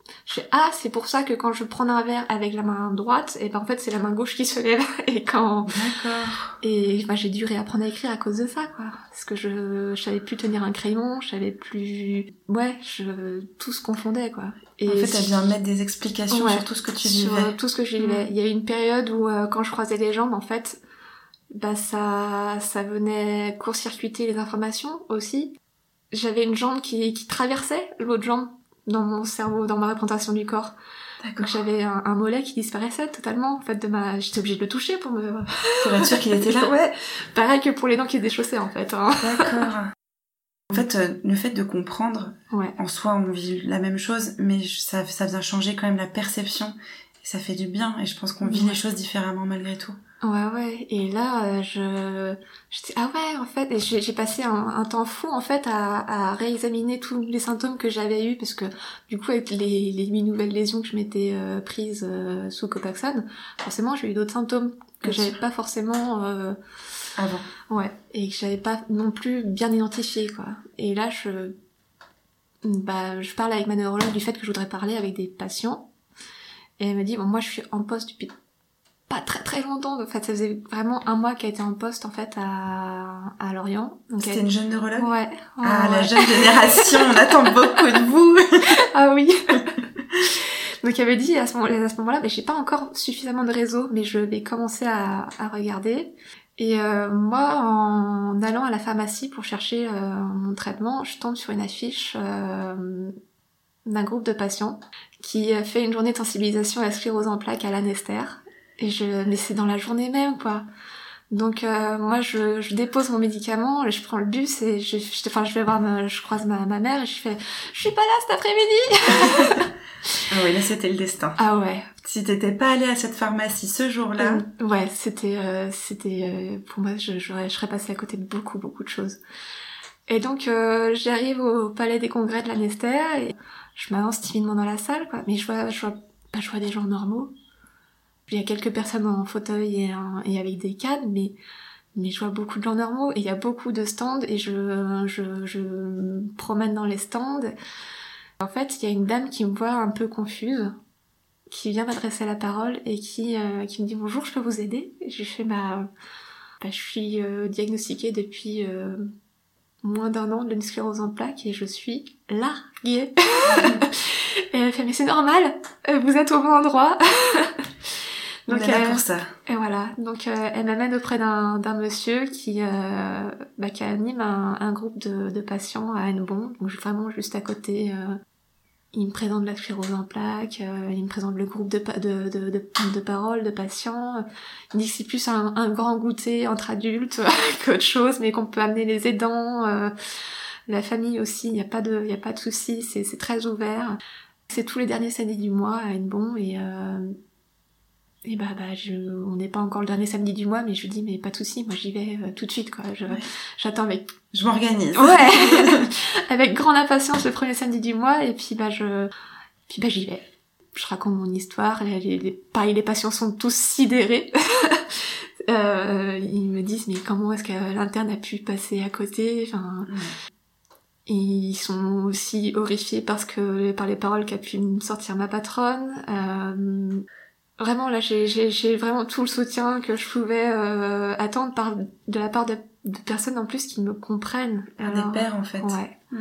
Je fais ah c'est pour ça que quand je prends un verre avec la main droite, et ben en fait c'est la main gauche qui se lève et quand D'accord. et ben j'ai dû réapprendre à écrire à cause de ça quoi, parce que je je savais plus tenir un crayon, je savais plus ouais je tout se confondait quoi. Et en fait t'as bien mettre des explications ouais, sur tout ce que tu sur vivais. tout ce que je vivais. Mmh. Il y a eu une période où euh, quand je croisais les jambes en fait bah ça ça venait court-circuiter les informations aussi. J'avais une jambe qui qui traversait l'autre jambe dans mon cerveau, dans ma représentation du corps. D'accord. Donc j'avais un, un mollet qui disparaissait totalement en fait de ma j'étais obligée de le toucher pour me pour être sûre qu'il était là. Ouais, pareil que pour les dents qui se déchaussaient en fait hein. D'accord. En fait euh, le fait de comprendre ouais. En soi on vit la même chose mais ça ça vient changer quand même la perception et ça fait du bien et je pense qu'on vit ouais. Les choses différemment malgré tout. Ouais ouais et là euh, je je dis ah ouais en fait et j'ai, j'ai passé un, un temps fou en fait à, à réexaminer tous les symptômes que j'avais eu parce que du coup avec les les huit nouvelles lésions que je m'étais euh, prises euh, sous Copaxone forcément j'ai eu d'autres symptômes que bien j'avais sûr. Pas forcément euh, avant ouais et que j'avais pas non plus bien identifié quoi et là je bah je parle avec ma neurologue du fait que je voudrais parler avec des patients et elle me dit bon moi je suis en poste depuis pas très très longtemps, en fait ça faisait vraiment un mois qu'elle était en poste en fait à, à Lorient. Donc c'était elle... une jeune neurologue ouais. ouais ah ouais. La jeune génération, on attend beaucoup de vous. Ah oui. Donc elle avait dit à ce, moment, à ce moment-là, mais j'ai pas encore suffisamment de réseau, mais je vais commencer à, à regarder. Et euh, moi, en allant à la pharmacie pour chercher euh, mon traitement, je tombe sur une affiche euh, d'un groupe de patients qui fait une journée de sensibilisation à la sclérose en plaques à l'Anester. Et je, mais c'est dans la journée même, quoi. Donc, euh, moi, je, je dépose mon médicament, je prends le bus et je, je, enfin, je vais voir, ma, je croise ma, ma mère et je fais, je suis pas là cet après-midi. Ah oui, là, c'était le destin. Ah ouais. Si t'étais pas allée à cette pharmacie ce jour-là. Euh, ouais, c'était, euh, c'était, euh, pour moi, je, j'aurais, je serais passée à côté de beaucoup, beaucoup de choses. Et donc, euh, j'arrive au palais des congrès de l'Anester et je m'avance timidement dans la salle, quoi. Mais je vois, je vois, bah, je vois des gens normaux. Il y a quelques personnes en fauteuil et, en, et avec des cannes, mais, mais je vois beaucoup de gens normaux et il y a beaucoup de stands et je, je, je me promène dans les stands. En fait, il y a une dame qui me voit un peu confuse, qui vient m'adresser la parole et qui, euh, qui me dit « Bonjour, je peux vous aider ?» Et je lui fais bah, « bah, je suis euh, diagnostiquée depuis euh, moins d'un an d'une sclérose en plaques et je suis larguée. » Et elle fait « Mais c'est normal, vous êtes au bon endroit. » Donc, on est là euh, pour ça. Et voilà. Donc, euh, elle m'amène auprès d'un, d'un monsieur qui, euh, bah, qui anime un, un groupe de, de patients à Hennebont. Donc, vraiment juste à côté. Euh, il me présente la sclérose en plaques. Euh, il me présente le groupe de, de, de, de, de parole de patients. Il dit que c'est plus un, un grand goûter entre adultes qu'autre chose, mais qu'on peut amener les aidants, euh, la famille aussi. Il n'y a pas de, il y a pas de souci. C'est, c'est très ouvert. C'est tous les derniers samedis du mois à Hennebont et euh, Et bah, bah je, on n'est pas encore le dernier samedi du mois, mais je lui dis, mais pas de souci, moi j'y vais euh, tout de suite, quoi. Je, ouais. J'attends avec... Je m'organise. Ouais. Avec grande impatience le premier samedi du mois, et puis bah je, puis bah j'y vais. Je raconte mon histoire, les, les, les... pareil, les patients sont tous sidérés. euh, ils me disent, mais comment est-ce que l'interne a pu passer à côté, enfin... Ouais. Ils sont aussi horrifiés parce que, par les paroles qu'a pu me sortir ma patronne. Euh... Vraiment, là, j'ai, j'ai, j'ai vraiment tout le soutien que je pouvais euh, attendre par, de la part de, de personnes en plus qui me comprennent. Alors, des pairs, en fait. Ouais. Mm.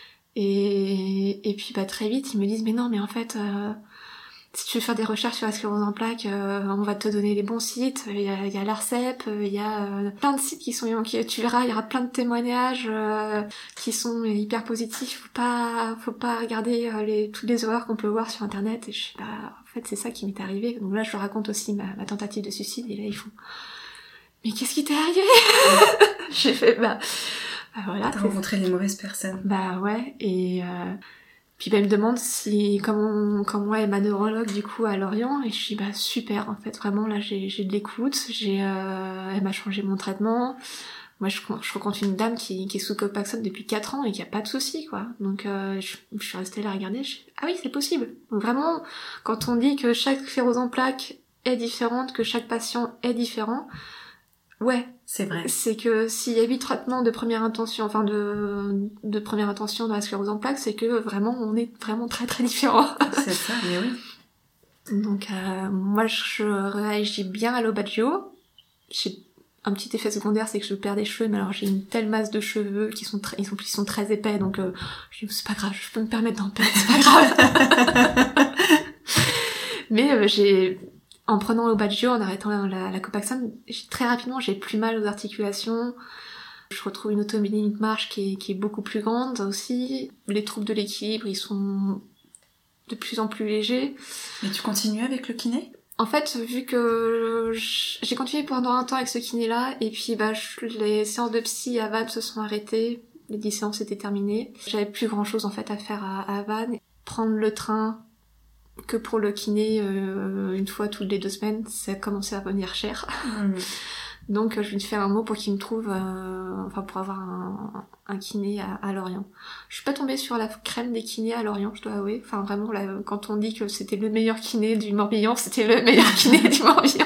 Et, et puis, bah, très vite, ils me disent, mais non, mais en fait, euh, si tu veux faire des recherches sur la sclérose en plaques, euh, on va te donner les bons sites. Il y a, il y a l'ARCEP, il y a euh, plein de sites qui sont, qui, tu verras, il y aura plein de témoignages euh, qui sont hyper positifs. Faut pas, faut pas regarder euh, les, toutes les horreurs qu'on peut voir sur Internet. Et je sais pas, en fait, c'est ça qui m'est arrivé. Donc là, je leur raconte aussi ma, ma tentative de suicide. Et là, ils font, mais qu'est-ce qui t'est arrivé? J'ai fait, bah, bah voilà. T'as rencontré les mauvaises personnes. Bah ouais, et... Euh, Puis bah, elle me demande si comment comment moi est ma neurologue du coup à Lorient et je dis bah super en fait vraiment là j'ai j'ai de l'écoute, j'ai euh, elle m'a changé mon traitement. Moi je je rencontre une dame qui qui est sous Copaxone depuis quatre ans et qui a pas de souci quoi. Donc euh, je, je suis restée là à regarder, je dis, ah oui, c'est possible. Donc vraiment quand on dit que chaque sclérose en plaques est différente, que chaque patient est différent, Ouais. C'est vrai. C'est que s'il y a huit traitements de première intention, enfin de, de première intention dans la sclérose en plaques, c'est que vraiment, on est vraiment très très différents. C'est ça, mais oui. Donc, euh, moi, je réagis bien à l'Aubagio. J'ai un petit effet secondaire, c'est que je perds des cheveux, mais alors j'ai une telle masse de cheveux qui sont très, ils sont, ils sont très épais, donc euh, je dis, c'est pas grave, je peux me permettre d'en perdre, c'est pas grave. Mais euh, j'ai, en prenant l'Aubagio, en arrêtant la, la, la Copaxone, très rapidement, j'ai plus mal aux articulations. Je retrouve une autonomie de marche qui est, qui est beaucoup plus grande aussi. Les troubles de l'équilibre, ils sont de plus en plus légers. Et tu continues avec le kiné ? En fait, vu que j'ai continué pendant un temps avec ce kiné-là, et puis bah, je, les séances de psy à Vannes se sont arrêtées, les dix séances étaient terminées. J'avais plus grand-chose en fait à faire à, à Vannes. Prendre le train que pour le kiné euh, une fois toutes les deux semaines, ça commençait à venir cher. Mmh. Donc je lui ai fait un mot pour qu'il me trouve, euh, enfin pour avoir un, un kiné à, à Lorient. Je suis pas tombée sur la crème des kinés à Lorient, je dois avouer. Enfin vraiment, là, quand on dit que c'était le meilleur kiné du Morbihan, c'était le meilleur kiné du Morbihan.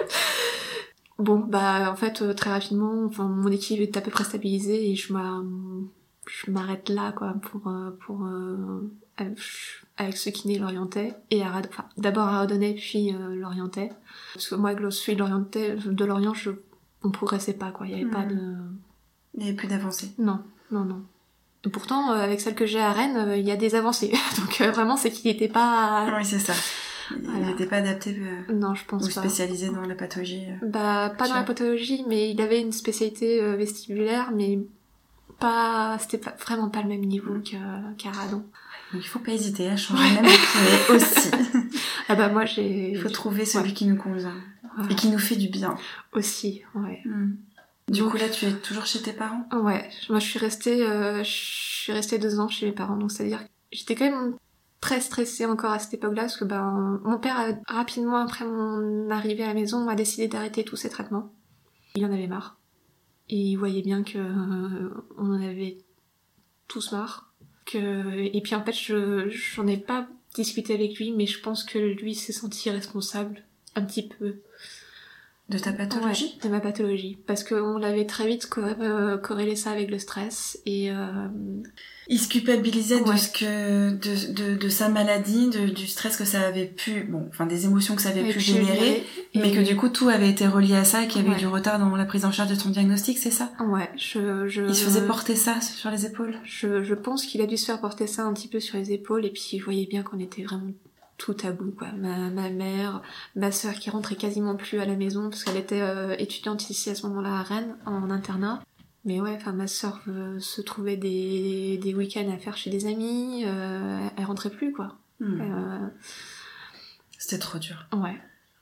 Bon, bah en fait euh, très rapidement, enfin mon équilibre est à peu près stabilisé et je m'a, je m'arrête là quoi pour euh, pour euh, avec ce kiné lorientais et à Rad... enfin d'abord à Radonnay puis euh, lorientais. Parce que moi avec celui de lorientais de Lorient, je on progressait pas quoi, il y avait mmh. pas de il y avait plus d'avancées. Non, non non. Et pourtant euh, avec celle que j'ai à Rennes, euh, il y a des avancées. Donc euh, vraiment c'est qu'il était pas Oui, c'est ça. Il voilà. n'était pas adapté euh, non, je pense ou pas. spécialisé dans la pathologie. Euh, bah pas dans la pathologie, mais il avait une spécialité euh, vestibulaire, mais pas c'était pas, vraiment pas le même niveau mmh. que qu'à Radon. Donc il faut pas hésiter à changer même de kiné aussi. Ah bah moi j'ai... Il faut trouver celui ouais. qui nous convient ouais. et qui nous fait du bien. Aussi, ouais. Mmh. Du donc, coup là tu es toujours chez tes parents ? Ouais, moi je suis restée, euh, je suis restée deux ans chez mes parents, donc c'est-à-dire que j'étais quand même très stressée encore à cette époque-là parce que ben mon père a, rapidement après mon arrivée à la maison a décidé d'arrêter tous ses traitements. Il en avait marre et il voyait bien que euh, on en avait tous marre. Que... Et puis en fait, je j'en ai pas discuté avec lui, mais je pense que lui s'est senti responsable un petit peu. De ta pathologie ? Ouais, de ma pathologie. Parce qu'on l'avait très vite co- euh, corrélé ça avec le stress et... Euh... Il se culpabilisait ouais. de ce que de, de, de sa maladie, de, du stress que ça avait pu... Bon, enfin des émotions que ça avait et pu générer, et... mais que du coup tout avait été relié à ça et qu'il y avait ouais. eu du retard dans la prise en charge de ton diagnostic, c'est ça ? Ouais, je... je... Il se faisait porter ça sur les épaules ? Je, je pense qu'il a dû se faire porter ça un petit peu sur les épaules et puis je voyais bien qu'on était vraiment... tout à bout quoi. Ma, ma mère, ma sœur qui rentrait quasiment plus à la maison parce qu'elle était euh, étudiante ici à ce moment-là à Rennes en internat. Mais ouais, enfin ma sœur euh, se trouvait des, des week-ends à faire chez des amis, euh, elle rentrait plus quoi. Mmh. Euh... C'était trop dur. Ouais.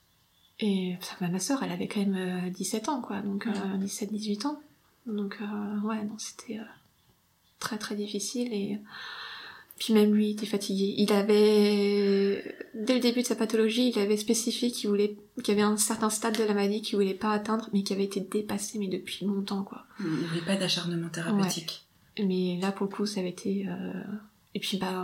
Et enfin, ma sœur, elle avait quand même euh, dix-sept ans quoi, donc euh, dix-sept dix-huit ans. Donc euh, ouais, non, c'était euh, très très difficile et puis même lui, il était fatigué. Il avait, dès le début de sa pathologie, il avait spécifié qu'il voulait, qu'il y avait un certain stade de la maladie qu'il voulait pas atteindre, mais qui avait été dépassé, mais depuis longtemps, quoi. Il voulait pas d'acharnement thérapeutique. Ouais. Mais là, pour le coup, ça avait été, euh... et puis, bah,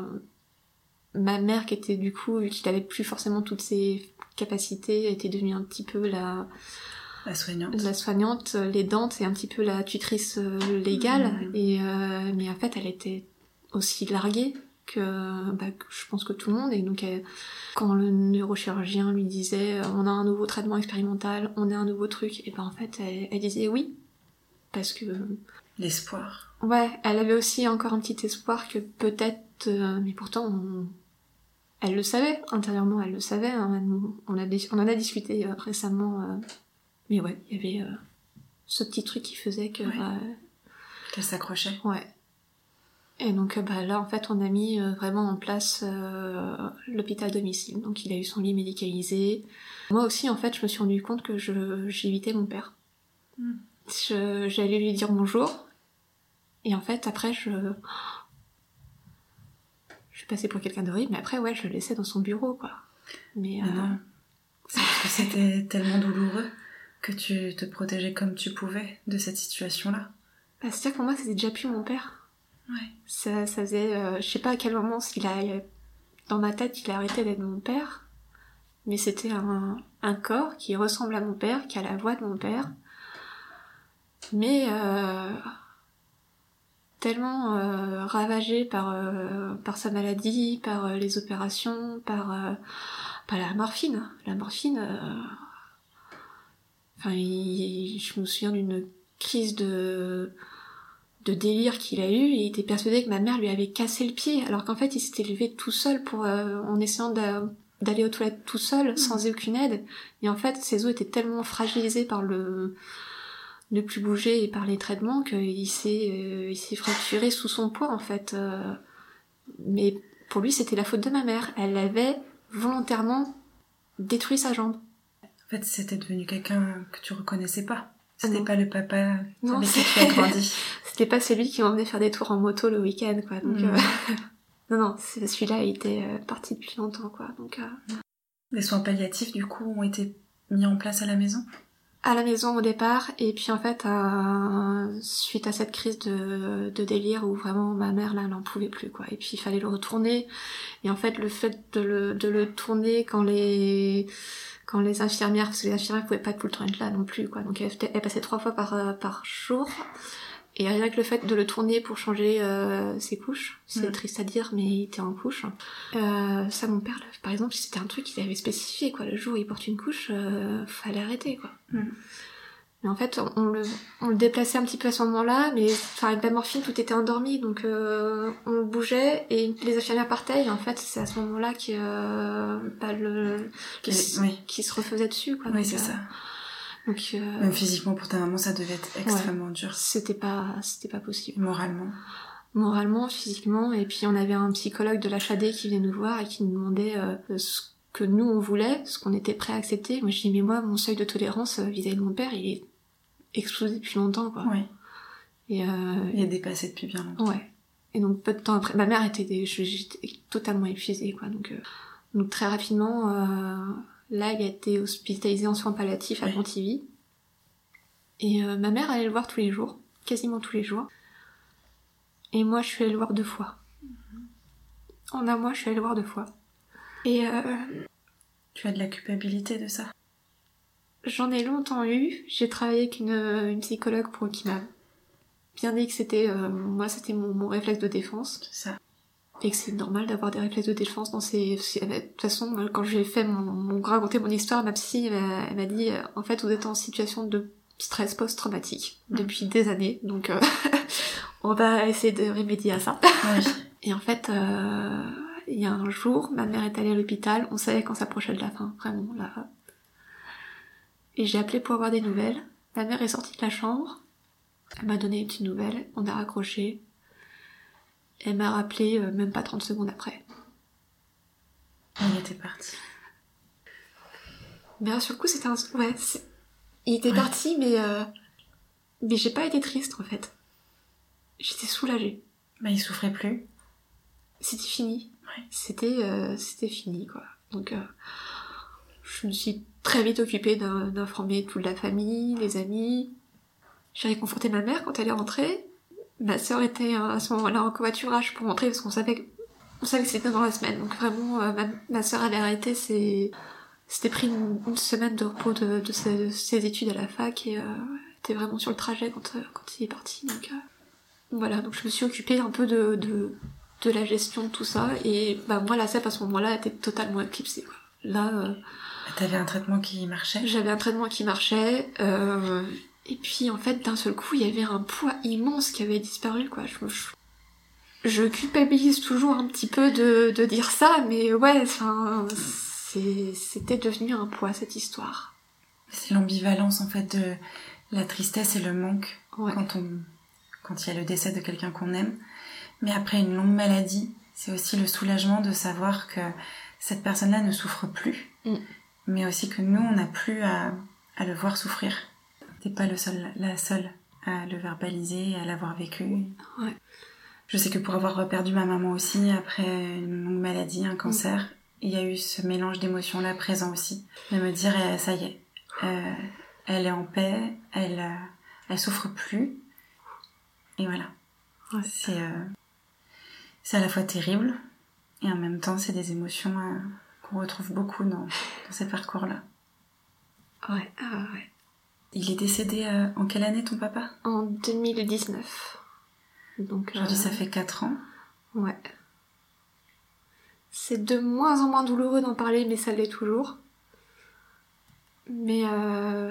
ma mère, qui était, du coup, vu qu'il avait plus forcément toutes ses capacités, était devenue un petit peu la, La soignante. La soignante, l'aidante, et un petit peu la tutrice légale, mmh. et, euh, mais en fait, elle était aussi larguée que, bah, que je pense que tout le monde. Et donc, elle, quand le neurochirurgien lui disait on a un nouveau traitement expérimental, on a un nouveau truc, et ben en fait, elle, elle disait oui, parce que l'espoir. Ouais, elle avait aussi encore un petit espoir que peut-être, euh, mais pourtant, on, elle le savait intérieurement, elle le savait. Hein, on, a, on en a discuté euh, récemment, euh, mais ouais, il y avait euh, ce petit truc qui faisait que ouais. bah, qu'elle s'accrochait. Ouais. Et donc bah là en fait on a mis euh, vraiment en place euh, l'hôpital domicile. Donc il a eu son lit médicalisé. Moi aussi en fait je me suis rendu compte que je j'évitais mon père. Mm. Je, j'allais lui dire bonjour et en fait après je je suis passée pour quelqu'un d'horrible, mais après ouais je le laissais dans son bureau quoi. Mais, mais euh... non, c'est parce que c'était tellement douloureux que tu te protégeais comme tu pouvais de cette situation-là. Bah, c'est-à-dire que pour moi c'était déjà plus mon père. Ouais. Ça, ça faisait, euh, je sais pas à quel moment s'il a, dans ma tête, il a arrêté d'être mon père, mais c'était un, un corps qui ressemble à mon père, qui a la voix de mon père, Mais euh, tellement euh, ravagé par, euh, par sa maladie, par euh, les opérations, par, euh, par la morphine. La morphine, euh, enfin, il, je me souviens d'une crise de, de délire qu'il a eu, et il était persuadé que ma mère lui avait cassé le pied, alors qu'en fait il s'était levé tout seul pour, euh, en essayant de, d'aller aux toilettes tout seul, mmh. sans aucune aide. Et en fait, ses os étaient tellement fragilisés par le ne plus bouger et par les traitements qu'il s'est, euh, il s'est fracturé sous son poids, en fait. Euh, mais pour lui, c'était la faute de ma mère. Elle avait volontairement détruit sa jambe. En fait, c'était devenu quelqu'un que tu reconnaissais pas. C'était non. pas le papa non, avec qui tu as grandi. C'était pas celui qui m'emmenait faire des tours en moto le week-end, quoi. Donc, mmh. euh... non, non, c'est, celui-là, il était euh, parti depuis longtemps, quoi. Donc, euh... les soins palliatifs, du coup, ont été mis en place à la maison ? À la maison au départ, et puis en fait, euh, suite à cette crise de, de délire où vraiment ma mère là n'en pouvait plus, quoi. Et puis il fallait le retourner, et en fait le fait de le, de le tourner quand les quand les infirmières, parce que les infirmières pouvaient pas tout le temps être là non plus, quoi. Donc elle, elle passait trois fois par par jour. Et rien que le fait de le tourner pour changer euh, ses couches, c'est mmh. triste à dire, mais il était en couche. Euh, ça, mon père, par exemple, c'était un truc qu'il avait spécifié, quoi. Le jour où il porte une couche, euh, fallait arrêter, quoi. Mmh. Mais en fait, on, on, le, on le déplaçait un petit peu à ce moment-là, mais enfin, avec la morphine, tout était endormi, donc euh, on le bougeait, et les infirmières partaient, et en fait, c'est à ce moment-là qu'il euh, bah, le, qu'il, oui. qu'il se refaisait dessus, quoi. Oui, donc, c'est euh, ça. Donc, euh, même physiquement pour ta maman ça devait être extrêmement ouais, dur. C'était pas, c'était pas possible. Moralement. Moralement, physiquement, et puis on avait un psychologue de l'H A D qui venait nous voir et qui nous demandait euh, ce que nous on voulait, ce qu'on était prêt à accepter. Moi je dis mais moi mon seuil de tolérance vis-à-vis de mon père il est explosé depuis longtemps, quoi. Oui. Et euh, il est dépassé depuis bien longtemps. Ouais. Et donc peu de temps après, ma mère était, des, j'étais totalement épuisée, quoi. Donc, euh, donc très rapidement. Euh, Là, il a été hospitalisé en soins palliatifs à Pontivy. Et euh, ma mère allait le voir tous les jours, quasiment tous les jours. Et moi, je suis allée le voir deux fois. En un mois, je suis allée le voir deux fois. Et euh, tu as de la culpabilité de ça ? J'en ai longtemps eu. J'ai travaillé avec une, une psychologue pour qui m'a bien dit que c'était, euh, moi, c'était mon, mon réflexe de défense. C'est ça. Et que c'est normal d'avoir des réflexes de défense dans ces... De toute façon, quand j'ai fait mon, mon raconté mon histoire, ma psy, elle m'a, elle m'a dit, en fait, vous êtes en situation de stress post-traumatique mmh. depuis des années, donc euh, on va essayer de remédier à ça. Oui. Et en fait, euh, il y a un jour, ma mère est allée à l'hôpital, on savait qu'on s'approchait de la fin, vraiment, là. Et j'ai appelé pour avoir des nouvelles. Ma mère est sortie de la chambre, elle m'a donné une petite nouvelle, on a raccroché. Elle m'a rappelé euh, même pas trente secondes après. Il était parti. Mais alors, sur le coup, c'était un... Ouais, c'est... il était ouais. parti, mais... Euh... Mais j'ai pas été triste, en fait. J'étais soulagée. Bah, il souffrait plus. C'était fini. Ouais. C'était, euh... c'était fini, quoi. Donc, euh... je me suis très vite occupée d'informer toute la famille, les amis. J'ai réconforté ma mère quand elle est rentrée. Ma sœur était à ce moment-là en covoiturage pour rentrer parce qu'on savait que, on savait que c'était dans la semaine. Donc vraiment, euh, ma, ma sœur avait arrêté ses... C'était pris une, une semaine de repos de, de, ses, de ses études à la fac et euh, était vraiment sur le trajet quand, euh, quand il est parti. Donc euh, voilà, donc je me suis occupée un peu de, de, de la gestion de tout ça. Et bah moi, la C E P à ce moment-là était totalement éclipsée, quoi. Là... Euh, T'avais un traitement qui marchait ? J'avais un traitement qui marchait... Euh, Et puis, en fait, d'un seul coup, il y avait un poids immense qui avait disparu, quoi. Je, je, je culpabilise toujours un petit peu de, de dire ça, mais ouais, enfin, c'est, c'était devenu un poids, cette histoire. C'est l'ambivalence, en fait, de la tristesse et le manque ouais. quand on, quand il y a le décès de quelqu'un qu'on aime. Mais après une longue maladie, c'est aussi le soulagement de savoir que cette personne-là ne souffre plus, mm. mais aussi que nous, on n'a plus à, à le voir souffrir. T'es pas le seul, la seule à le verbaliser, à l'avoir vécu. Ouais. Je sais que pour avoir perdu ma maman aussi, après une longue maladie, un cancer, mmh. il y a eu ce mélange d'émotions-là présent aussi. De me dire, eh, ça y est, euh, elle est en paix, elle, euh, elle souffre plus. Et voilà. Ouais. C'est, euh, c'est à la fois terrible, et en même temps, c'est des émotions euh, qu'on retrouve beaucoup dans, dans ces parcours-là. Ouais, ah ouais. Il est décédé euh, en quelle année, ton papa ? En deux mille dix-neuf. Donc, Aujourd'hui, euh... ça fait quatre ans. Ouais. C'est de moins en moins douloureux d'en parler, mais ça l'est toujours. Mais euh...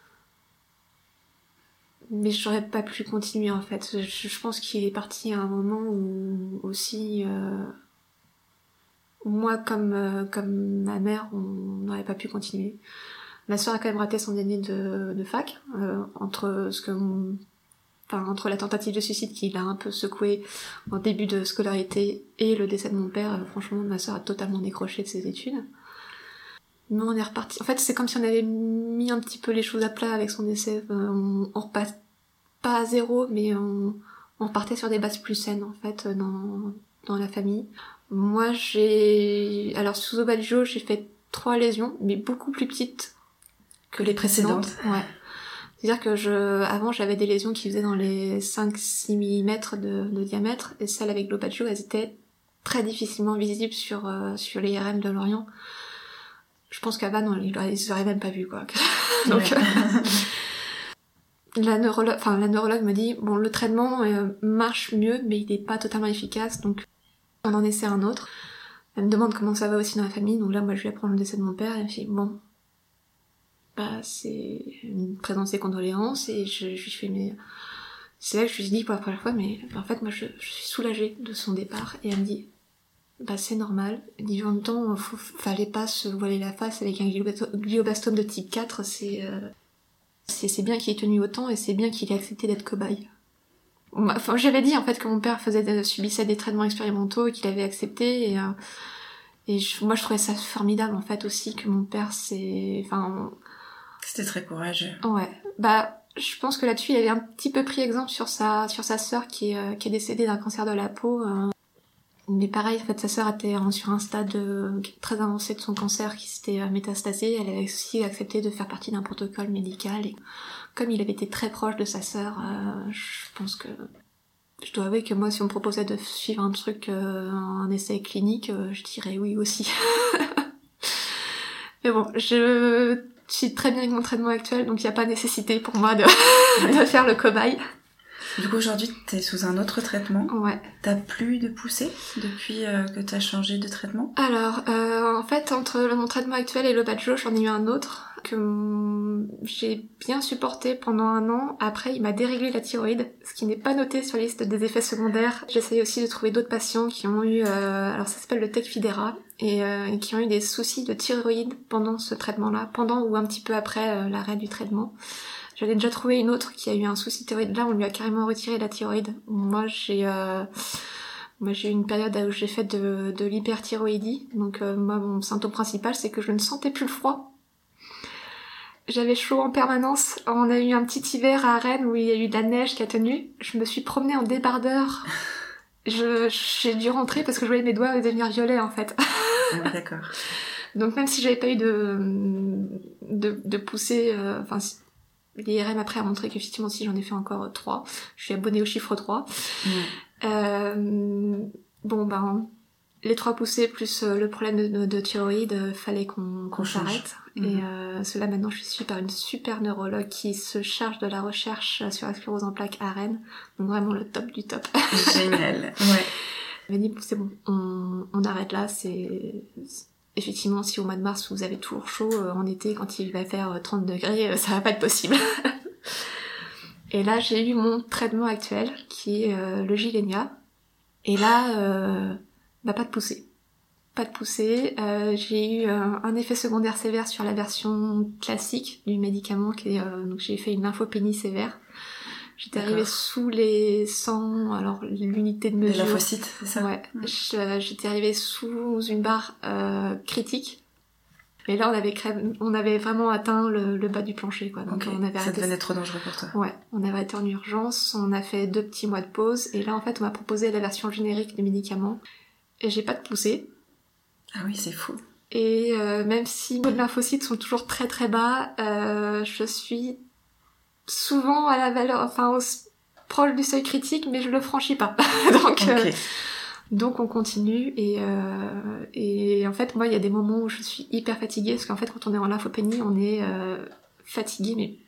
mais j'aurais pas pu continuer en fait. Je, je pense qu'il est parti à un moment où aussi euh... moi comme euh, comme ma mère, on n'aurait pas pu continuer. Ma soeur a quand même raté son année de, de fac euh, entre ce que enfin entre la tentative de suicide qui l'a un peu secoué en début de scolarité et le décès de mon père. Euh, franchement, ma soeur a totalement décroché de ses études. Nous, on est reparti. En fait, c'est comme si on avait mis un petit peu les choses à plat avec son décès. On, on repasse pas à zéro, mais on, on repartait sur des bases plus saines, en fait, dans, dans la famille. Moi, j'ai... Alors, sous Obadjo, j'ai fait trois lésions, mais beaucoup plus petites que les précédentes. Ouais. C'est-à-dire que je... avant, j'avais des lésions qui faisaient dans les cinq à six millimètres de, de diamètre, et celles avec l'Obadjo, elles étaient très difficilement visibles sur, euh, sur les I R M de Lorient. Je pense qu'à Vannes, ils l'auraient même pas vu, quoi. Donc, ouais. la neurologue, enfin, la neurologue me dit, bon, le traitement euh, marche mieux, mais il n'est pas totalement efficace, donc on en essaie un autre. Elle me demande comment ça va aussi dans la famille, donc là, moi, je lui apprends le décès de mon père, et elle me dit, bon, bah, c'est une présence ses condoléances, et je, je lui fais, mais... C'est là que je lui ai dit pour la première fois, mais en fait, moi, je, je suis soulagée de son départ, et elle me dit, bah c'est normal. En même temps, faut, fallait pas se voiler la face avec un glioblastome de type quatre, c'est, euh, c'est, c'est bien qu'il ait tenu autant et c'est bien qu'il ait accepté d'être cobaye. Enfin, j'avais dit en fait que mon père faisait, subissait des traitements expérimentaux et qu'il avait accepté et, euh, et je, moi je trouvais ça formidable en fait aussi que mon père c'est... Enfin, c'était très courageux. Ouais, bah je pense que là-dessus il avait un petit peu pris exemple sur sa, sur sa sœur qui est, euh, qui est décédée d'un cancer de la peau. Euh, Mais pareil, en fait, sa sœur était sur un stade euh, très avancé de son cancer qui s'était métastasé. Elle avait aussi accepté de faire partie d'un protocole médical. Et comme il avait été très proche de sa sœur, euh, je pense que... Je dois avouer que moi, si on me proposait de suivre un truc, euh, un essai clinique, euh, je dirais oui aussi. Mais bon, je suis très bien avec mon traitement actuel, donc il n'y a pas nécessité pour moi de, de faire le cobaye. Du coup, aujourd'hui, t'es sous un autre traitement. Ouais. T'as plus de poussée depuis euh, que t'as changé de traitement ? Alors, euh, en fait, entre le, mon traitement actuel et l'Obadjo, j'en ai eu un autre que hum, j'ai bien supporté pendant un an. Après, il m'a déréglé la thyroïde, ce qui n'est pas noté sur la liste des effets secondaires. J'essaye aussi de trouver d'autres patients qui ont eu... Euh, alors, ça s'appelle le Tecfidera, et, euh, et qui ont eu des soucis de thyroïde pendant ce traitement-là, pendant ou un petit peu après euh, l'arrêt du traitement. J'avais déjà trouvé une autre qui a eu un souci de thyroïde. Là, on lui a carrément retiré la thyroïde. Moi, j'ai, euh, moi, j'ai eu une période où j'ai fait de, de l'hyperthyroïdie. Donc, euh, moi, mon symptôme principal, c'est que je ne sentais plus le froid. J'avais chaud en permanence. On a eu un petit hiver à Rennes où il y a eu de la neige qui a tenu. Je me suis promenée en débardeur. Je, j'ai dû rentrer parce que je voyais mes doigts devenir violets, en fait. Ah, d'accord. Donc, même si j'avais pas eu de, de, de poussée, enfin, euh, l'I R M après a montré qu'effectivement si j'en ai fait encore trois. Je suis abonnée au chiffre trois. Mmh. Euh, bon ben les trois poussées plus le problème de, de, de thyroïde, euh, fallait qu'on, qu'on s'arrête. Mmh. Et euh, cela maintenant je suis suivie par une super neurologue qui se charge de la recherche sur la sclérose en plaques à Rennes. Donc vraiment le top du top. Génial. Ouais. Elle m'a dit c'est bon, on, on arrête là, c'est... Effectivement, si au mois de mars vous avez toujours chaud, euh, en été, quand il va faire trente degrés, euh, ça va pas être possible. Et là, j'ai eu mon traitement actuel, qui est euh, le Gilenya. Et là, euh, bah pas de poussée. Pas de poussée. Euh, j'ai eu euh, un effet secondaire sévère sur la version classique du médicament, qui est, euh, donc j'ai fait une lymphopénie sévère. J'étais D'accord. arrivée sous les cent, alors l'unité de mesure... Les lymphocytes, c'est ça ? Ouais. Mmh. Je, j'étais arrivée sous une barre euh, critique. Mais là, on avait, crème, on avait vraiment atteint le, le bas du plancher, quoi. Donc, okay. on avait ça arrêté... devenait trop dangereux pour toi. Ouais. On avait été en urgence, on a fait deux petits mois de pause. Et là, en fait, on m'a proposé la version générique du médicament. Et j'ai pas de poussée. Ah oui, c'est fou. Et euh, même si les lymphocytes sont toujours très très bas, euh, je suis... souvent à la valeur, enfin au, proche du seuil critique, mais je le franchis pas. donc, okay. euh, donc on continue et euh, et en fait moi il y a des moments où je suis hyper fatiguée parce qu'en fait quand on est en lymphopénie on est euh, fatigué mais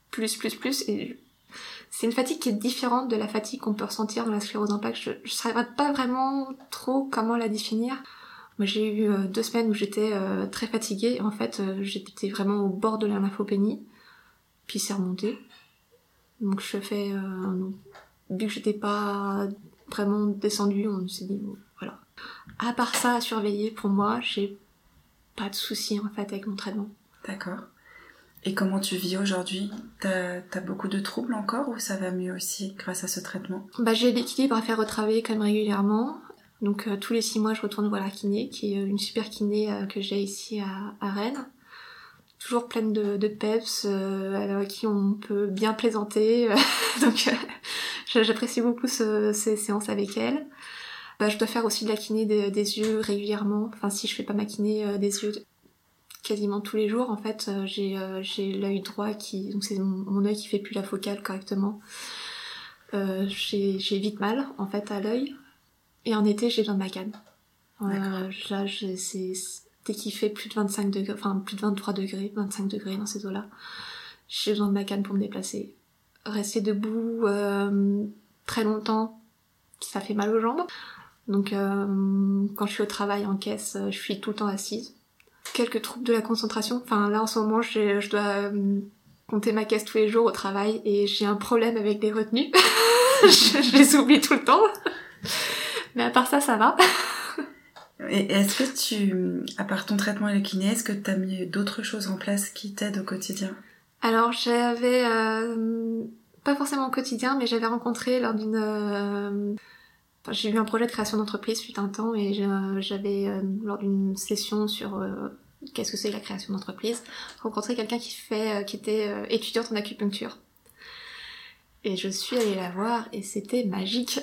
plus, plus, plus. Et c'est une fatigue qui est différente de la fatigue qu'on peut ressentir dans la sclérose en plaques. Je ne saurais pas vraiment trop comment la définir. Moi, j'ai eu euh, deux semaines où j'étais euh, très fatiguée. En fait, euh, j'étais vraiment au bord de la lymphopénie. Puis c'est remonté. Donc je fais... Euh, vu que j'étais pas vraiment descendue, on s'est dit, bon, voilà. À part ça, à surveiller, pour moi, j'ai pas de soucis, en fait, avec mon traitement. D'accord. Et comment tu vis aujourd'hui ? T'as, t'as beaucoup de troubles encore ou ça va mieux aussi grâce à ce traitement ? Bah, j'ai l'équilibre à faire retravailler quand même régulièrement. Donc euh, tous les six mois, je retourne voir la kiné, qui est une super kiné euh, que j'ai ici à, à Rennes. Toujours pleine de, de peps, euh, avec qui on peut bien plaisanter. Donc euh, j'apprécie beaucoup ce, ces séances avec elle. Bah, je dois faire aussi de la kiné de, des yeux régulièrement. Enfin, si je fais pas ma kiné euh, des yeux quasiment tous les jours, en fait, euh, j'ai, euh, j'ai l'œil droit qui... Donc c'est mon, mon œil qui fait plus la focale correctement. Euh, j'ai, j'ai vite mal, en fait, à l'œil. Et en été, j'ai besoin de ma canne. Euh, là, je, c'est, dès qu'il fait plus de vingt-cinq degrés, enfin plus de vingt-trois degrés, vingt-cinq degrés dans ces eaux-là, j'ai besoin de ma canne pour me déplacer. Rester debout euh, très longtemps, ça fait mal aux jambes. Donc euh, quand je suis au travail en caisse, je suis tout le temps assise. Quelques troubles de la concentration. Enfin là en ce moment, j'ai, je dois euh, compter ma caisse tous les jours au travail et j'ai un problème avec les retenues. je, je les oublie tout le temps. Mais à part ça, ça va. Et est-ce que tu, à part ton traitement et le kiné, est-ce que tu as mis d'autres choses en place qui t'aident au quotidien ? Alors j'avais, euh, pas forcément au quotidien, mais j'avais rencontré lors d'une... Euh, enfin, j'ai eu un projet de création d'entreprise fut un temps et j'avais, euh, lors d'une session sur euh, qu'est-ce que c'est la création d'entreprise, rencontré quelqu'un qui, fait, euh, qui était euh, étudiante en acupuncture. Et je suis allée la voir et c'était magique.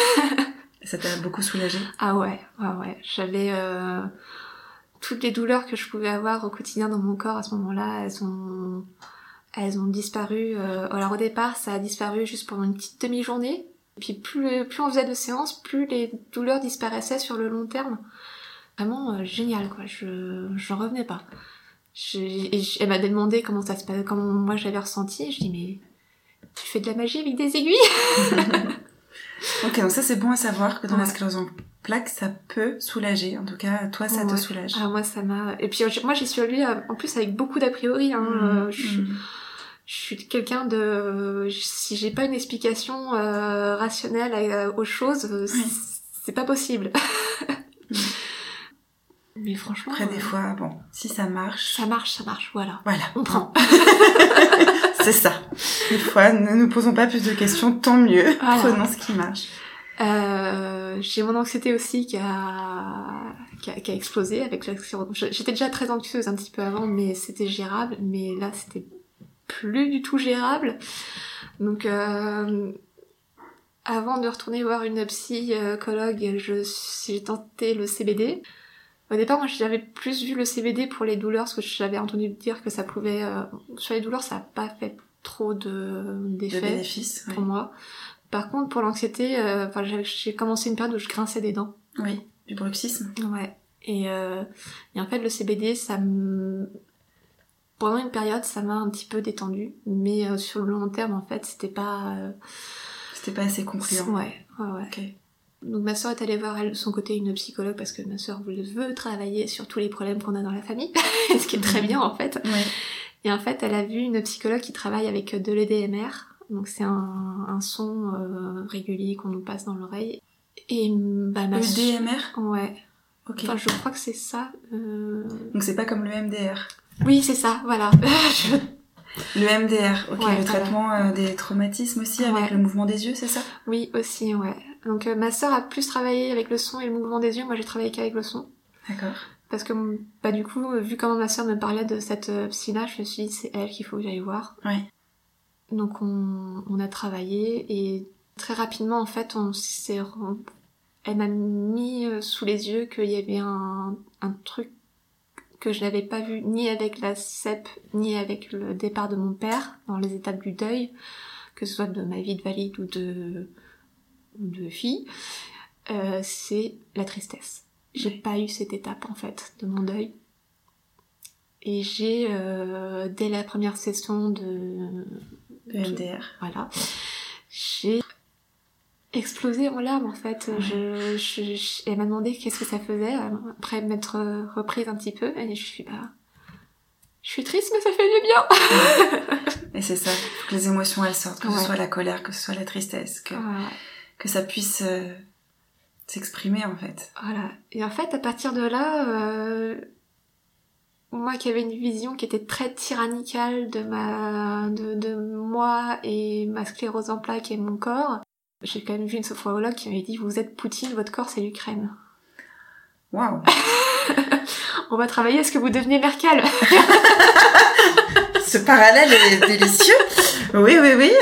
Ça t'a beaucoup soulagée ? Ah ouais, ouais, ouais. J'avais euh, toutes les douleurs que je pouvais avoir au quotidien dans mon corps à ce moment-là, elles ont, elles ont disparu. Euh, alors au départ, ça a disparu juste pendant une petite demi-journée. Puis plus, plus on faisait de séances, plus les douleurs disparaissaient sur le long terme. Vraiment euh, génial, quoi. Je, j'en revenais pas. Je, et je, elle m'a demandé comment ça se passait, comment moi j'avais ressenti. Je dis mais tu fais de la magie avec des aiguilles ? Ok, donc ça c'est bon à savoir que dans ouais. la sclérose en plaques, ça peut soulager. En tout cas, toi, ça ouais. te soulage. Ah, moi, ça m'a... Et puis, moi, j'y suis allée, en plus, avec beaucoup d'a priori. Hein. Mmh, je, mmh. je suis quelqu'un de... Si j'ai pas une explication euh, rationnelle à, aux choses, oui. c'est pas possible. mmh. Mais franchement... Après, des euh... fois, bon, si ça marche... Ça marche, ça marche, voilà. Voilà. On prend. C'est ça. Des fois, ne nous posons pas plus de questions, tant mieux. Voilà. Prenons ce qui marche. Euh, j'ai mon anxiété aussi qui a, qui a, qui a explosé avec la... J'étais déjà très anxieuse un petit peu avant, mais c'était gérable. Mais là, c'était plus du tout gérable. Donc, euh, avant de retourner voir une psychologue, je, j'ai tenté le C B D. Au départ, moi, j'avais plus vu le C B D pour les douleurs, parce que j'avais entendu dire que ça pouvait... Euh, sur les douleurs, ça n'a pas fait trop de, d'effets de bénéfices, pour oui. moi. Par contre, pour l'anxiété, euh, enfin, j'ai, j'ai commencé une période où je grinçais des dents. Oui, du bruxisme. Ouais. Et, euh, et en fait, le C B D, ça me... Pendant une période, ça m'a un petit peu détendue. Mais euh, sur le long terme, en fait, c'était pas... Euh... C'était pas assez concluant. Ouais, ouais, ouais. Okay. Donc ma sœur est allée voir, elle, de son côté, une psychologue, parce que ma sœur veut travailler sur tous les problèmes qu'on a dans la famille. Ce qui est très bien, en fait. Ouais. Et en fait, elle a vu une psychologue qui travaille avec de l'E D M R. Donc c'est un, un son euh, régulier qu'on nous passe dans l'oreille. Et bah ma E D M R ? Ouais. Ok. Enfin, je crois que c'est ça. Euh... Donc c'est pas comme le M D R ? Oui, c'est ça, voilà. je... Le M D R, ok, ouais, le traitement voilà. euh, des traumatismes aussi, avec ouais. le mouvement des yeux, c'est ça ? Oui, aussi, ouais. Donc euh, ma sœur a plus travaillé avec le son et le mouvement des yeux, moi j'ai travaillé qu'avec le son. D'accord. Parce que, bah du coup, vu comment ma sœur me parlait de cette euh, psy-là, je me suis dit c'est elle qu'il faut que j'aille voir. Ouais. Donc on, on a travaillé et très rapidement en fait on s'est elle m'a mis sous les yeux qu'il y avait un, un truc que je n'avais pas vu ni avec la C E P ni avec le départ de mon père dans les étapes du deuil, que ce soit de ma vie de valide ou de, ou de fille, euh, c'est la tristesse. J'ai pas eu cette étape en fait de mon deuil. Et j'ai, euh, dès la première session de... E M D R. Voilà. J'ai explosé en larmes, en fait. Ouais. Je, je, je, elle m'a demandé qu'est-ce que ça faisait, après m'être reprise un petit peu, et je suis bah... Je suis triste, mais ça fait du bien. Et c'est ça, faut que les émotions elles sortent, que ouais. ce soit la colère, que ce soit la tristesse, que, ouais. que ça puisse euh, s'exprimer en fait. Voilà. Et en fait, à partir de là, euh, moi qui avais une vision qui était très tyrannicale de ma, de, de moi et ma sclérose en plaques et mon corps, j'ai quand même vu une sophrologue qui m'avait dit vous êtes Poutine, votre corps c'est l'Ukraine. Waouh. On va travailler à ce que vous deveniez Merkel. Ce parallèle est délicieux. Oui, oui, oui.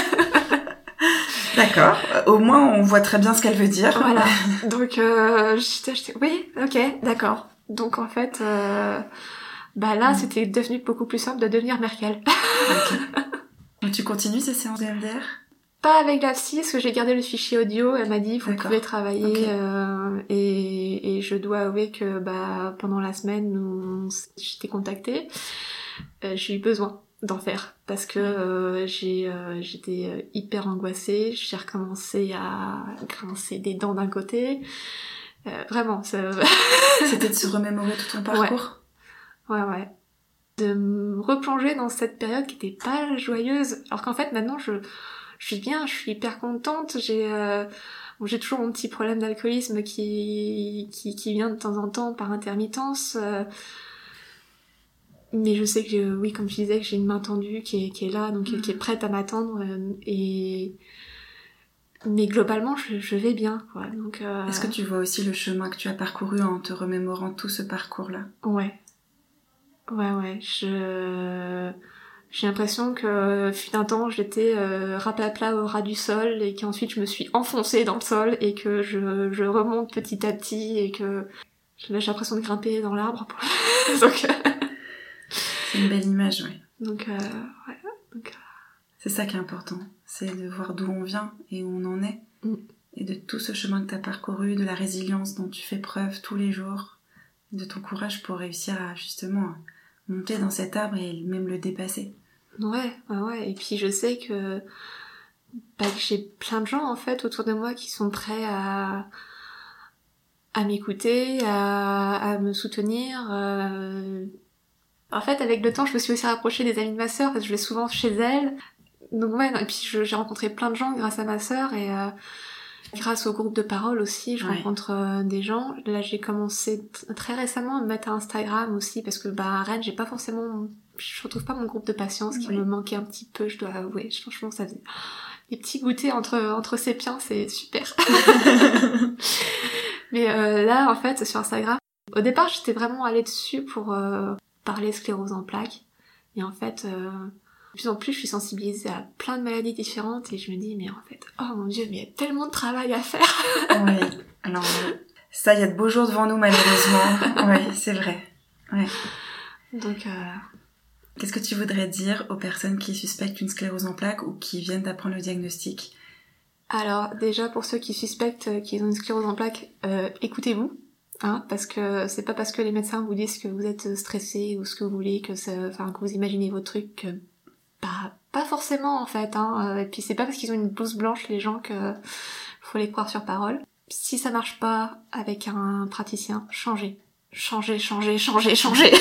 D'accord. Au moins, on voit très bien ce qu'elle veut dire. Voilà. Donc, euh, j'étais, j'étais, oui, ok, d'accord. Donc, en fait, euh, bah là, mmh. c'était devenu beaucoup plus simple de devenir Merkel. Ok. Donc, tu continues ces séances de E M D R ? Pas avec la psy, parce que j'ai gardé le fichier audio. Elle m'a dit, vous D'accord. pouvez travailler. Okay. Euh, et, et je dois avouer que bah pendant la semaine où j'étais contactée, euh, j'ai eu besoin d'en faire parce que euh, j'ai euh, j'étais hyper angoissée. J'ai recommencé à grincer des dents d'un côté. Euh, vraiment, ça... C'était de se remémorer tout ton parcours. Ouais, ouais, ouais. De me replonger dans cette période qui était pas joyeuse. Alors qu'en fait, maintenant, je je suis bien, je suis hyper contente. J'ai euh, bon, j'ai toujours mon petit problème d'alcoolisme qui qui qui vient de temps en temps par intermittence. Euh, mais je sais que oui, comme je disais, que j'ai une main tendue qui est qui est là, donc mmh. qui est prête à m'attendre. Euh, et mais globalement, je, je vais bien. Quoi. Donc euh... est-ce que tu vois aussi le chemin que tu as parcouru en te remémorant tout ce parcours-là ? Ouais, ouais, ouais. Je J'ai l'impression que fut un temps j'étais euh, rapapla au ras du sol et qu'ensuite je me suis enfoncée dans le sol et que je, je remonte petit à petit et que j'ai l'impression de grimper dans l'arbre. Donc c'est une belle image, oui. Donc, euh, ouais. Donc, euh... c'est ça qui est important, c'est de voir d'où on vient et où on en est mm. et de tout ce chemin que tu as parcouru, de la résilience dont tu fais preuve tous les jours, de ton courage pour réussir à justement monter dans cet arbre et même le dépasser. Ouais, ouais, ouais. Et puis je sais que, bah, que j'ai plein de gens en fait autour de moi qui sont prêts à à m'écouter, à, à me soutenir. Euh... En fait, avec le temps, je me suis aussi rapprochée des amis de ma sœur parce que je vais souvent chez elle. Donc ouais, et puis je, j'ai rencontré plein de gens grâce à ma sœur et euh, grâce au groupe de parole aussi, je ouais. rencontre euh, des gens. Là, j'ai commencé t- très récemment à me mettre à Instagram aussi parce que bah à Rennes, j'ai pas forcément, je retrouve pas mon groupe de patience qui oui. me manquait un petit peu, je dois avouer. Franchement, ça faisait des petits goûters entre entre sépiens, c'est super. Mais euh, là, en fait, sur Instagram, au départ, j'étais vraiment allée dessus pour euh, parler sclérose en plaques. Et en fait, euh, de plus en plus, je suis sensibilisée à plein de maladies différentes et je me dis, mais en fait, oh mon Dieu, mais il y a tellement de travail à faire. Oui, alors ça, il y a de beaux jours devant nous, malheureusement. Oui, c'est vrai. Ouais. Donc, euh... qu'est-ce que tu voudrais dire aux personnes qui suspectent une sclérose en plaques ou qui viennent d'apprendre le diagnostic ? Alors, déjà, pour ceux qui suspectent qu'ils ont une sclérose en plaques, euh, écoutez-vous. Hein, parce que c'est pas parce que les médecins vous disent que vous êtes stressé ou ce que vous voulez, que ça, enfin, que vous imaginez vos trucs, que Pas, pas forcément en fait, hein. Et puis c'est pas parce qu'ils ont une blouse blanche les gens que faut les croire sur parole. Si ça marche pas avec un praticien, changez, changez, changez, changez, changez.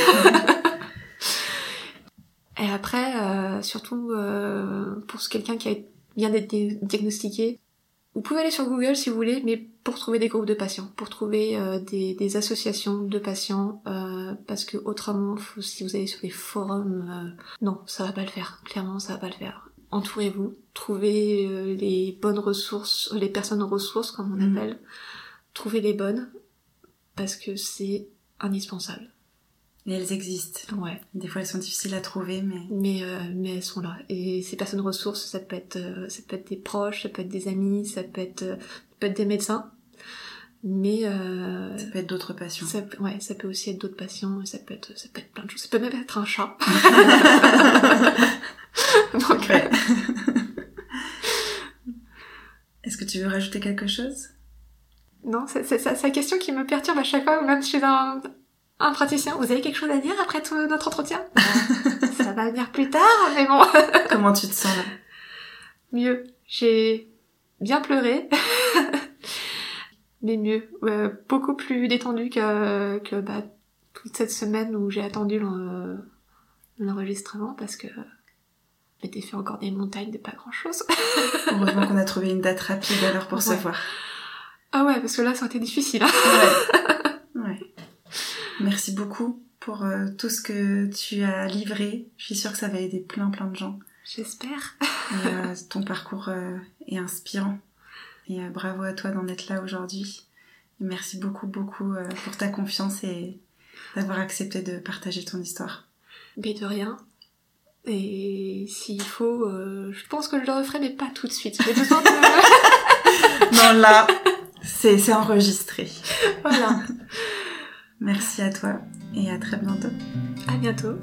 Et après, euh, surtout euh, pour quelqu'un qui a, vient d'être diagnostiqué, vous pouvez aller sur Google si vous voulez, mais pour trouver des groupes de patients, pour trouver euh, des, des associations de patients, euh, parce que autrement, faut, si vous allez sur des forums, euh, non, ça va pas le faire. Clairement, ça va pas le faire. Entourez-vous, trouvez euh, les bonnes ressources, les personnes ressources, comme on mmh. appelle, trouvez les bonnes, parce que c'est indispensable. Et elles existent. Ouais. Des fois, elles sont difficiles à trouver, mais... Mais, euh, mais elles sont là. Et ces personnes ressources, ça peut être, euh, ça peut être des proches, ça peut être des amis, ça peut être, euh, ça peut être des médecins. Mais, euh... ça peut être d'autres patients. Ça, ouais, ça peut aussi être d'autres patients, ça peut être, ça peut être plein de choses. Ça peut même être un chat. Donc, ouais. Est-ce que tu veux rajouter quelque chose ? Non, c'est, c'est, c'est, c'est la question qui me perturbe à chaque fois, même chez un... Un praticien, vous avez quelque chose à dire après tout notre entretien? Ça va venir plus tard, mais bon. Comment tu te sens là? Mieux. J'ai bien pleuré. Mais mieux. Euh, beaucoup plus détendue que, que bah, toute cette semaine où j'ai attendu le, l'enregistrement parce que je m'étais fait encore des montagnes de pas grand chose. Heureusement qu'on a trouvé une date rapide alors pour ouais. se voir. Ah ouais, parce que là ça a été difficile. Hein. Ouais. Ouais. Merci beaucoup pour euh, tout ce que tu as livré. Je suis sûre que ça va aider plein plein de gens. J'espère. Et euh, ton parcours euh, est inspirant. Et euh, bravo à toi d'en être là aujourd'hui. Et merci beaucoup beaucoup euh, pour ta confiance et d'avoir accepté de partager ton histoire. Mais de rien. Et s'il faut, euh, je pense que je le referai, mais pas tout de suite. J'ai besoin de... Non, là, c'est, c'est enregistré. Voilà. Merci à toi et à très bientôt. À bientôt.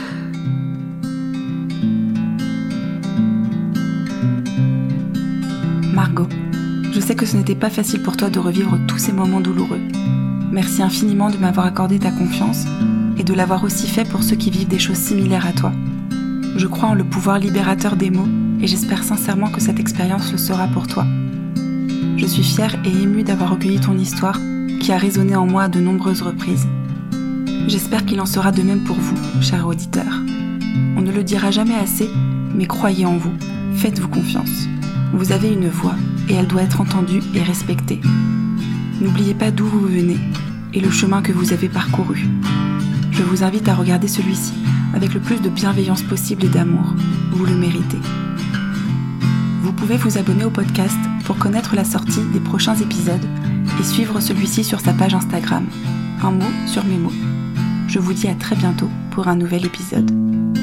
Margot, je sais que ce n'était pas facile pour toi de revivre tous ces moments douloureux. Merci infiniment de m'avoir accordé ta confiance et de l'avoir aussi fait pour ceux qui vivent des choses similaires à toi. Je crois en le pouvoir libérateur des mots et j'espère sincèrement que cette expérience le sera pour toi. Je suis fière et émue d'avoir recueilli ton histoire qui a résonné en moi à de nombreuses reprises. J'espère qu'il en sera de même pour vous, chers auditeurs. On ne le dira jamais assez, mais croyez en vous, faites-vous confiance. Vous avez une voix et elle doit être entendue et respectée. N'oubliez pas d'où vous venez et le chemin que vous avez parcouru. Je vous invite à regarder celui-ci avec le plus de bienveillance possible et d'amour. Vous le méritez. Vous pouvez vous abonner au podcast pour connaître la sortie des prochains épisodes et suivre celui-ci sur sa page Instagram. Un mot sur mes mots. Je vous dis à très bientôt pour un nouvel épisode.